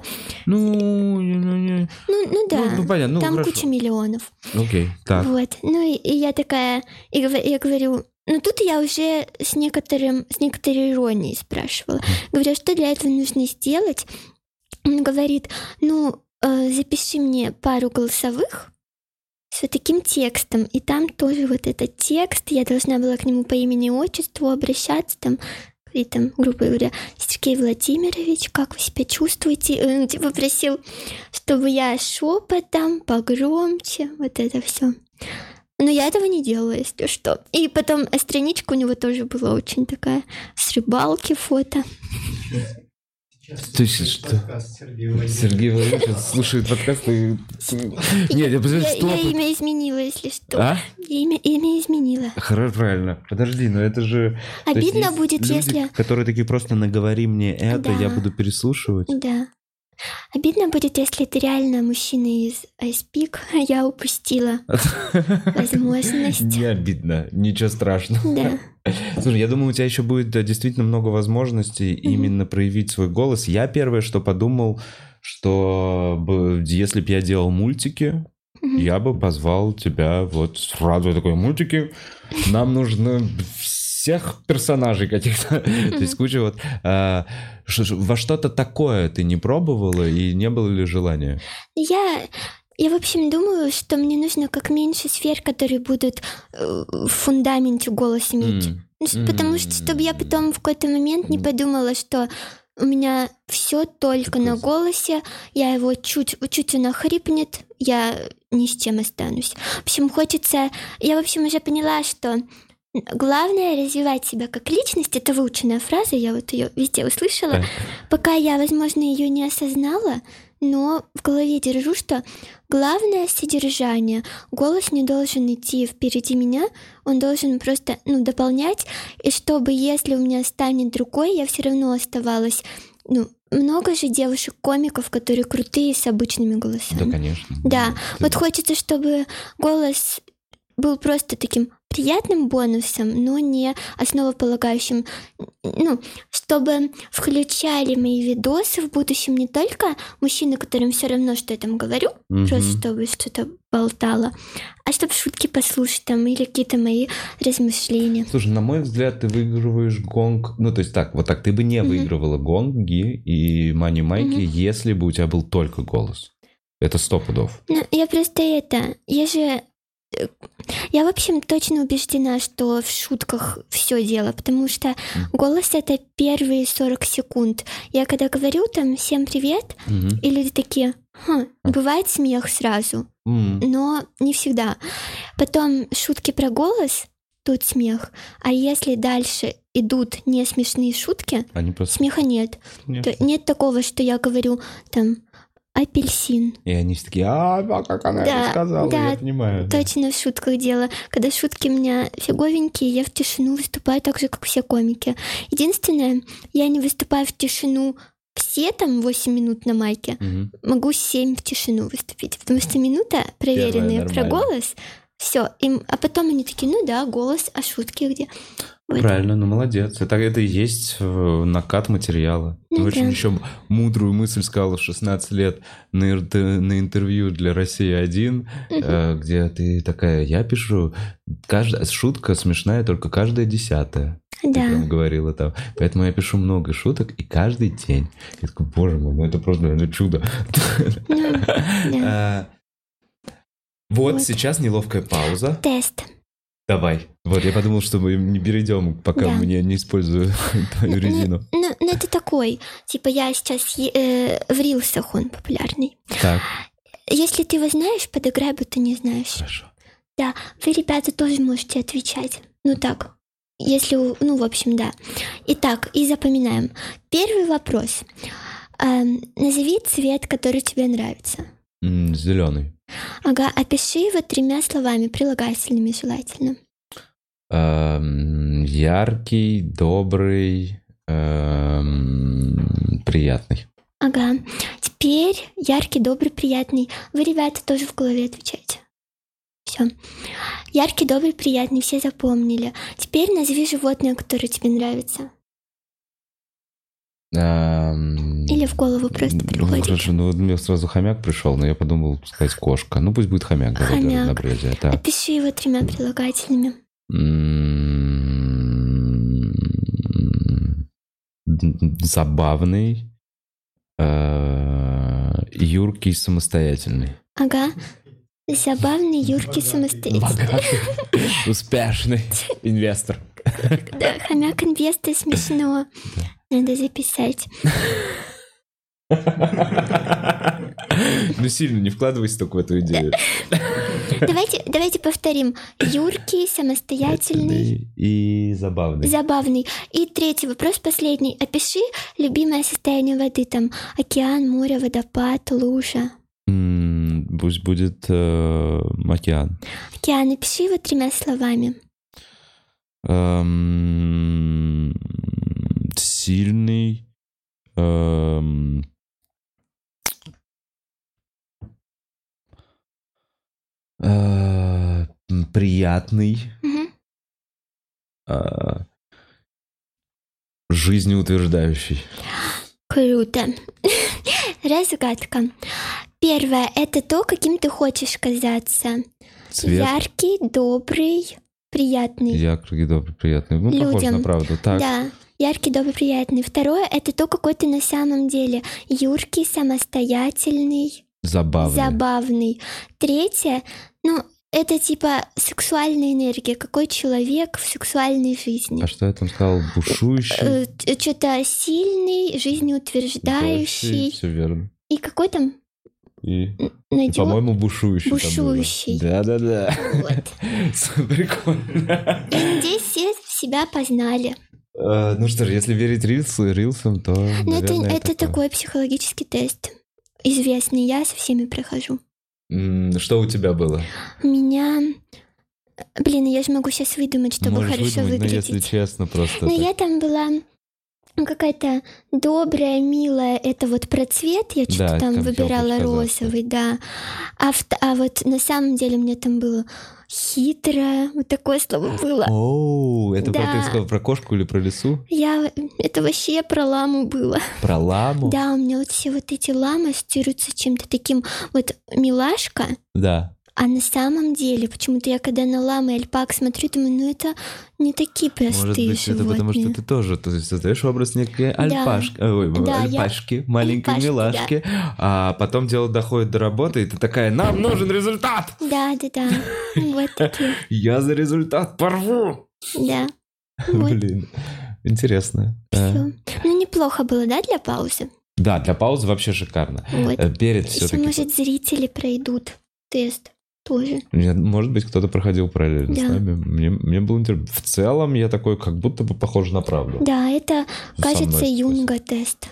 Ну да, понятно, там хорошо. Куча миллионов. Окей, так. Вот, ну и я такая, я говорю, ну тут я уже с некоторой иронией спрашивала. Говорю, что для этого нужно сделать? Он говорит, запиши мне пару голосовых, с вот таким текстом, и там тоже вот этот текст, я должна была к нему по имени и отчеству обращаться, там, и там, грубо говоря, Сергей Владимирович, как вы себя чувствуете? Он типа просил, чтобы я шепотом, погромче, вот это все. Но я этого не делала, если что. И потом страничка у него тоже была очень такая, с рыбалки фото. То есть что? Сергей Владимирович слушает подкасты. Нет, я имя изменила, если что. А? Имя изменила. Правильно. Подожди, но это же... Обидно будет, если... Которые такие просто наговори мне это, я буду переслушивать. Да. Обидно будет, если это реально мужчина из iSpeak, а я упустила возможность. Не обидно, ничего страшного. Да. Слушай, я думаю, у тебя еще будет действительно много возможностей именно проявить свой голос. Я первое, что подумал, что если бы я делал мультики, я бы позвал тебя вот сразу такой мультики. Нам нужно всех персонажей каких-то. То есть куча вот... Во что-то такое ты не пробовала и не было ли желания? Я, в общем, думаю, что мне нужно как меньше сфер, которые будут в фундаменте голос иметь. Потому что, чтобы я потом в какой-то момент не подумала, что у меня все только на голосе, я его чуть он охрипнет, я ни с чем останусь. В общем, хочется... Я, в общем, уже поняла, что главное развивать себя как личность. Это выученная фраза, я вот ее везде услышала. Пока я, возможно, ее не осознала, но в голове держу, что главное содержание. Голос не должен идти впереди меня, он должен просто дополнять, и чтобы, если у меня станет другой, я все равно оставалась. Много же девушек-комиков, которые крутые с обычными голосами. Да, конечно. Да, вот хочется, чтобы голос был просто таким приятным бонусом, но не основополагающим. Чтобы включали мои видосы в будущем не только мужчины, которым все равно, что я там говорю, просто чтобы что-то болтала, а чтобы шутки послушать там или какие-то мои размышления. Слушай, на мой взгляд, ты выигрываешь гонг... то есть так, ты бы не выигрывала гонги и мани-майки, если бы у тебя был только голос. Это 100 пудов. Я просто Я, в общем, точно убеждена, что в шутках все дело, потому что голос — это первые 40 секунд. Я когда говорю там «всем привет», и люди такие бывает смех сразу, но не всегда. Потом шутки про голос, тут смех, а если дальше идут не смешные шутки, смеха нет. Нет такого, что я говорю там апельсин. И они все такие, как она это сказала, да, я понимаю. Точно в шутках дело. Когда шутки у меня фиговенькие, я в тишину выступаю так же, как все комики. Единственное, я не выступаю в тишину все там 8 минут на майке, могу 7 в тишину выступить, потому что минута проверенная про голос, все. А потом они такие, голос, а шутки где? Вот. Правильно, молодец. Это и есть накат материала. Ты очень еще мудрую мысль сказала в 16 лет на интервью для «Россия-1», где ты такая, я пишу, каждая шутка смешная только каждая 10-я. Ты прям говорила там. Поэтому я пишу много шуток и каждый день. Я такой, боже мой, это просто чудо. Вот сейчас неловкая пауза. Тест. Давай. Вот, я подумал, что мы не перейдем, пока я не использую твою резину. Это такой, я сейчас в рилсах он популярный. Так. Если ты его знаешь, подыграй, будто не знаешь. Хорошо. Да, вы, ребята, тоже можете отвечать. Если, в общем, да. Итак, и запоминаем. Первый вопрос. Назови цвет, который тебе нравится. Зеленый. Ага, опиши его 3 словами, прилагательными желательно. Яркий, добрый, приятный. Ага, теперь яркий, добрый, приятный. Вы, ребята, тоже в голове отвечаете. Все. Яркий, добрый, приятный, все запомнили. Теперь назови животное, которое тебе нравится. Или в голову просто приходит. Хорошо, мне сразу хомяк пришел, но я подумал сказать кошка. Пусть будет хомяк. Хомяк. Опиши его 3 прилагательными. Забавный, юркий, самостоятельный. Ага. Забавный, юркий, самостоятельный. Богатый, успешный инвестор. Да, хомяк-инвестор смешно. Надо записать. Сильно не вкладывайся только в эту идею. Давайте повторим. Юркий, самостоятельный и забавный. Забавный. И третий вопрос, последний. Опиши любимое состояние воды. Там океан, море, водопад, лужа. Пусть будет океан. Океан. Опиши его 3 словами. Сильный. Приятный. Жизнеутверждающий. Круто. Разгадка. Первое — это то, каким ты хочешь казаться. Цвет. Яркий, добрый, приятный. Яркий, добрый, приятный. Ну, похож на правду. Так. Да, яркий, добрый, приятный. Второе — это то, какой ты на самом деле. Юркий, самостоятельный. Забавный. Третье, это типа сексуальная энергия. Какой человек в сексуальной жизни. А что я там сказал? Бушующий? Что-то сильный, жизнеутверждающий. Все верно. И какой там? И по-моему, бушующий. Бушующий. Да. Вот. Прикольно. И здесь все себя познали. Ну что ж, если верить рилсам, то, наверное, это такой психологический тест. Известный, я со всеми прохожу. Что у тебя было? У меня... я же могу сейчас выдумать, чтобы хорошо выглядеть. Если честно, просто... Я там была какая-то добрая, милая. Это вот про цвет я что-то там выбирала розовый, да. А вот на самом деле мне там было хитрая. Вот такое слово было. Это ты сказала про кошку или про лису? Это вообще про ламу было. Про ламу? Да, у меня вот все вот эти ламы ассоциируются с чем-то таким вот милашка. Да. А на самом деле, почему-то я когда на ламы и альпак смотрю, думаю, это не такие простые животные. Это потому что ты тоже, то есть создаешь образ некой альпашки, маленькой милашки, да. А потом дело доходит до работы, и ты такая, нам нужен результат! Да, вот такие. Я за результат порву! Да. Блин, интересно. Все. Неплохо было, да, для паузы? Да, для паузы вообще шикарно. Перед все-таки... Может, зрители пройдут тест. Тоже. Может быть, кто-то проходил параллельно с нами. Мне было интересно. В целом, я такой, как будто бы похож на правду. Да, это, кажется, Юнга-тест.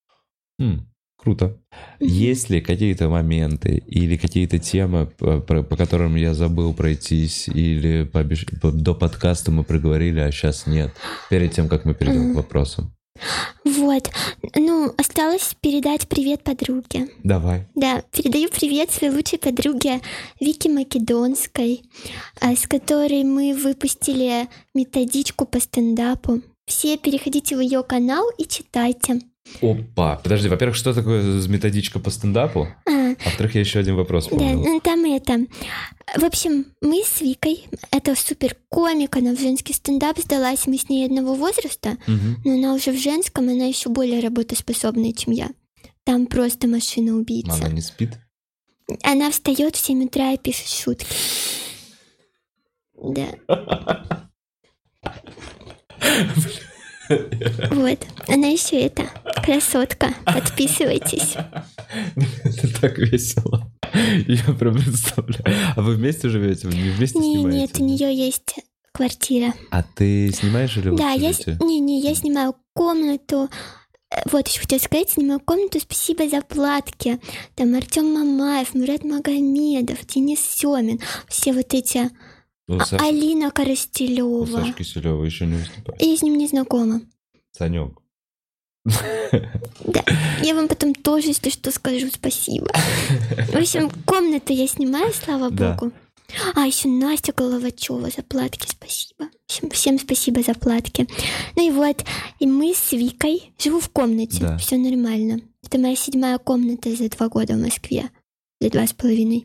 Круто. Есть ли какие-то моменты или какие-то темы, по которым я забыл пройтись, или до подкаста мы проговорили, а сейчас нет, перед тем, как мы перейдем к вопросам? Вот. Осталось передать привет подруге. Давай. Да, передаю привет своей лучшей подруге Вике Македонской, с которой мы выпустили методичку по стендапу. Все переходите в ее канал и читайте. Опа, подожди, во-первых, что такое методичка по стендапу? А во-вторых, я еще один вопрос помнил. Да, там это... В общем, мы с Викой, это супер комик, она в женский стендап сдалась, мы с ней одного возраста, но она уже в женском, она еще более работоспособная, чем я. Там просто машина-убийца. Она не спит? Она встает в 7 утра и пишет шутки. Да. Вот, она еще красотка. Подписывайтесь. Это так весело. Я прям представляю. А вы вместе живете? Вы не вместе снимаете? Нет, у нее есть квартира. А ты снимаешь или вы живете? Я снимаю комнату. Вот, еще хотела сказать, снимаю комнату «Спасибо за платки». Там Артем Мамаев, Мурат Магомедов, Денис Семин. Все вот эти... Алина Коростелева. Сашка Киселева еще не выступает. Я с ним не знакома. Санек. Да, я вам потом тоже, если что, скажу спасибо. В общем, комнату я снимаю, слава богу. А еще Настя Головачева за платки, спасибо. Всем спасибо за платки. И мы с Викой живу в комнате, все нормально. Это моя 7-я комната за 2 года в Москве, за 2,5.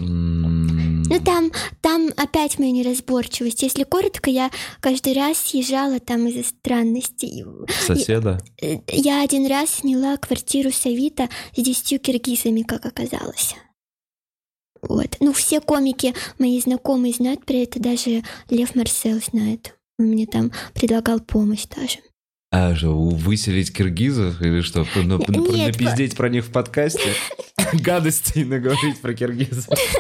Там опять моя неразборчивость. Если коротко, я каждый раз съезжала там из-за странностей. Соседа? Я один раз сняла квартиру с Авито с 10 киргизами, как оказалось. Вот. Все комики мои знакомые знают про это, даже Лев Марсел знает. Он мне там предлагал помощь даже. А что, выселить киргизов или что? Напиздеть про них в подкасте? Гадостей наговорить про киргизов?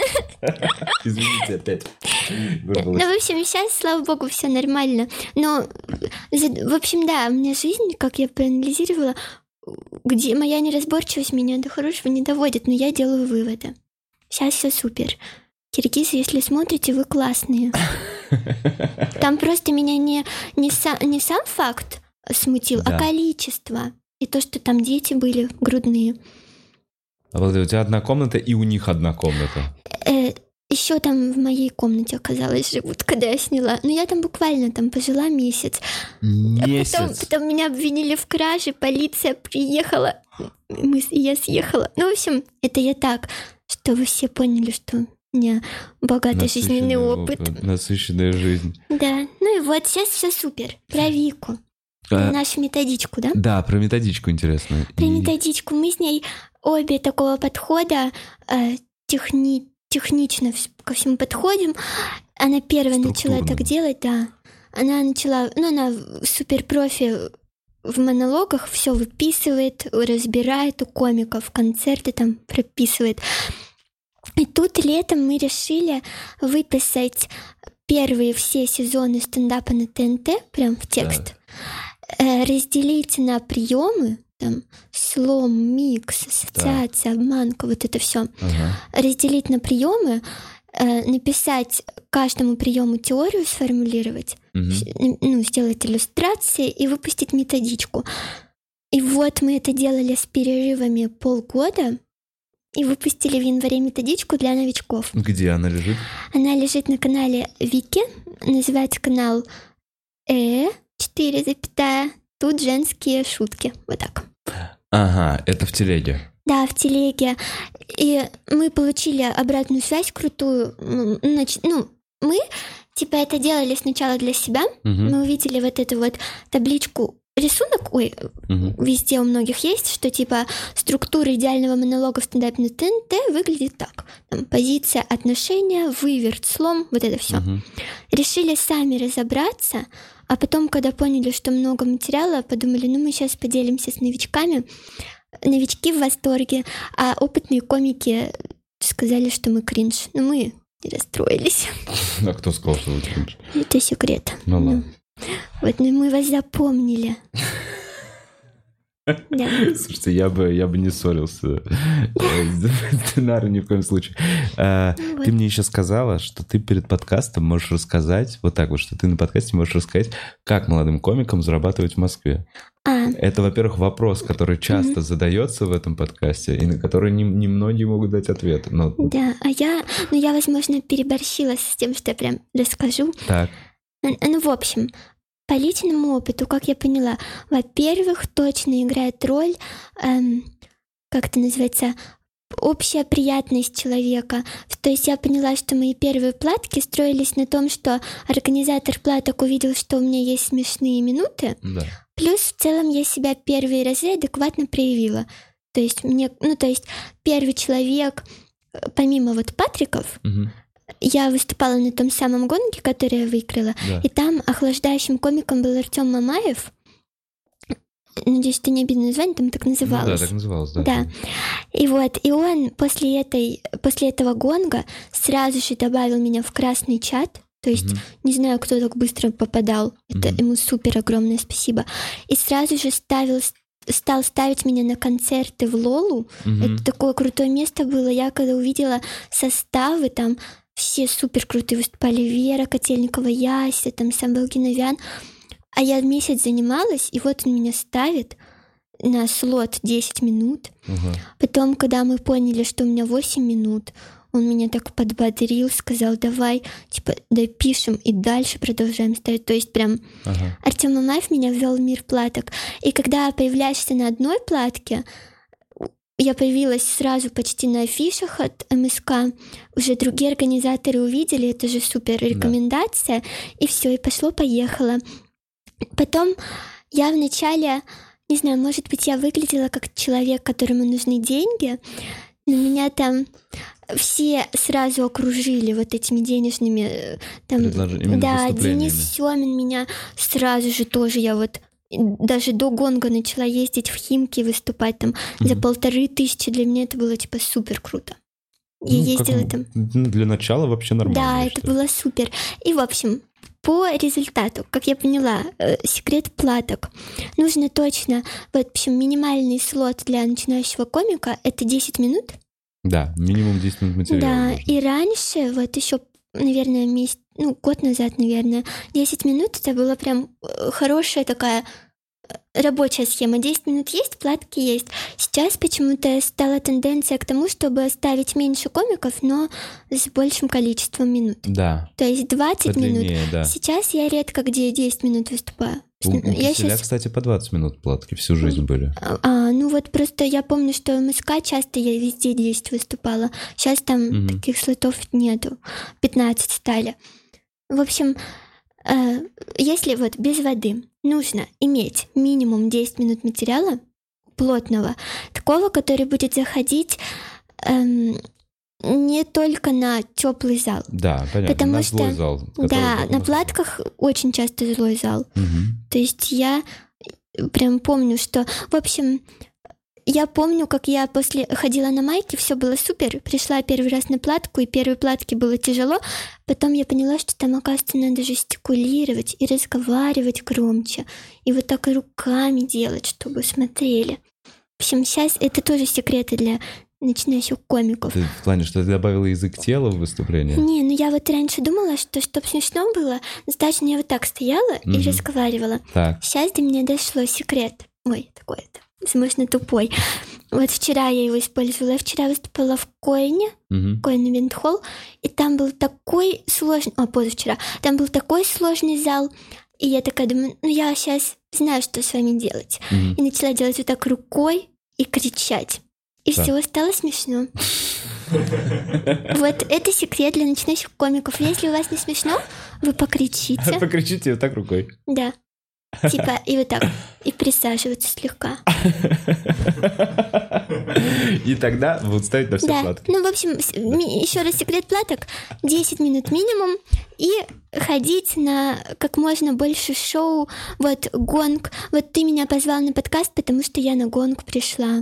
Извините, опять. Ну, в общем, сейчас, слава богу, все нормально. Но, в общем, да, у меня жизнь, как я проанализировала, где моя неразборчивость меня до хорошего не доводит, но я делаю выводы. Сейчас все супер. Киргизы, если смотрите, вы классные. Там просто меня не сам факт смутил, а количество. И то, что там дети были грудные. Обалдеть, у тебя одна комната, и у них одна комната. Еще там в моей комнате, оказалось, живут, когда я сняла. Но я там буквально пожила месяц. Потом меня обвинили в краже, полиция приехала, и я съехала. Ну, в общем, это я так, что вы все поняли, что у меня богатый жизненный опыт. Насыщенная жизнь. Да, ну и вот сейчас все супер. Про Вику. Про нашу методичку, да? Да, про методичку интересно. Про методичку. Мы с ней обе такого подхода технично ко всему подходим. Она первая начала так делать, да. Она начала, она супер профи в монологах, все выписывает, разбирает у комиков, концерты там прописывает. И тут летом мы решили выписать первые все сезоны стендапа на ТНТ, прям в текст, разделить на приемы, там, слом, микс, ассоциация, обманка, вот это все. Разделить на приемы, написать каждому приему теорию, сформулировать, сделать иллюстрации и выпустить методичку. И вот мы это делали с перерывами полгода и выпустили в январе методичку для новичков. Где она лежит? Она лежит на канале Вики, называется канал 4, тут женские шутки. Вот так. Ага, это в телеге. Да, в телеге. И мы получили обратную связь крутую. Мы это делали сначала для себя. Мы увидели вот эту вот табличку, рисунок, везде у многих есть, что структура идеального монолога в стендапе на ТНТ выглядит так. Там, позиция, отношения, выверт, слом, вот это все. Решили сами разобраться, а потом, когда поняли, что много материала, подумали, мы сейчас поделимся с новичками. Новички в восторге, а опытные комики сказали, что мы кринж. Но мы расстроились. А кто сказал, что вы кринж? Это секрет. Ну ладно. Вот, мы вас запомнили. Да. Слушайте, я бы не ссорился с Динарой ни в коем случае. Ты мне еще сказала, что ты перед подкастом можешь рассказать, что ты на подкасте можешь рассказать, как молодым комикам зарабатывать в Москве. Это, во-первых, вопрос, который часто задается в этом подкасте, и на который немногие могут дать ответ. Да, я, возможно, переборщила с тем, что я прям расскажу. Так. В общем, по личному опыту, как я поняла, во-первых, точно играет роль, как это называется, общая приятность человека. То есть я поняла, что мои первые платки строились на том, что организатор платок увидел, что у меня есть смешные минуты, плюс в целом я себя первые разы адекватно проявила. То есть первый человек, помимо Патриков, я выступала на том самом гонке, который я выиграла, и там охлаждающим комиком был Артем Мамаев. Надеюсь, это не обидное название, там так называлось. Да, так называлось, да. Да. И он после этого гонга сразу же добавил меня в красный чат. То есть не знаю, кто так быстро попадал. Это ему супер огромное спасибо. И сразу же стал ставить меня на концерты в Лолу. Это такое крутое место было. Я когда увидела составы, там все супер крутые выступали. Вера Котельникова, Яся, там Самвел Геновян. А я месяц занималась, и вот он меня ставит на слот 10 минут. Потом, когда мы поняли, что у меня 8 минут, он меня так подбодрил, сказал, давай, допишем и дальше продолжаем ставить. То есть прям Артем Мамаев меня ввел в мир платок. И когда появляешься на одной платке, я появилась сразу почти на афишах от МСК. Уже другие организаторы увидели, это же супер рекомендация. И все, и пошло-поехало. Потом я вначале, не знаю, может быть, я выглядела как человек, которому нужны деньги, но меня там все сразу окружили вот этими денежными предложениями. Да, Денис Семин меня сразу же тоже, я даже до гонга начала ездить в Химки, выступать там за 1500. Для меня это было супер круто. Я ездила там. Для начала вообще нормально. Да, это было супер. И, в общем, по результату, как я поняла, секрет платок. Нужно точно, в общем, минимальный слот для начинающего комика — это 10 минут. Да, минимум 10 минут материала. Да, нужно. и раньше, вот еще, наверное, год назад, наверное, 10 минут это была прям хорошая такая рабочая схема. 10 минут есть, платки есть. Сейчас почему-то стала тенденция к тому, чтобы ставить меньше комиков, но с большим количеством минут. Да. То есть 20 минут. Да. Сейчас я редко где 10 минут выступаю. У Киселя, кстати, по 20 минут платки всю жизнь были. Ну вот просто я помню, что в МСК часто я везде 10 выступала. Сейчас там таких слотов нету. 15 стали. В общем, если вот без воды нужно иметь минимум 10 минут материала плотного, такого, который будет заходить не только на теплый зал. Да, понятно. Потому на что, злой зал. Да, на платках очень часто злой зал. То есть я прям помню, что... В общем, я помню, как я после ходила на майки, все было супер. Пришла первый раз на платку, и первой платке было тяжело. Потом я поняла, что там, оказывается, надо жестикулировать и разговаривать громче. И вот так и руками делать, чтобы смотрели. В общем, сейчас это тоже секреты для начинающих комиков. Ты в плане, что ты добавила язык тела в выступление? Не, ну я вот раньше думала, что чтобы смешно было, достаточно я вот так стояла и разговаривала. Так. Сейчас до меня дошло секрет. Ой, такой-то. Возможно, тупой. Вот вчера я его использовала. Я вчера выступала в Койне, Койн Ивент Холл, и там был такой сложный... позавчера. Там был такой сложный зал, и я такая думаю, я сейчас знаю, что с вами делать. И начала делать вот так рукой и кричать. И все стало смешно. Вот это секрет для начинающих комиков. Если у вас не смешно, вы покричите. Покричите вот так рукой. Да. Типа, и вот так. И присаживаться слегка. И тогда будут ставить на все платки. Ну, в общем, еще раз секрет платок. 10 минут минимум. И ходить на как можно больше шоу. Вот гонг. Вот ты меня позвал на подкаст, потому что я на гонг пришла.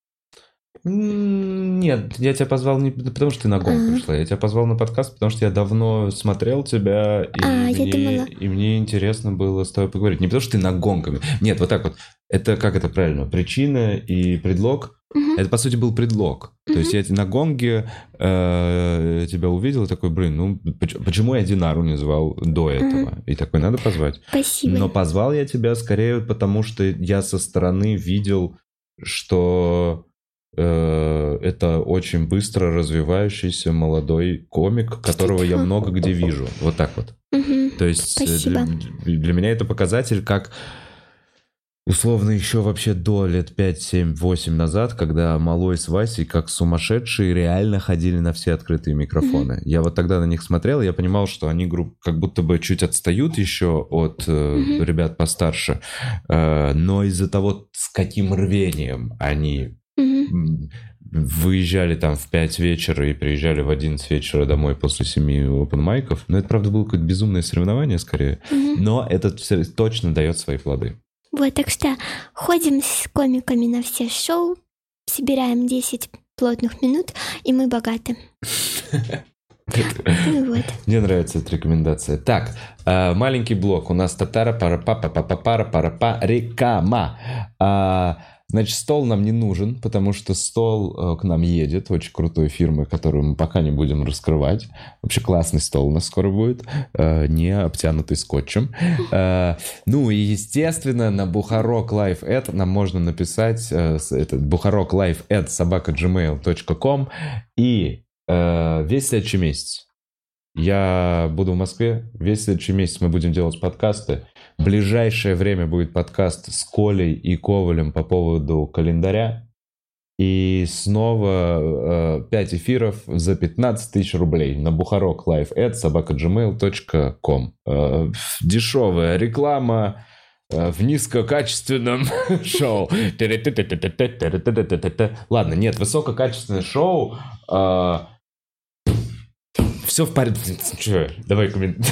Нет, я тебя позвал не потому, что ты на гонг пришла. Я тебя позвал на подкаст, потому что я давно смотрел тебя, и мне интересно было с тобой поговорить. Не потому, что ты на гонками. Нет, вот так вот. Это как это правильно? Причина и предлог. Это, по сути, был предлог. То есть я на гонге тебя увидел и такой, почему я Динару не звал до этого? И такой, надо позвать. Спасибо. Но позвал я тебя скорее потому, что я со стороны видел, что... это очень быстро развивающийся молодой комик, которого я много где вижу. Вот так вот. То есть для меня это показатель, как условно еще вообще до лет 5, 7, 8 назад, когда Малой с Васей как сумасшедшие реально ходили на все открытые микрофоны. Я вот тогда на них смотрел, и я понимал, что они как будто бы чуть отстают еще от ребят постарше, но из-за того, с каким рвением они выезжали там в 5 вечера и приезжали в 11 вечера домой после 7 опенмайков. Но это, правда, было какое-то безумное соревнование скорее. Но это точно дает свои плоды. Вот, так что ходим с комиками на все шоу, собираем 10 плотных минут, и мы богаты. Мне нравится эта рекомендация. Так, маленький блок. У нас татара-пара-па-па-па-пара-пара-па рекама. Значит, стол нам не нужен, потому что стол к нам едет очень крутой фирмы, которую мы пока не будем раскрывать. Вообще классный стол у нас скоро будет, не обтянутый скотчем. Ну и, естественно, на Бухарок Live Ad нам можно написать buharoklive@gmail.com. И весь следующий месяц я буду в Москве. Весь следующий месяц мы будем делать подкасты. В ближайшее время будет подкаст с Колей и Ковалем по поводу календаря. И снова 5 эфиров за 15 тысяч рублей на buharoklive@gmail.com. Дешевая реклама в низкокачественном шоу. Ладно, нет, высококачественное шоу. Все в порядке. Че, давай комментарий.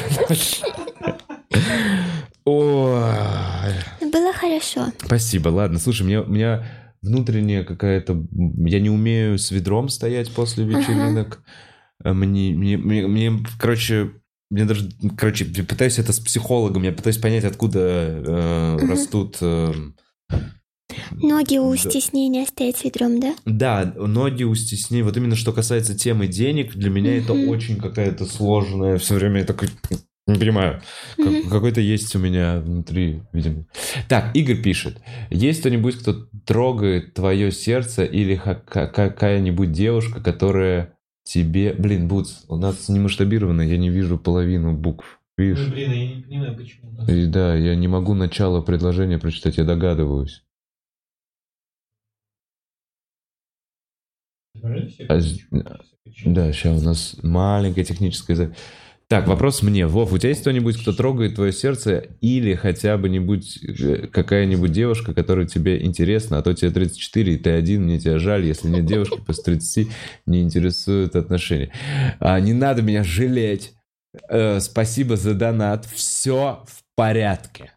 Было хорошо. Спасибо, ладно. Слушай, у меня внутренняя какая-то... Я не умею с ведром стоять после вечеринок. Я пытаюсь это с психологом, я пытаюсь понять, откуда растут... Ноги у стеснения стоять с ведром, да? Да, ноги у стеснения. Вот именно что касается темы денег, для меня это очень какая-то сложная. Все время я такой... Не понимаю. Какой-то есть у меня внутри, видимо. Так, Игорь пишет. Есть кто-нибудь, кто трогает твое сердце или какая-нибудь девушка, которая тебе... Блин, Буц, у нас не масштабировано, я не вижу половину букв. Видишь? Блин, я не понимаю, почему. И да, я не могу начало предложения прочитать, я догадываюсь. Да, сейчас у нас маленькая техническая... Так, вопрос мне. Вов, у тебя есть кто-нибудь, кто трогает твое сердце или хотя бы какая-нибудь девушка, которая тебе интересна, а то тебе 34, и ты один, мне тебя жаль, если нет девушки после 30, не интересуют отношения. Не надо меня жалеть. Спасибо за донат. Все в порядке.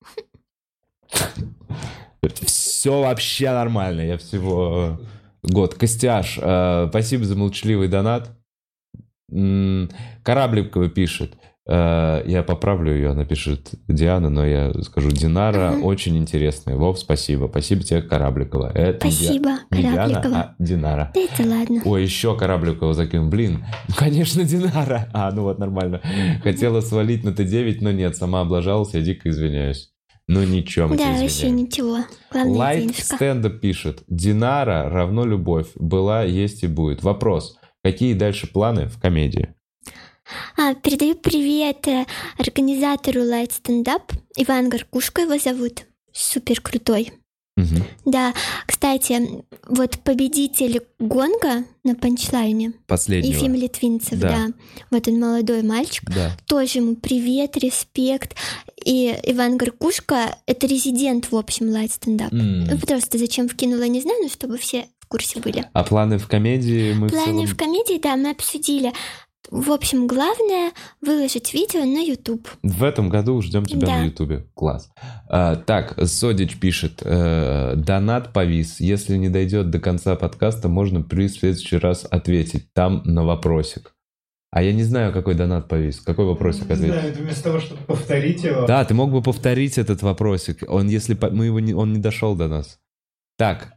Все вообще нормально. Я всего год. Костяш, спасибо за молчаливый донат. Корабликова пишет, я поправлю ее, она пишет Диана, но я скажу Динара, очень интересная. Вов, спасибо. Спасибо тебе, Корабликова. Это спасибо, не Корабликова. Диана, а Динара. Да это ладно. Ой, еще Корабликова закинул. Блин, конечно, Динара. Ну вот, нормально. Хотела свалить на Т9, но нет, сама облажалась, я дико извиняюсь. Ну ничего, мы тебя Да, извиняем. вообще ничего. Главное, Лайт денежка. стендап пишет. Динара равно любовь. Была, есть и будет. Вопрос. Какие дальше планы в комедии? Передаю привет организатору Light Stand Up. Иван Горкушко его зовут. Супер крутой. Угу. Да, кстати, вот победитель гонга на панчлайне. Последнего. Ефим Литвинцев, Да. да. Вот он молодой мальчик. Да. Тоже ему привет, респект. И Иван Горкушко — это резидент, в общем, Light Stand Up. Ну, просто зачем вкинула, не знаю, но чтобы все в курсе были. А планы в комедии мы Планы в комедии, да, мы обсудили. В общем, главное — выложить видео на YouTube. В этом году ждем тебя Да. на Ютубе. Класс. Так, Содич пишет. Донат повис. Если не дойдет до конца подкаста, можно в следующий раз ответить. Там на вопросик. А я не знаю, какой донат повис. Какой вопросик Не ответить? знаю, это вместо того, чтобы повторить его. Да, ты мог бы повторить этот вопросик. Он не дошел до нас. Так,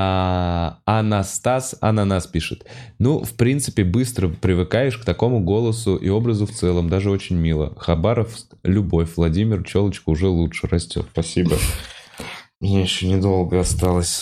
Ананас пишет. Ну, в принципе, быстро привыкаешь к такому голосу и образу в целом. Даже очень мило. Хабаров, любовь. Владимир, челочка уже лучше растет. Спасибо. Мне еще недолго осталось.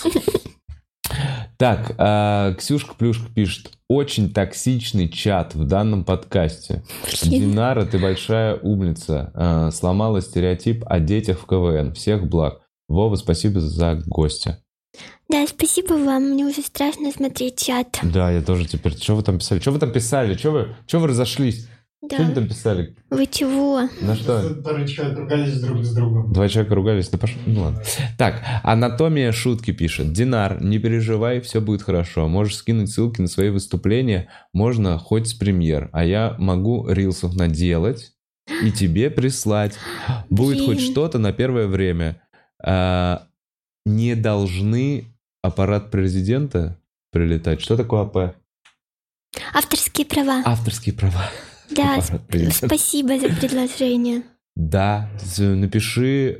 Так, Ксюшка-плюшка пишет. Очень токсичный чат в данном подкасте. Динара, ты большая умница. Сломала стереотип о детях в КВН. Всех благ. Вова, спасибо за гостя. Да, спасибо вам, мне уже страшно смотреть чат. Да, я тоже теперь. Что вы там писали? Что вы разошлись? Да. Что вы там писали? Вы чего? На что? Пару человек ругались друг с другом. Два человека ругались, да пошел. Ну ладно. Так, Анатомия шутки пишет. Динар, не переживай, все будет хорошо. Можешь скинуть ссылки на свои выступления, можно хоть с премьер. А я могу рилсов наделать и тебе прислать. Будет хоть что-то на первое время. Не должны аппарат президента прилетать. Что такое АП? Авторские права. Авторские права. Да, Аппарат президента. спасибо за предложение. Да, напиши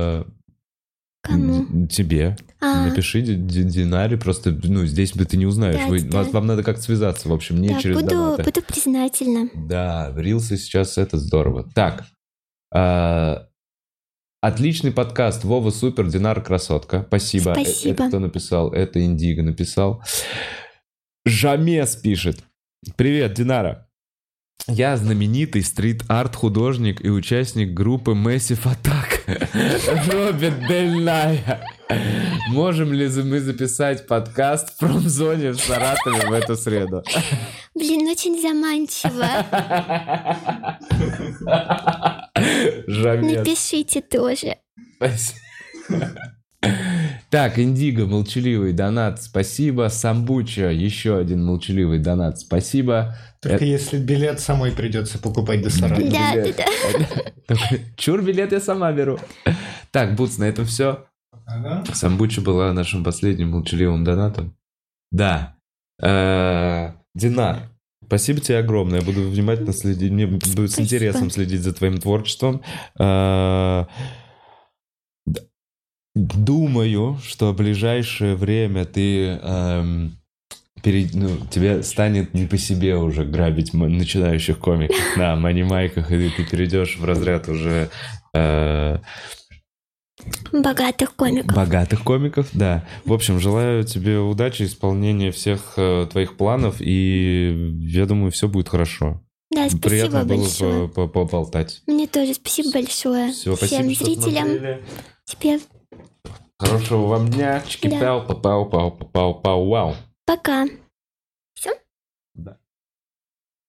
Кому? тебе. Напиши Динаре, просто, здесь ты не узнаешь. Да. Вам надо как-то связаться, в общем, не Да, через донаты. буду признательна. Да, в рилсы сейчас это здорово. Так, отличный подкаст. Вова супер, Динар красотка. Спасибо. Спасибо. Это кто написал? Это Индиго написал. Жамес пишет. Привет, Динара. Я знаменитый стрит-арт художник и участник группы Massive Attack Роберт Дель Ная. Можем ли мы записать подкаст в промзоне в Саратове в эту среду? Блин, очень заманчиво. Жамес. Напишите тоже. Спасибо. Так, Индиго, молчаливый донат, спасибо. Самбуча, еще один молчаливый донат, спасибо. Только если билет самой придется покупать до Саратова. Да. Чур, билет я сама беру. Так, Буц, на этом все. Ага. Самбучи была нашим последним молчаливым донатом. Да. Динар, спасибо тебе огромное. Я буду внимательно следить. Мне будет с интересом следить за твоим творчеством. Думаю, что в ближайшее время тебе станет не по себе уже грабить начинающих комиков на манимайках, и ты перейдешь в разряд уже богатых комиков. Богатых комиков, да. В общем, желаю тебе удачи, исполнения всех твоих планов, и я думаю, все будет хорошо. Да, спасибо Приятно большое. было поболтать. Мне тоже спасибо большое. Все, всем спасибо, зрителям. Тебе хорошего вам дня. Чики-пау, пау-пау, пау-пау, вау. пока.